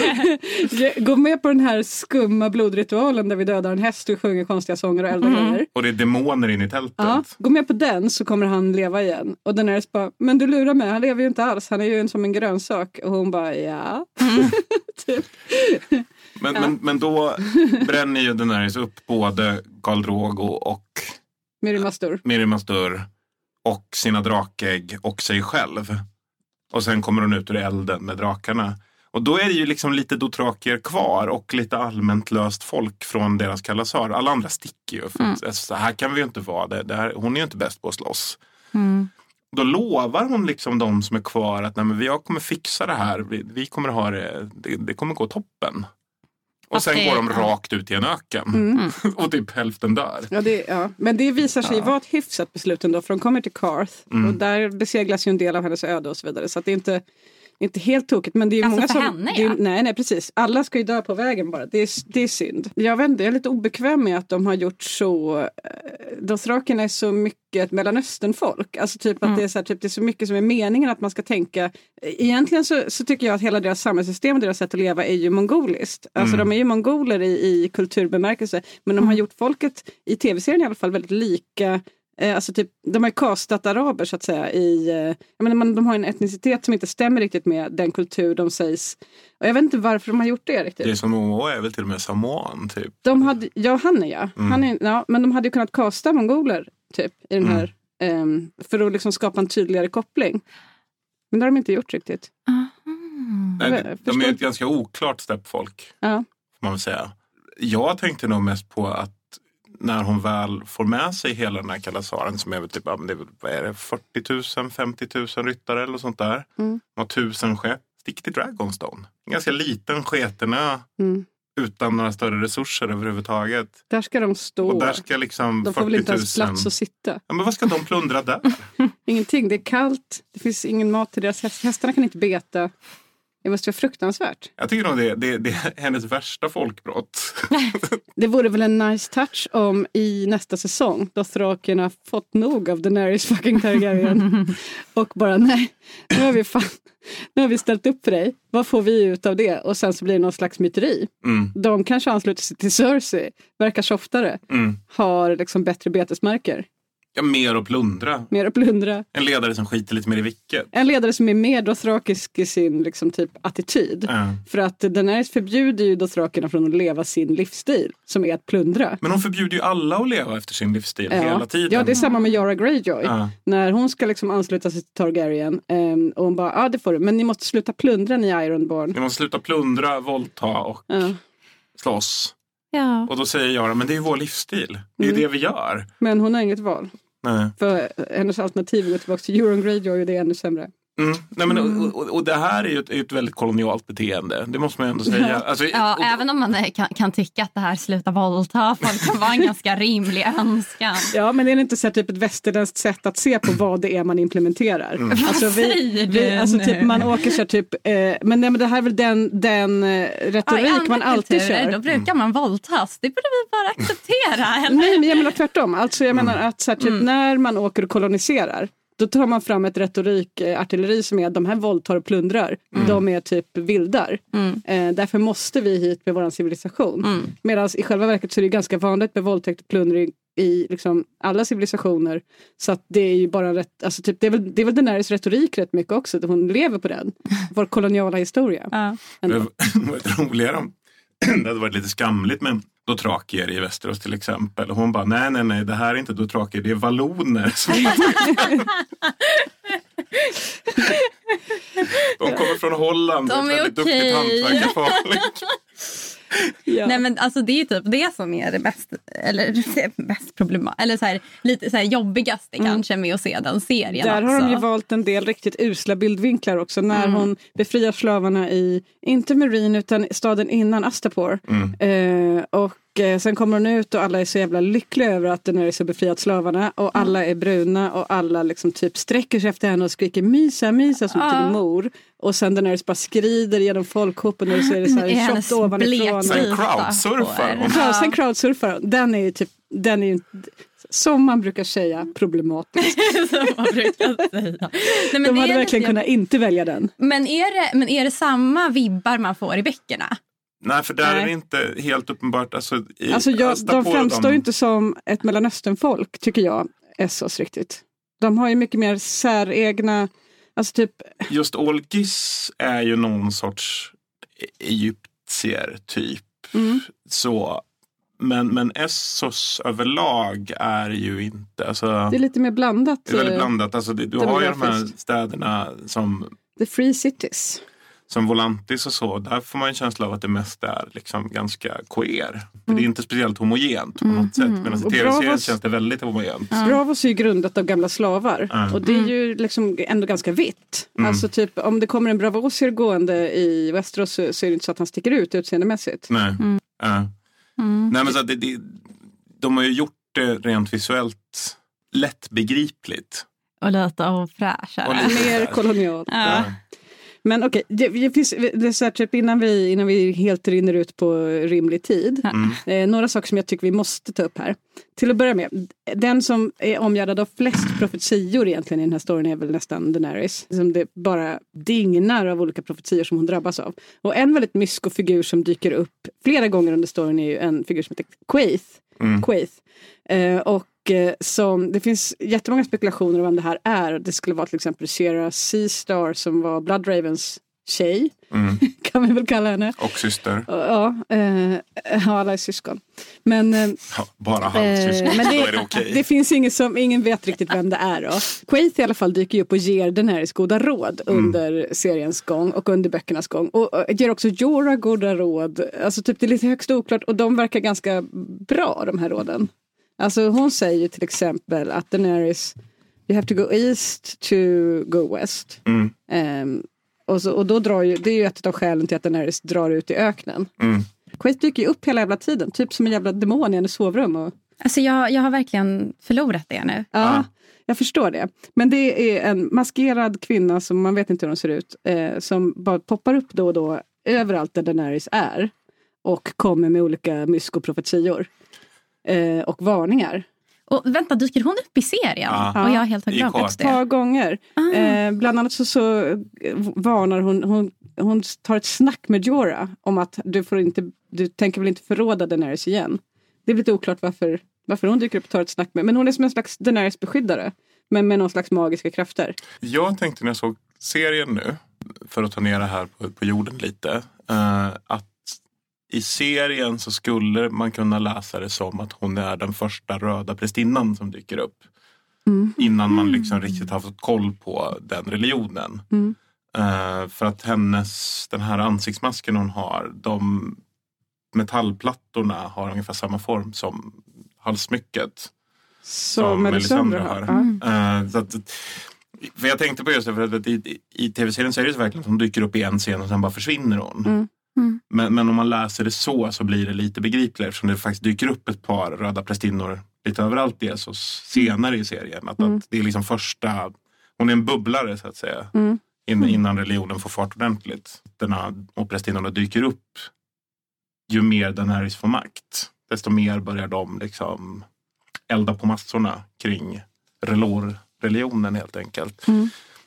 Gå med på den här skumma blodritualen där vi dödar en häst och sjunger konstiga sånger och eldar Mm. grejer. Och det är demoner in i tältet. Ja, gå med på den så kommer han leva igen. Och Daenerys bara, men du lurar mig, han lever ju inte alls. Han är ju en, som en grönsak. Och hon bara, ja. typ. Men, Ja. men, men då bränner ju Daenerys upp både Khal Drogo och Miriam Mastur. Miriam Mastur och sina drakägg och sig själv. Och sen kommer hon ut ur elden med drakarna. Och då är det ju liksom lite dothrakier kvar och lite allmänt löst folk från deras kalasar. Alla andra sticker ju. För Mm. att, alltså, så här kan vi ju inte vara. Det, det här, hon är ju inte bäst på att slåss. Mm. Då lovar hon liksom de som är kvar att nej, men jag kommer fixa det här. Vi, vi kommer ha det, det, det kommer gå toppen. Och Fast sen det- går de ja. rakt ut i en öken. Mm. Och typ hälften dör. Ja, det, ja. Men det visar sig Ja. vara ett hyfsat beslut ändå. För de kommer till Karth. Mm. Och där beseglas ju en del av hennes öde och så vidare. Så att det är inte, inte helt tokigt. Men det är Alltså många för som... henne, det är, ja. nej, nej, precis. Alla ska ju dö på vägen bara. Det är, det är synd. Jag vet inte, jag är lite obekväm med att de har gjort så... Eh, Dothrakerna är så mycket ett Mellanöstern-folk. Alltså typ att Mm. det, är så här, typ, det är så mycket som är meningen att man ska tänka. Egentligen så, så tycker jag att hela deras samhällssystem och deras sätt att leva är ju mongoliskt. Alltså Mm. de är ju mongoler i, i kulturbemärkelse. Men de har gjort folket i tv-serien i alla fall väldigt lika. Eh, alltså typ, de har ju kastat araber så att säga i, eh, jag menar, man, de har en etnicitet som inte stämmer riktigt med den kultur de sägs. Och jag vet inte varför de har gjort det riktigt. Det är som Momo är väl till och med samoan typ. De hade, ja, han är ja. Mm. Han är, ja. Men de hade ju kunnat kasta mongoler typ i den Mm. här ehm, för att liksom skapa en tydligare koppling. Men det har de inte gjort riktigt. Nej, Jag de, förstår. de är ett ganska oklart steppfolk. Ja. Får man väl säga. Jag tänkte nog mest på att när hon väl får med sig hela den här kalasaren som är väl typ, ja, men det är, väl- vad är det, fyrtio tusen, femtio tusen ryttare eller sånt där. Mm. Och tusen skepp. Stick till Dragonstone. En ganska liten sketenö Mm. utan några större resurser överhuvudtaget. Där ska de stå. Och där ska liksom De får väl inte ens fyrtio tusen... plats att sitta. Ja, men vad ska de plundra där? Ingenting, det är kallt. Det finns ingen mat till deras hästar. Hästarna kan inte beta. Det måste vara fruktansvärt. Jag tycker nog det, det, det är hennes värsta folkbrott. Det vore väl en nice touch om i nästa säsong Dothrakerna fått nog av Daenerys fucking Targaryen. Och bara nej, nu har vi fan, nu har vi ställt upp för dig. Vad får vi ut av det? Och sen så blir det någon slags myteri. Mm. De kanske ansluter sig till Cersei. Verkar softare. Mm. Har liksom bättre betesmarker. Ja, mer att plundra. Mer att plundra. En ledare som skiter lite mer i vilket. En ledare som är mer dothrakisk i sin liksom, typ, attityd. Ja. För att Daenerys förbjuder ju dothrakerna från att leva sin livsstil. Som är att plundra. Men hon förbjuder ju alla att leva efter sin livsstil Ja. hela tiden. Ja, det är samma med Yara Greyjoy. Ja. När hon ska liksom ansluta sig till Targaryen. Um, och hon bara, ja ah, det får du. Men ni måste sluta plundra ni Ironborn. Ni måste sluta plundra, våldta och Ja. slåss. Ja. Och då säger jag, men det är ju vår livsstil. Det är ju Mm. det vi gör. Men hon har inget val. Nej. För hennes alternativ är att gå tillbaka till Euron Greyjoy och det är ännu sämre. Mm. Nej, men, och, och, och det här är ju ett, ett väldigt kolonialt beteende. Det måste man ju ändå säga. Alltså, ja, och, även om man kan, kan tycka att det här slutar våldta folk kan vara en ganska rimlig önskan. Ja, men det är inte så här, typ ett västerländskt sätt att se på vad det är man implementerar. Mm. Alltså, Vad säger du vi, alltså, typ, nu? man åker så här, typ, eh, men, nej, men det här är väl den, den eh, retorik ja, man alltid kulturer, kör. Då brukar man våldtas. Det borde vi bara acceptera. Eller? Nej, men jag menar tvärtom. Alltså, jag menar Mm. att så här, typ, Mm. när man åker och koloniserar, då tar man fram ett retorikartilleri som är att de här våldtar och plundrar. Mm. De är typ vildar. Mm. Eh, därför måste vi hit med vår civilisation. Mm. Medan i själva verket så är det ganska vanligt med våldtäkt och plundring i liksom alla civilisationer. Så att det är ju bara rätt, alltså typ, det är väl, det är väl Daenerys retorik rätt mycket också. Att hon lever på den. Vår koloniala historia. Ja. det var roligare om det hade varit lite skamligt med dothrakier i Västerås till exempel. Och hon bara, nej, nej, nej, det här är inte dothrakier, det är valloner. De kommer från Holland. De är ett väldigt duktigt okej. hantverkarfolk. Ja. Nej, men alltså det är ju typ det som är det mest, eller det mest problem, eller så här, lite så här jobbigaste Mm. kanske med att se den serien. Där också. har de ju valt en del riktigt usla bildvinklar också. När Mm. hon befriar slavarna i, inte Meereen utan staden innan Astapor. Mm. Eh, och eh, sen kommer hon ut och alla är så jävla lyckliga över att den är så befriat slavarna. Och alla är bruna och alla liksom typ sträcker sig efter henne och skriker mysa, mysa som Ja. till mor. Och sen den är bara skrider genom folkhopen och så är det så I här hennes tjockt ovanifrån. blekvita Sen crowdsurfar hon. Ja, sen crowdsurfar hon. Den är ju typ, den är ju, som man brukar säga, problematisk. som man brukar säga. Nej, men De det hade är verkligen lite- kunnat inte välja den. Men är, det, men är det samma vibbar man får i böckerna? Nej, för där Nej. är det inte helt uppenbart. Alltså, i Alltså jag, Astapor, de framstår ju inte som ett Mellanösternfolk, tycker jag, Essos riktigt. De har ju mycket mer säregna, alltså typ... Just Olgis är ju någon sorts egyptier typ. Mm. Så, men, men Essos överlag är ju inte... Alltså, Det är lite mer blandat. det är väldigt eh, blandat. Alltså, det, du har ju de här demografiskt. städerna som, The Free Cities. som Volantis och så. Där får man en känsla av att det mest är liksom ganska queer. För Mm. det är inte speciellt homogent på något sätt. Medan i Och tv-serien Bravos- känns det väldigt homogent. Bravos är ju grundat av gamla slavar. Mm. Och det är ju liksom ändå ganska vitt. Mm. Alltså typ om det kommer en Bravosier gående i Västerås så, så är det inte så att han sticker ut utseendemässigt. Nej. Mm. Ja. Mm. Nej, men så att det, det, de har ju gjort det rent visuellt lättbegripligt. Och lite ofräschare. Och lite- Mer kolonialt. Ja. Men okej, det, det finns, det är så här, typ innan vi, innan vi helt rinner ut på rimlig tid. Mm. Eh, några saker som jag tycker vi måste ta upp här. Till att börja med, den som är omgärdad av flest profetior egentligen i den här storyn är väl nästan Daenerys. Som det bara dignar av olika profetior som hon drabbas av. Och en väldigt mysko-figur som dyker upp flera gånger under storyn är ju en figur som heter Quaithe. Mm. Quaithe. Eh, och eh, som, det finns jättemånga spekulationer om vem det här är. Det skulle vara till exempel Shera Seastar som var Bloodravens tjej. Mm. Kan vi väl kalla henne. Och syster. Ja, eh, ja, alla är syskon. Men, eh, Ja, bara halvsyster. eh, men Då det, är det okej. det finns ingen som, ingen vet riktigt vem det är då. Quaithe i alla fall dyker ju upp och ger Daenerys goda råd Mm. under seriens gång och under böckernas gång. Och, och ger också Jorah goda råd. Alltså typ det är lite högst oklart och de verkar ganska bra de här råden. Alltså hon säger ju till exempel att Daenerys, you have to go east to go west. Mm. Ehm, och, så, och då drar ju, det är ju ett av skälen till att Daenerys drar ut i öknen. Mm. Quaithe dyker ju upp hela jävla tiden, typ som en jävla demon i hennes sovrum. Och, Alltså jag, jag har verkligen förlorat det nu. ja, Ja. jag förstår det. Men det är en maskerad kvinna som man vet inte hur hon ser ut. Eh, som bara poppar upp då och då överallt där Daenerys är. Och kommer med olika myskoprofetior. Eh, och varningar. Och vänta, dyker hon upp i serien? Ja. Och jag helt har I glömt kvar. Ett par det. gånger. Ah. Eh, bland annat så, så eh, varnar hon, hon, hon tar ett snack med Jorah om att du får inte, du tänker väl inte förråda Daenerys igen. Det är lite oklart varför, varför hon dyker upp och tar ett snack med, men hon är som en slags Daenerys beskyddare. Men med någon slags magiska krafter. Jag tänkte när jag såg serien nu, för att ta ner det här på, på jorden lite, eh, att i serien så skulle man kunna läsa det som att hon är den första röda prästinnan som dyker upp. Mm. Innan man liksom riktigt har fått koll på den religionen. Mm. Eh, för att hennes, den här ansiktsmasken hon har, de metallplattorna har ungefär samma form som halssmycket. Som Melisandre har. Ja. Eh, så att, För jag tänkte på just det, för att i, i tv-serien så är det så verkligen att hon dyker upp i en scen och sen bara försvinner hon. Mm. Mm. Men, men om man läser det så så blir det lite begripligare eftersom det faktiskt dyker upp ett par röda prästinnor lite överallt i Jesus senare i serien. Att, Mm. att det är liksom första, hon är en bubblare så att säga. Mm. In, innan religionen får fart ordentligt. Denna, och prästinnorna dyker upp ju mer Daenerys får makt. Desto mer börjar de liksom elda på massorna kring relor-religionen helt enkelt. Mm.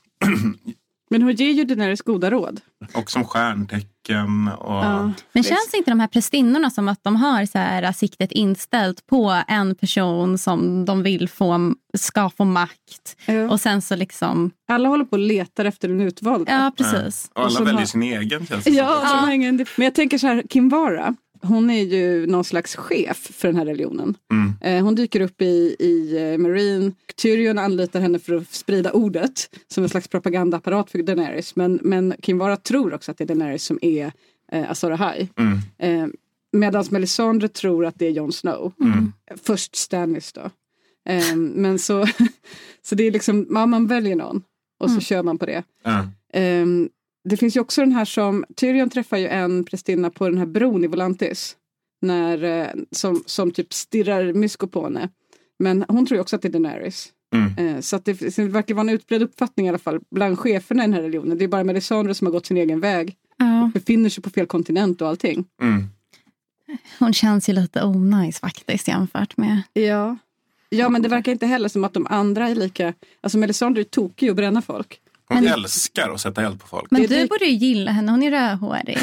Men hon ger ju Daenerys goda råd. Och som stjärntecken. Och... Ja. Men känns inte de här prästinnorna som att de har så här siktet inställt på en person som de vill få, ska få makt? Ja. Och sen så liksom... Alla håller på och letar efter en utvald. Ja, precis. Och alla Och som väljer har- sin egen känns det Ja, som. som har ingen... Men jag tänker så här, Kinvara, hon är ju någon slags chef för den här religionen. Mm. Eh, hon dyker upp i, i eh, Marine. Tyrion anlitar henne för att sprida ordet som en slags propagandaapparat för Daenerys. Men, men Kinvara tror också att det är Daenerys som är eh, Azor Ahai. Mm. Eh, Medan Melisandre tror att det är Jon Snow. Mm. Först Stannis då. Eh, men så, så det är liksom, ja, man väljer någon och så Mm. kör man på det. Ja. Eh, det finns ju också den här som, Tyrion träffar ju en prästinna på den här bron i Volantis. När, eh, som, som typ stirrar mysko på henne. Men hon tror ju också att det är Daenerys. Mm. Eh, så att det, det verkar vara en utbredd uppfattning i alla fall bland cheferna i den här religionen. Det är bara Melisandre som har gått sin egen väg. Ja. Befinner sig på fel kontinent och allting. Mm. Hon känns ju lite onajs faktiskt jämfört med... Ja. Ja, men det verkar inte heller som att de andra är lika... Alltså Melisandre är tokig och bränna folk. Hon Men- älskar att sätta eld på folk. Men Det är du dik- borde ju gilla henne, hon är rödhårig.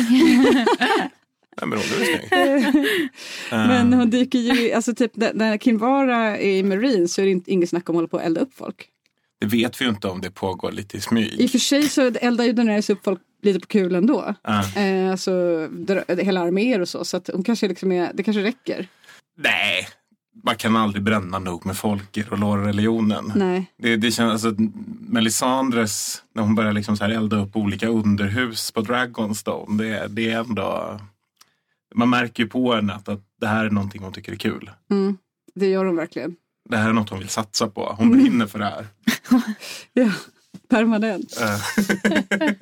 Nej, men hon är väl snygg. Men hon dyker ju... Alltså typ när- när Kinvara är i Marine så är det inte, ingen snack om att hålla på att elda upp folk. Det vet vi ju inte om det pågår lite i I smyg. och för sig så eldar ju Daenerys upp folk lite på kul ändå. Ja. Eh, alltså dra- hela arméer och så. Så att hon kanske liksom är, det kanske räcker. Nej, man kan aldrig bränna nog med folk i relor-religionen. Nej. Det, det känns alltså Melisandres, när hon börjar liksom så här elda upp olika underhus på Dragonstone, det, det är ändå, man märker ju på henne att, att det här är någonting hon tycker är kul. Mm, det gör hon verkligen. Det här är något hon vill satsa på. Hon brinner för det här. Ja, permanent. Eh,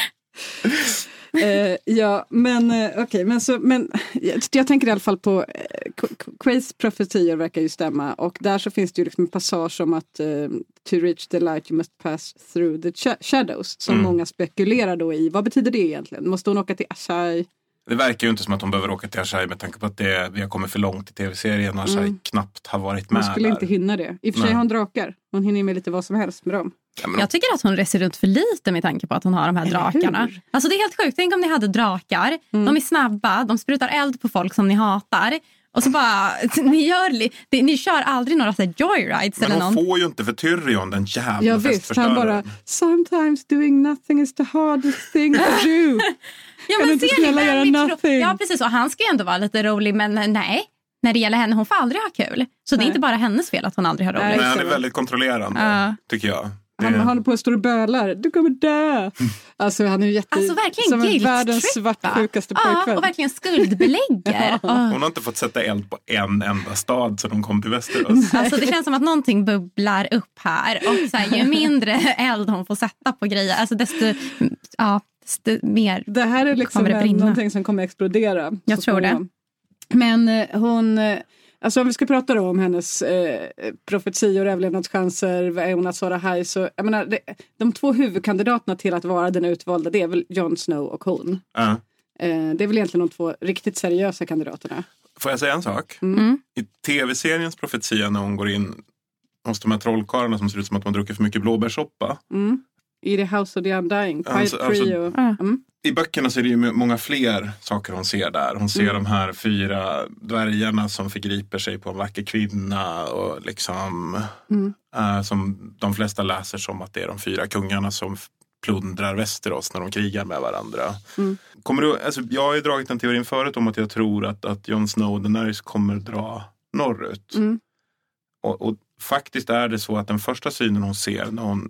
Eh, ja, men eh, okej, okay, men så, men jag, jag tänker i alla fall på eh, Qu- Qu- Quays profetior verkar ju stämma, och där så finns det ju liksom en passage om att eh, to reach the light you must pass through the sh- shadows, som Mm. många spekulerar då i. Vad betyder det egentligen? Måste hon åka till Ashai? Det verkar ju inte som att hon behöver åka till Ashai med tanke på att det, vi har kommit för långt i tv-serien och Ashai Mm. knappt har varit med Hon skulle där. inte hinna det. I och för sig Nej. har hon drakar. Hon hinner ju med lite vad som helst med dem. Ja, men Jag tycker att hon reser runt för lite med tanke på att hon har de här Eller drakarna. hur? Alltså det är helt sjukt. Tänk om ni hade drakar. Mm. De är snabba, de sprutar eld på folk som ni hatar. Och så bara, ni, gör, li- det- ni kör aldrig några så här joyrides Men eller hon någon. får ju inte för Tyrion, den jävla Ja visst, han festförstöraren. bara sometimes doing nothing is the hardest thing to do. Ja, Kan du inte ser ni snälla vem göra vi tror- nothing? Ja precis, och han ska ju ändå vara lite rolig, men nej. När det gäller henne, hon får aldrig ha kul. Så det Nej. är inte bara hennes fel att hon aldrig har roligt. Nej. Men han är väldigt kontrollerande, Ja. tycker jag. Det, Han håller på och står och bölar. Du kommer dö. Alltså han är ju jätte... Alltså verkligen som en guilt-trippa. världens svartsjukaste Ja, pojkvän. och verkligen skuldbelägger. Ja. hon har inte fått sätta eld på en enda stad så de kom till Västerås. Alltså det känns som att någonting bubblar upp här. Och så här, ju mindre eld hon får sätta på grejer, alltså desto, ja, desto mer Det här är liksom kommer det en, brinna. någonting som kommer explodera. Jag så tror det. småningom. Men eh, hon... eh, Alltså om vi ska prata då om hennes eh, profetior och överlevnadschanser, vad är hon att Azor Ahai, så jag menar, det, de två huvudkandidaterna till att vara den utvalda, det är väl Jon Snow och hon. Ja. Eh, det är väl egentligen de två riktigt seriösa kandidaterna. Får jag säga en sak? Mm. I tv-seriens profetia när hon går in hos de här trollkarlarna som ser ut som att de har druckit för mycket blåbärssoppa. Mm. I The House of the Undying, Quiet Alltså- alltså- Trio. Ja. Mm. I böckerna så är det ju många fler saker hon ser där. Hon ser Mm. de här fyra dvärgarna som förgriper sig på en vacker kvinna och liksom Mm. eh, som de flesta läser som att det är de fyra kungarna som f- plundrar Västerås när de krigar med varandra. Mm. Kommer du, alltså, jag har ju dragit en teorin förut om att jag tror att, att Jon Snow och Daenerys kommer dra norrut. Mm. Och, och faktiskt är det så att den första synen hon ser när hon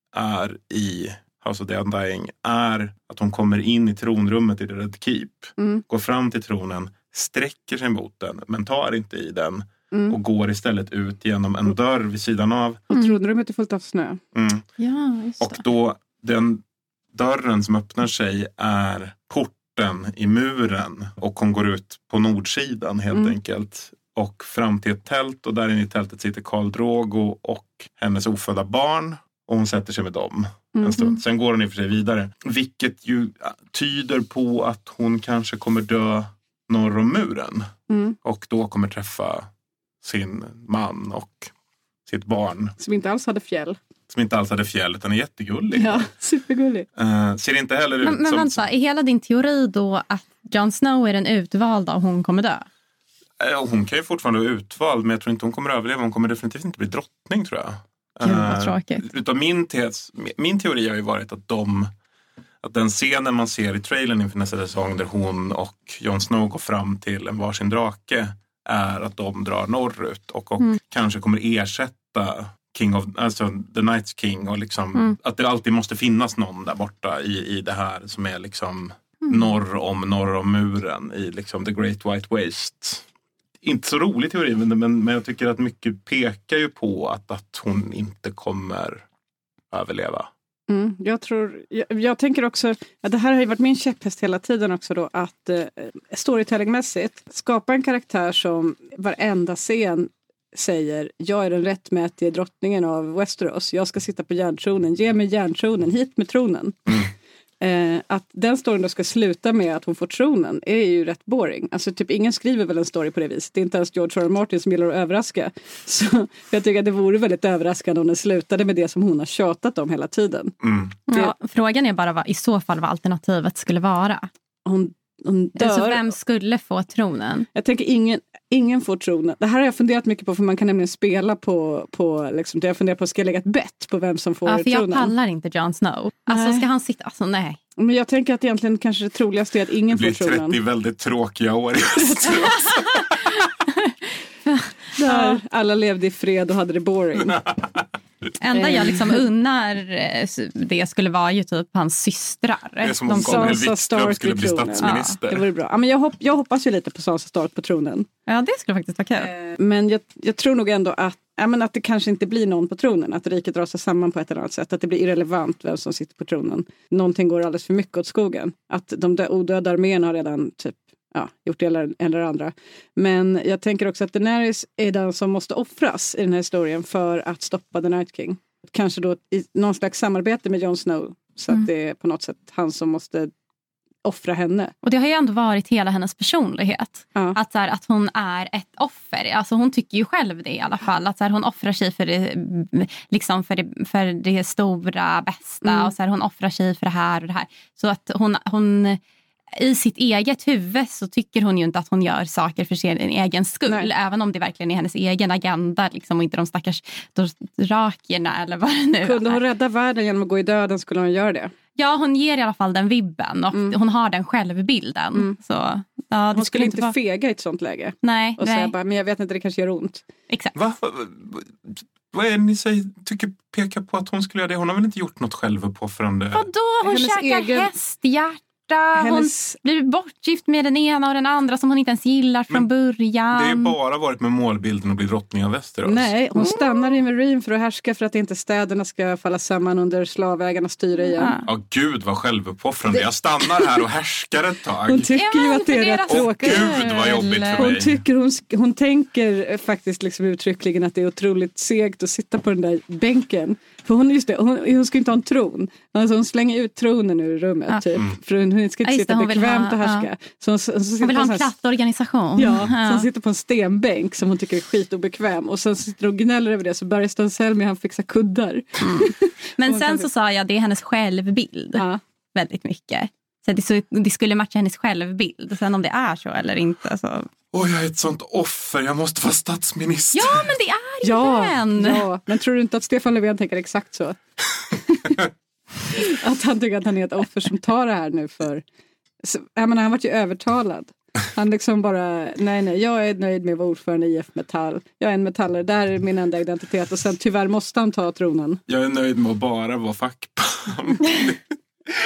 är i House of the Undying är att hon kommer in i tronrummet i The Red Keep. Mm. Går fram till tronen, sträcker sig mot den men tar inte i den. Mm. Och går istället ut genom en dörr vid sidan av. Och tronrummet är fullt av snö. Mm. Ja, just det. Och då, den dörren som öppnar sig är porten i muren. Och hon går ut på nordsidan helt mm. enkelt. Och fram till ett tält. Och där inne i tältet sitter Khal Drogo och hennes ofödda barn. Och hon sätter sig med dem en stund. Mm. Sen går hon i och för sig vidare. Vilket ju tyder på att hon kanske kommer dö norr om muren. Mm. Och då kommer träffa sin man och sitt barn. Som inte alls hade fjäll. Som inte alls hade fjäll, utan är jättegullig. Ja, supergullig. Uh, ser inte heller ut men, men som... Men vänta, är hela din teori då att Jon Snow är den utvalda och hon kommer dö? Uh, hon kan ju fortfarande vara utvald, men jag tror inte hon kommer överleva. Hon kommer definitivt inte bli drottning, tror jag. Gud, vad tråkigt. Uh, utan min, tes, min teori har ju varit att de... Att den scenen man ser i trailern inför nästa säsong där hon och Jon Snow går fram till en varsin drake är att de drar norrut och, och mm. kanske kommer ersätta King of, alltså The Night's King och liksom mm. att det alltid måste finnas någon där borta i, i det här som är liksom mm. norr om norr om muren i liksom The Great White Waste. Inte så rolig teori, men, men, men jag tycker att mycket pekar ju på att, att hon inte kommer överleva. Mm, jag, tror, jag, jag tänker också att det här har ju varit min käpphäst hela tiden också då, att eh, storytellingmässigt skapa en karaktär som varenda scen säger jag är den rättmätiga drottningen av Westeros, jag ska sitta på järntronen, ge mig järntronen, hit med tronen. Mm. Eh, att den storyn då ska sluta med att hon får tronen är ju rätt boring. Alltså typ ingen skriver väl en story på det viset. Det är inte ens George R R. Martin som gillar att överraska. Så jag tycker att det vore väldigt överraskande om den slutade med det som hon har tjatat om hela tiden. Mm. Det, ja, frågan är bara vad, i så fall vad alternativet skulle vara. Hon, hon dör. Alltså vem skulle få tronen? Jag tänker ingen, ingen får tronen. Det här har jag funderat mycket på, för man kan nämligen spela på, på liksom, jag funderar på, ska jag lägga ett bett på vem som får ja, för tronen? Jag pallar inte Jon Snow. Alltså nej. Ska han sitta, alltså nej. Men jag tänker att egentligen kanske det troligaste är att ingen får tronen. Det blir trettio väldigt tråkiga år. Där alla levde i fred och hade det boring. Enda jag liksom unnar det skulle vara ju typ hans systrar. Det är som om Sansa Stark skulle bli statsminister. Ja, det vore bra. Ja, men jag, hopp, jag hoppas ju lite på Sansa Stark på tronen. Ja, det skulle faktiskt vara kul. Men jag, jag tror nog ändå att, ja, men att det kanske inte blir någon på tronen. Att riket drar sig samman på ett eller annat sätt. Att det blir irrelevant vem som sitter på tronen. Någonting går alldeles för mycket åt skogen. Att de odöda arméerna har redan typ ja, gjort det eller, eller andra. Men jag tänker också att Daenerys är den som måste offras i den här historien för att stoppa The Night King. Kanske då i någon slags samarbete med Jon Snow. Så mm. att det är på något sätt han som måste offra henne. Och det har ju ändå varit hela hennes personlighet. Ja. Att, så här, att hon är ett offer. Alltså hon tycker ju själv det i alla fall. Att så här, hon offrar sig för det, liksom för det, för det stora bästa. Mm. Och så här, hon offrar sig för det här och det här. Så att hon... hon i sitt eget huvud så tycker hon ju inte att hon gör saker för sin egen skull. Nej. Även om det verkligen är hennes egen agenda liksom, och inte de stackars drakierna eller vad det nu är. Kunde hon rädda världen genom att gå i döden skulle hon göra det. Ja, hon ger i alla fall den vibben och mm. hon har den självbilden. Mm. Så, ja, det hon skulle, skulle inte vara... fega i ett sånt läge. Nej. Och nej. säga bara, men jag vet inte, det kanske gör ont. Exakt. Va? Vad är det ni säger, tycker pekar på att hon skulle göra det? Hon har väl inte gjort något självuppoffrande? Vadå? Hon hennes käkar egen... hästhjärt. Hennes... Hon blir bortgift med den ena och den andra som hon inte ens gillar från men början. Det har bara varit med målbilden att bli drottning av Västerås. Nej, hon mm. stannar i Meereen för att härska för att inte städerna ska falla samman under slavägarnas styre igen. Ja, oh, gud vad självuppoffrande. Jag stannar här och härskar ett tag. Hon tycker ja, ju att det är rätt tråkigt. Åh oh, gud vad jobbigt för mig. Hon, tycker, hon, hon tänker faktiskt liksom uttryckligen att det är otroligt segt att sitta på den där bänken. För hon, just det, hon, hon ska inte ha en tron. Alltså hon slänger ut tronen ur rummet. Ja. Typ. Mm. För hon, hon ska inte ja, sitta det, bekvämt och härska. Ja. Så hon, så, så hon vill ha en här, platt organisation. Ja, ja. Så hon sitter på en stenbänk som hon tycker är skitobekväm. Och sen sitter hon och gnäller över det. Så börjar Stone Selmy han fixa kuddar. Mm. Men sen så sa jag det är hennes självbild. Ja. Väldigt mycket. Så det, så det skulle matcha hennes självbild. Sen om det är så eller inte så... Oj, jag är ett sånt offer. Jag måste vara statsminister. Ja, men det är ju ja, den. Ja, men tror du inte att Stefan Löfven tänker exakt så? Att han tycker att han är ett offer som tar det här nu för... Så, jag menar, han var ju övertalad. Han liksom bara, nej nej, jag är nöjd med att vara ordförande i I F Metall. Jag är en metallare, där är min enda identitet. Och sen tyvärr måste han ta tronen. Jag är nöjd med att bara vara fackpamp.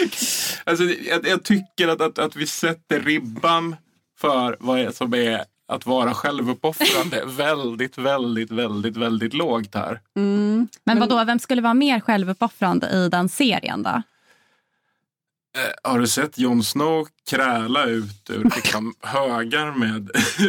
Alltså, jag, jag tycker att, att, att vi sätter ribban för vad som är att vara självuppoffrande väldigt, väldigt, väldigt, väldigt lågt här. Mm. Men vadå, vem skulle vara mer självuppoffrande i den serien då? Eh, har du sett Jon Snow kräla ut ur liksom, högar med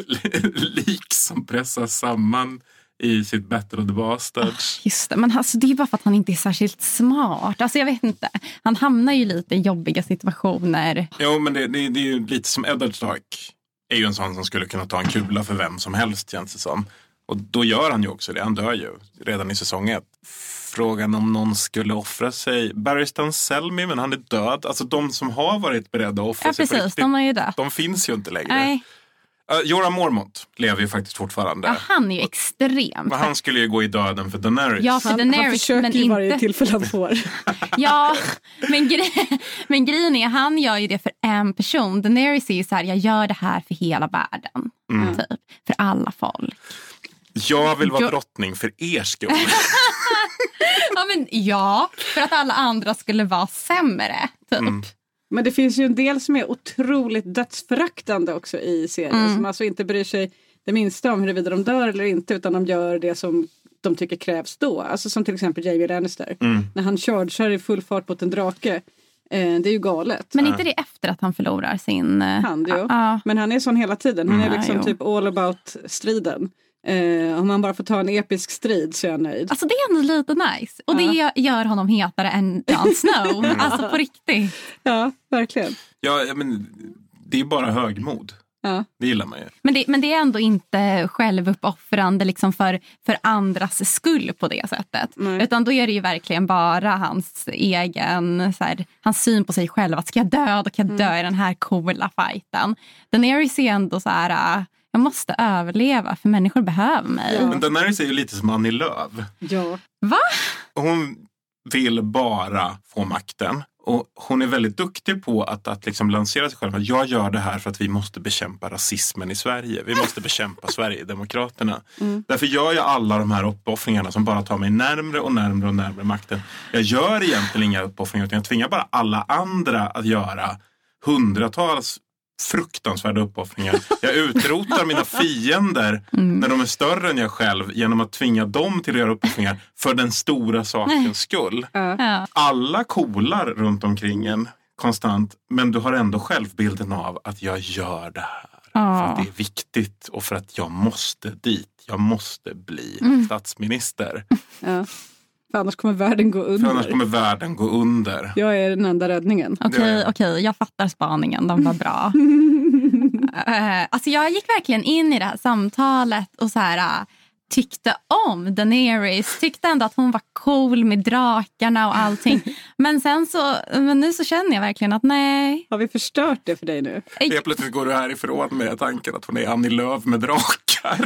lik som pressas samman i sitt Battle of the Bastards? Just det, men alltså, det är bara för att han inte är särskilt smart. Alltså jag vet inte. Han hamnar ju lite i jobbiga situationer. Jo, men det, det, det är ju lite som Eddard Stark. Är ju en sån som skulle kunna ta en kula för vem som helst, känns det som. Och då gör han ju också det. Han dör ju redan i säsong ett. Frågan om någon skulle offra sig. Barristan Selmy, men han är död. Alltså de som har varit beredda att offra ja, sig precis, på riktigt, de är ju död. De finns ju inte längre. Nej. Uh, Jorah Mormont lever ju faktiskt fortfarande. Ja, han är ju extremt. Men han skulle ju gå i döden för Daenerys. Ja, för han, Daenerys, han försöker men ju inte... varje tillfälle han får. Ja, men, gre- men grejen är, han gör ju det för en person. Daenerys är ju så här, jag gör det här för hela världen. Mm. Typ, för alla folk. Jag vill vara Jag... drottning för er skull. Ja, men ja, för att alla andra skulle vara sämre, typ. Mm. Men det finns ju en del som är otroligt dödsföraktande också i serien. Mm. Som alltså inte bryr sig det minsta om huruvida de dör eller inte. Utan de gör det som de tycker krävs då. Alltså som till exempel Jaime Lannister. Mm. När han chargear i full fart mot en drake. Eh, det är ju galet. Men inte det efter att han förlorar sin... Han, jo. Ah. Men han är sån hela tiden. Han är mm, liksom ja, typ all about striden. Eh, om man bara får ta en episk strid så är jag nöjd. Alltså det är ändå lite nice. Och ja. Det gör honom hetare än Jon Snow. Alltså på riktigt. Ja, verkligen. Ja, men det är bara högmod. Ja. Det gillar man ju. Men det, men det är ändå inte självuppoffrande liksom för, för andras skull på det sättet. Nej. Utan då är det ju verkligen bara hans egen så här, hans syn på sig själv. Att ska jag dö, då kan jag dö mm. i den här coola fighten. Daenerys är ändå så här... Jag måste överleva för människor behöver mig. Ja. Men Daenerys är ju lite som Annie Lööf. Ja. Va? Hon vill bara få makten. Och hon är väldigt duktig på att, att liksom lansera sig själv. Jag gör det här för att vi måste bekämpa rasismen i Sverige. Vi måste bekämpa Sverigedemokraterna. Mm. Därför gör jag alla de här uppoffringarna som bara tar mig närmre och närmre och närmre makten. Jag gör egentligen inga uppoffringar utan jag tvingar bara alla andra att göra hundratals fruktansvärda uppoffringar. Jag utrotar mina fiender mm. när de är större än jag själv genom att tvinga dem till att göra uppoffringar för den stora sakens skull. Uh. Alla kolar runt omkring en konstant, men du har ändå självbilden av att jag gör det här uh. för att det är viktigt och för att jag måste dit. Jag måste bli mm. statsminister. Ja. För annars kommer världen gå under. För annars kommer världen gå under. Jag är den enda räddningen. Okej, okay, okej. Okay. Jag fattar spaningen. De var bra. uh, alltså jag gick verkligen in i det här samtalet och så här... Uh, tyckte om Daenerys. Tyckte ändå att hon var cool med drakarna och allting. Men sen så... Men nu så känner jag verkligen att nej. Har vi förstört det för dig nu? Helt plötsligt går du härifrån med tanken att hon är Annie Lööf med drakar.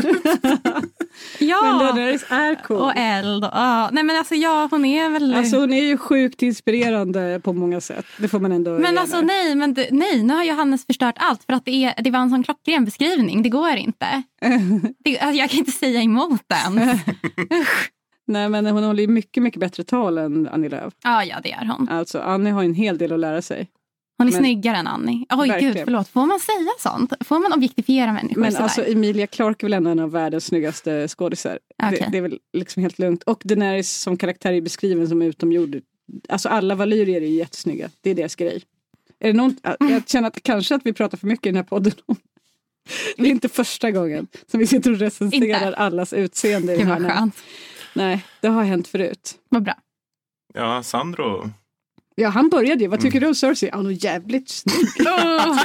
Ja. Men Daenerys är cool. Och eld. Och, uh, nej men alltså ja, hon är väl... Alltså hon är ju sjukt inspirerande på många sätt. Det får man ändå... Men gärna. Alltså nej, men det, nej, nu har Johannes förstört allt. För att det, är, det var en sån klockren beskrivning. Det går inte. det, alltså, jag kan inte säga emot den. Nej, men hon håller ju mycket, mycket bättre tal än Annie Lööf. Ja, ja, det är hon. Alltså, Annie har en hel del att lära sig. Hon är men, snyggare än Annie. Oj verkligen. Gud, förlåt. Får man säga sånt? Får man objektifiera människor Men sådär? alltså Emilia Clarke är väl en av världens snyggaste skådisar. Okay. Det, det är väl liksom helt lugnt. Och Daenerys som karaktär är beskriven som utomjord. Alltså alla valyrier är jättesnygga. Det är deras grej. Är det någon, jag känner att kanske att vi pratar för mycket i den här podden om. Det är inte första gången som vi sitter och recenserar inte. Allas utseende i det var skönt. Nej, det har hänt förut. Vad bra. Ja, Sandro. Ja, han började ju. Vad tycker mm. du om Cersei? Han är jävligt snygg. Oh.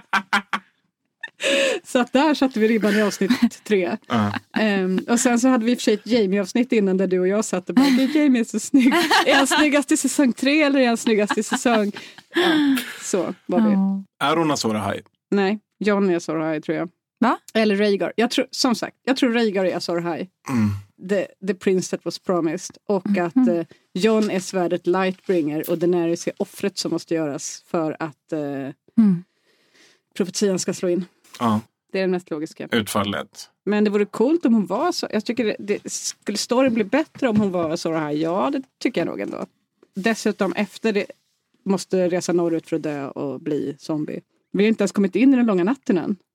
Så att där satte vi ribban i avsnitt tre. Uh. Um, och sen så hade vi i och för sig ett Jamie-avsnitt innan där du och jag satt och bara, Jamie är så snygg. Är han snyggast i säsong tre eller är han snyggast i säsong? Ja, så var vi. Oh. Är hon Azor Ahai? Nej, Jon är Azor Ahai tror jag. Va? Eller Rhaegar. Jag tror, som sagt, jag tror Rhaegar är Azor Ahai. Mm. The, the prince that was promised. Och mm. att uh, Jon är svärdet Lightbringer och Daenerys är offret som måste göras för att uh, mm. profetian ska slå in. Ja. Det är det mest logiska. Utfallet. Men det vore coolt om hon var så. Jag tycker det, det skulle storyn bli bättre om hon var Azor Ahai. Ja, det tycker jag nog ändå. Dessutom efter det måste resa norrut för att dö och bli zombie. Vi har inte ens kommit in i den långa natten än.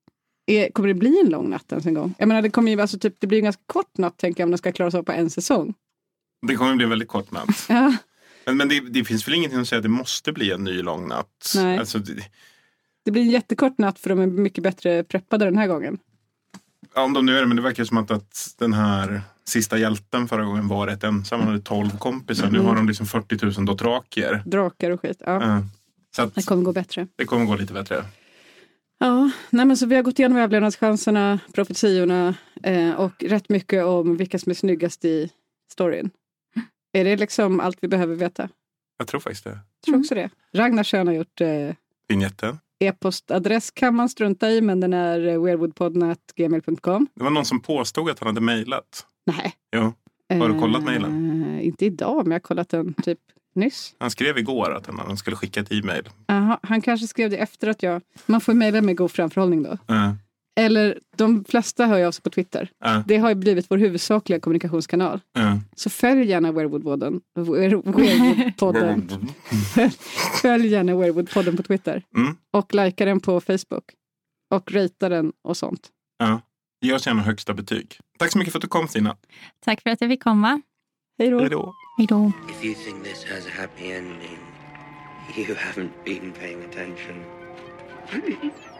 är, kommer det bli en lång natt ens en gång? Jag menar, det kommer ju alltså typ, det blir en ganska kort natt, tänker jag, om den ska klara sig på en säsong. Det kommer bli en väldigt kort natt. Ja. Men, men det, det finns väl ingenting som säger att det måste bli en ny lång natt. Nej. Alltså, det, det blir en jättekort natt för de är mycket bättre preppade den här gången. Ja, om de nu är det, men det verkar som att, att den här sista hjälten förra gången var rätt ensam. Han hade tolv kompisar. Mm. Nu har de liksom fyrtio tusen dothrakier. Drakar och skit, ja. Uh, så att det kommer gå bättre. Det kommer gå lite bättre. Ja, nej men så vi har gått igenom överlevnadschanserna, profetiorna eh, och rätt mycket om vilka som är snyggast i storyn. Är det liksom allt vi behöver veta? Jag tror faktiskt det. Jag tror också det. Ragnar Schön har gjort eh, vignetten. E-postadress kan man strunta i, men den är weirwoodpodden at gmail punkt com. Det var någon som påstod att han hade mejlat. Nej. Jo. Har du kollat mejlen? Eh, inte idag, men jag har kollat den typ nyss. Han skrev igår att han, han skulle skicka ett e-mail. Aha, han kanske skrev det efter att jag... Man får mejla med god framförhållning då. Uh. Eller de flesta hör jag av sig på Twitter. Uh. Det har ju blivit vår huvudsakliga kommunikationskanal. Uh. Så följ gärna Weirwoodpodden. Weirwoodpodden. Följ gärna Weirwoodpodden på Twitter. Mm. Och likea den på Facebook. Och ratea den och sånt. Ja. Ge oss gärna högsta betyg. Tack så mycket för att du kom, Stina. Tack för att jag fick komma. Hej då. Hej då. Hej då. If you think this has a happy ending, you haven't been paying attention.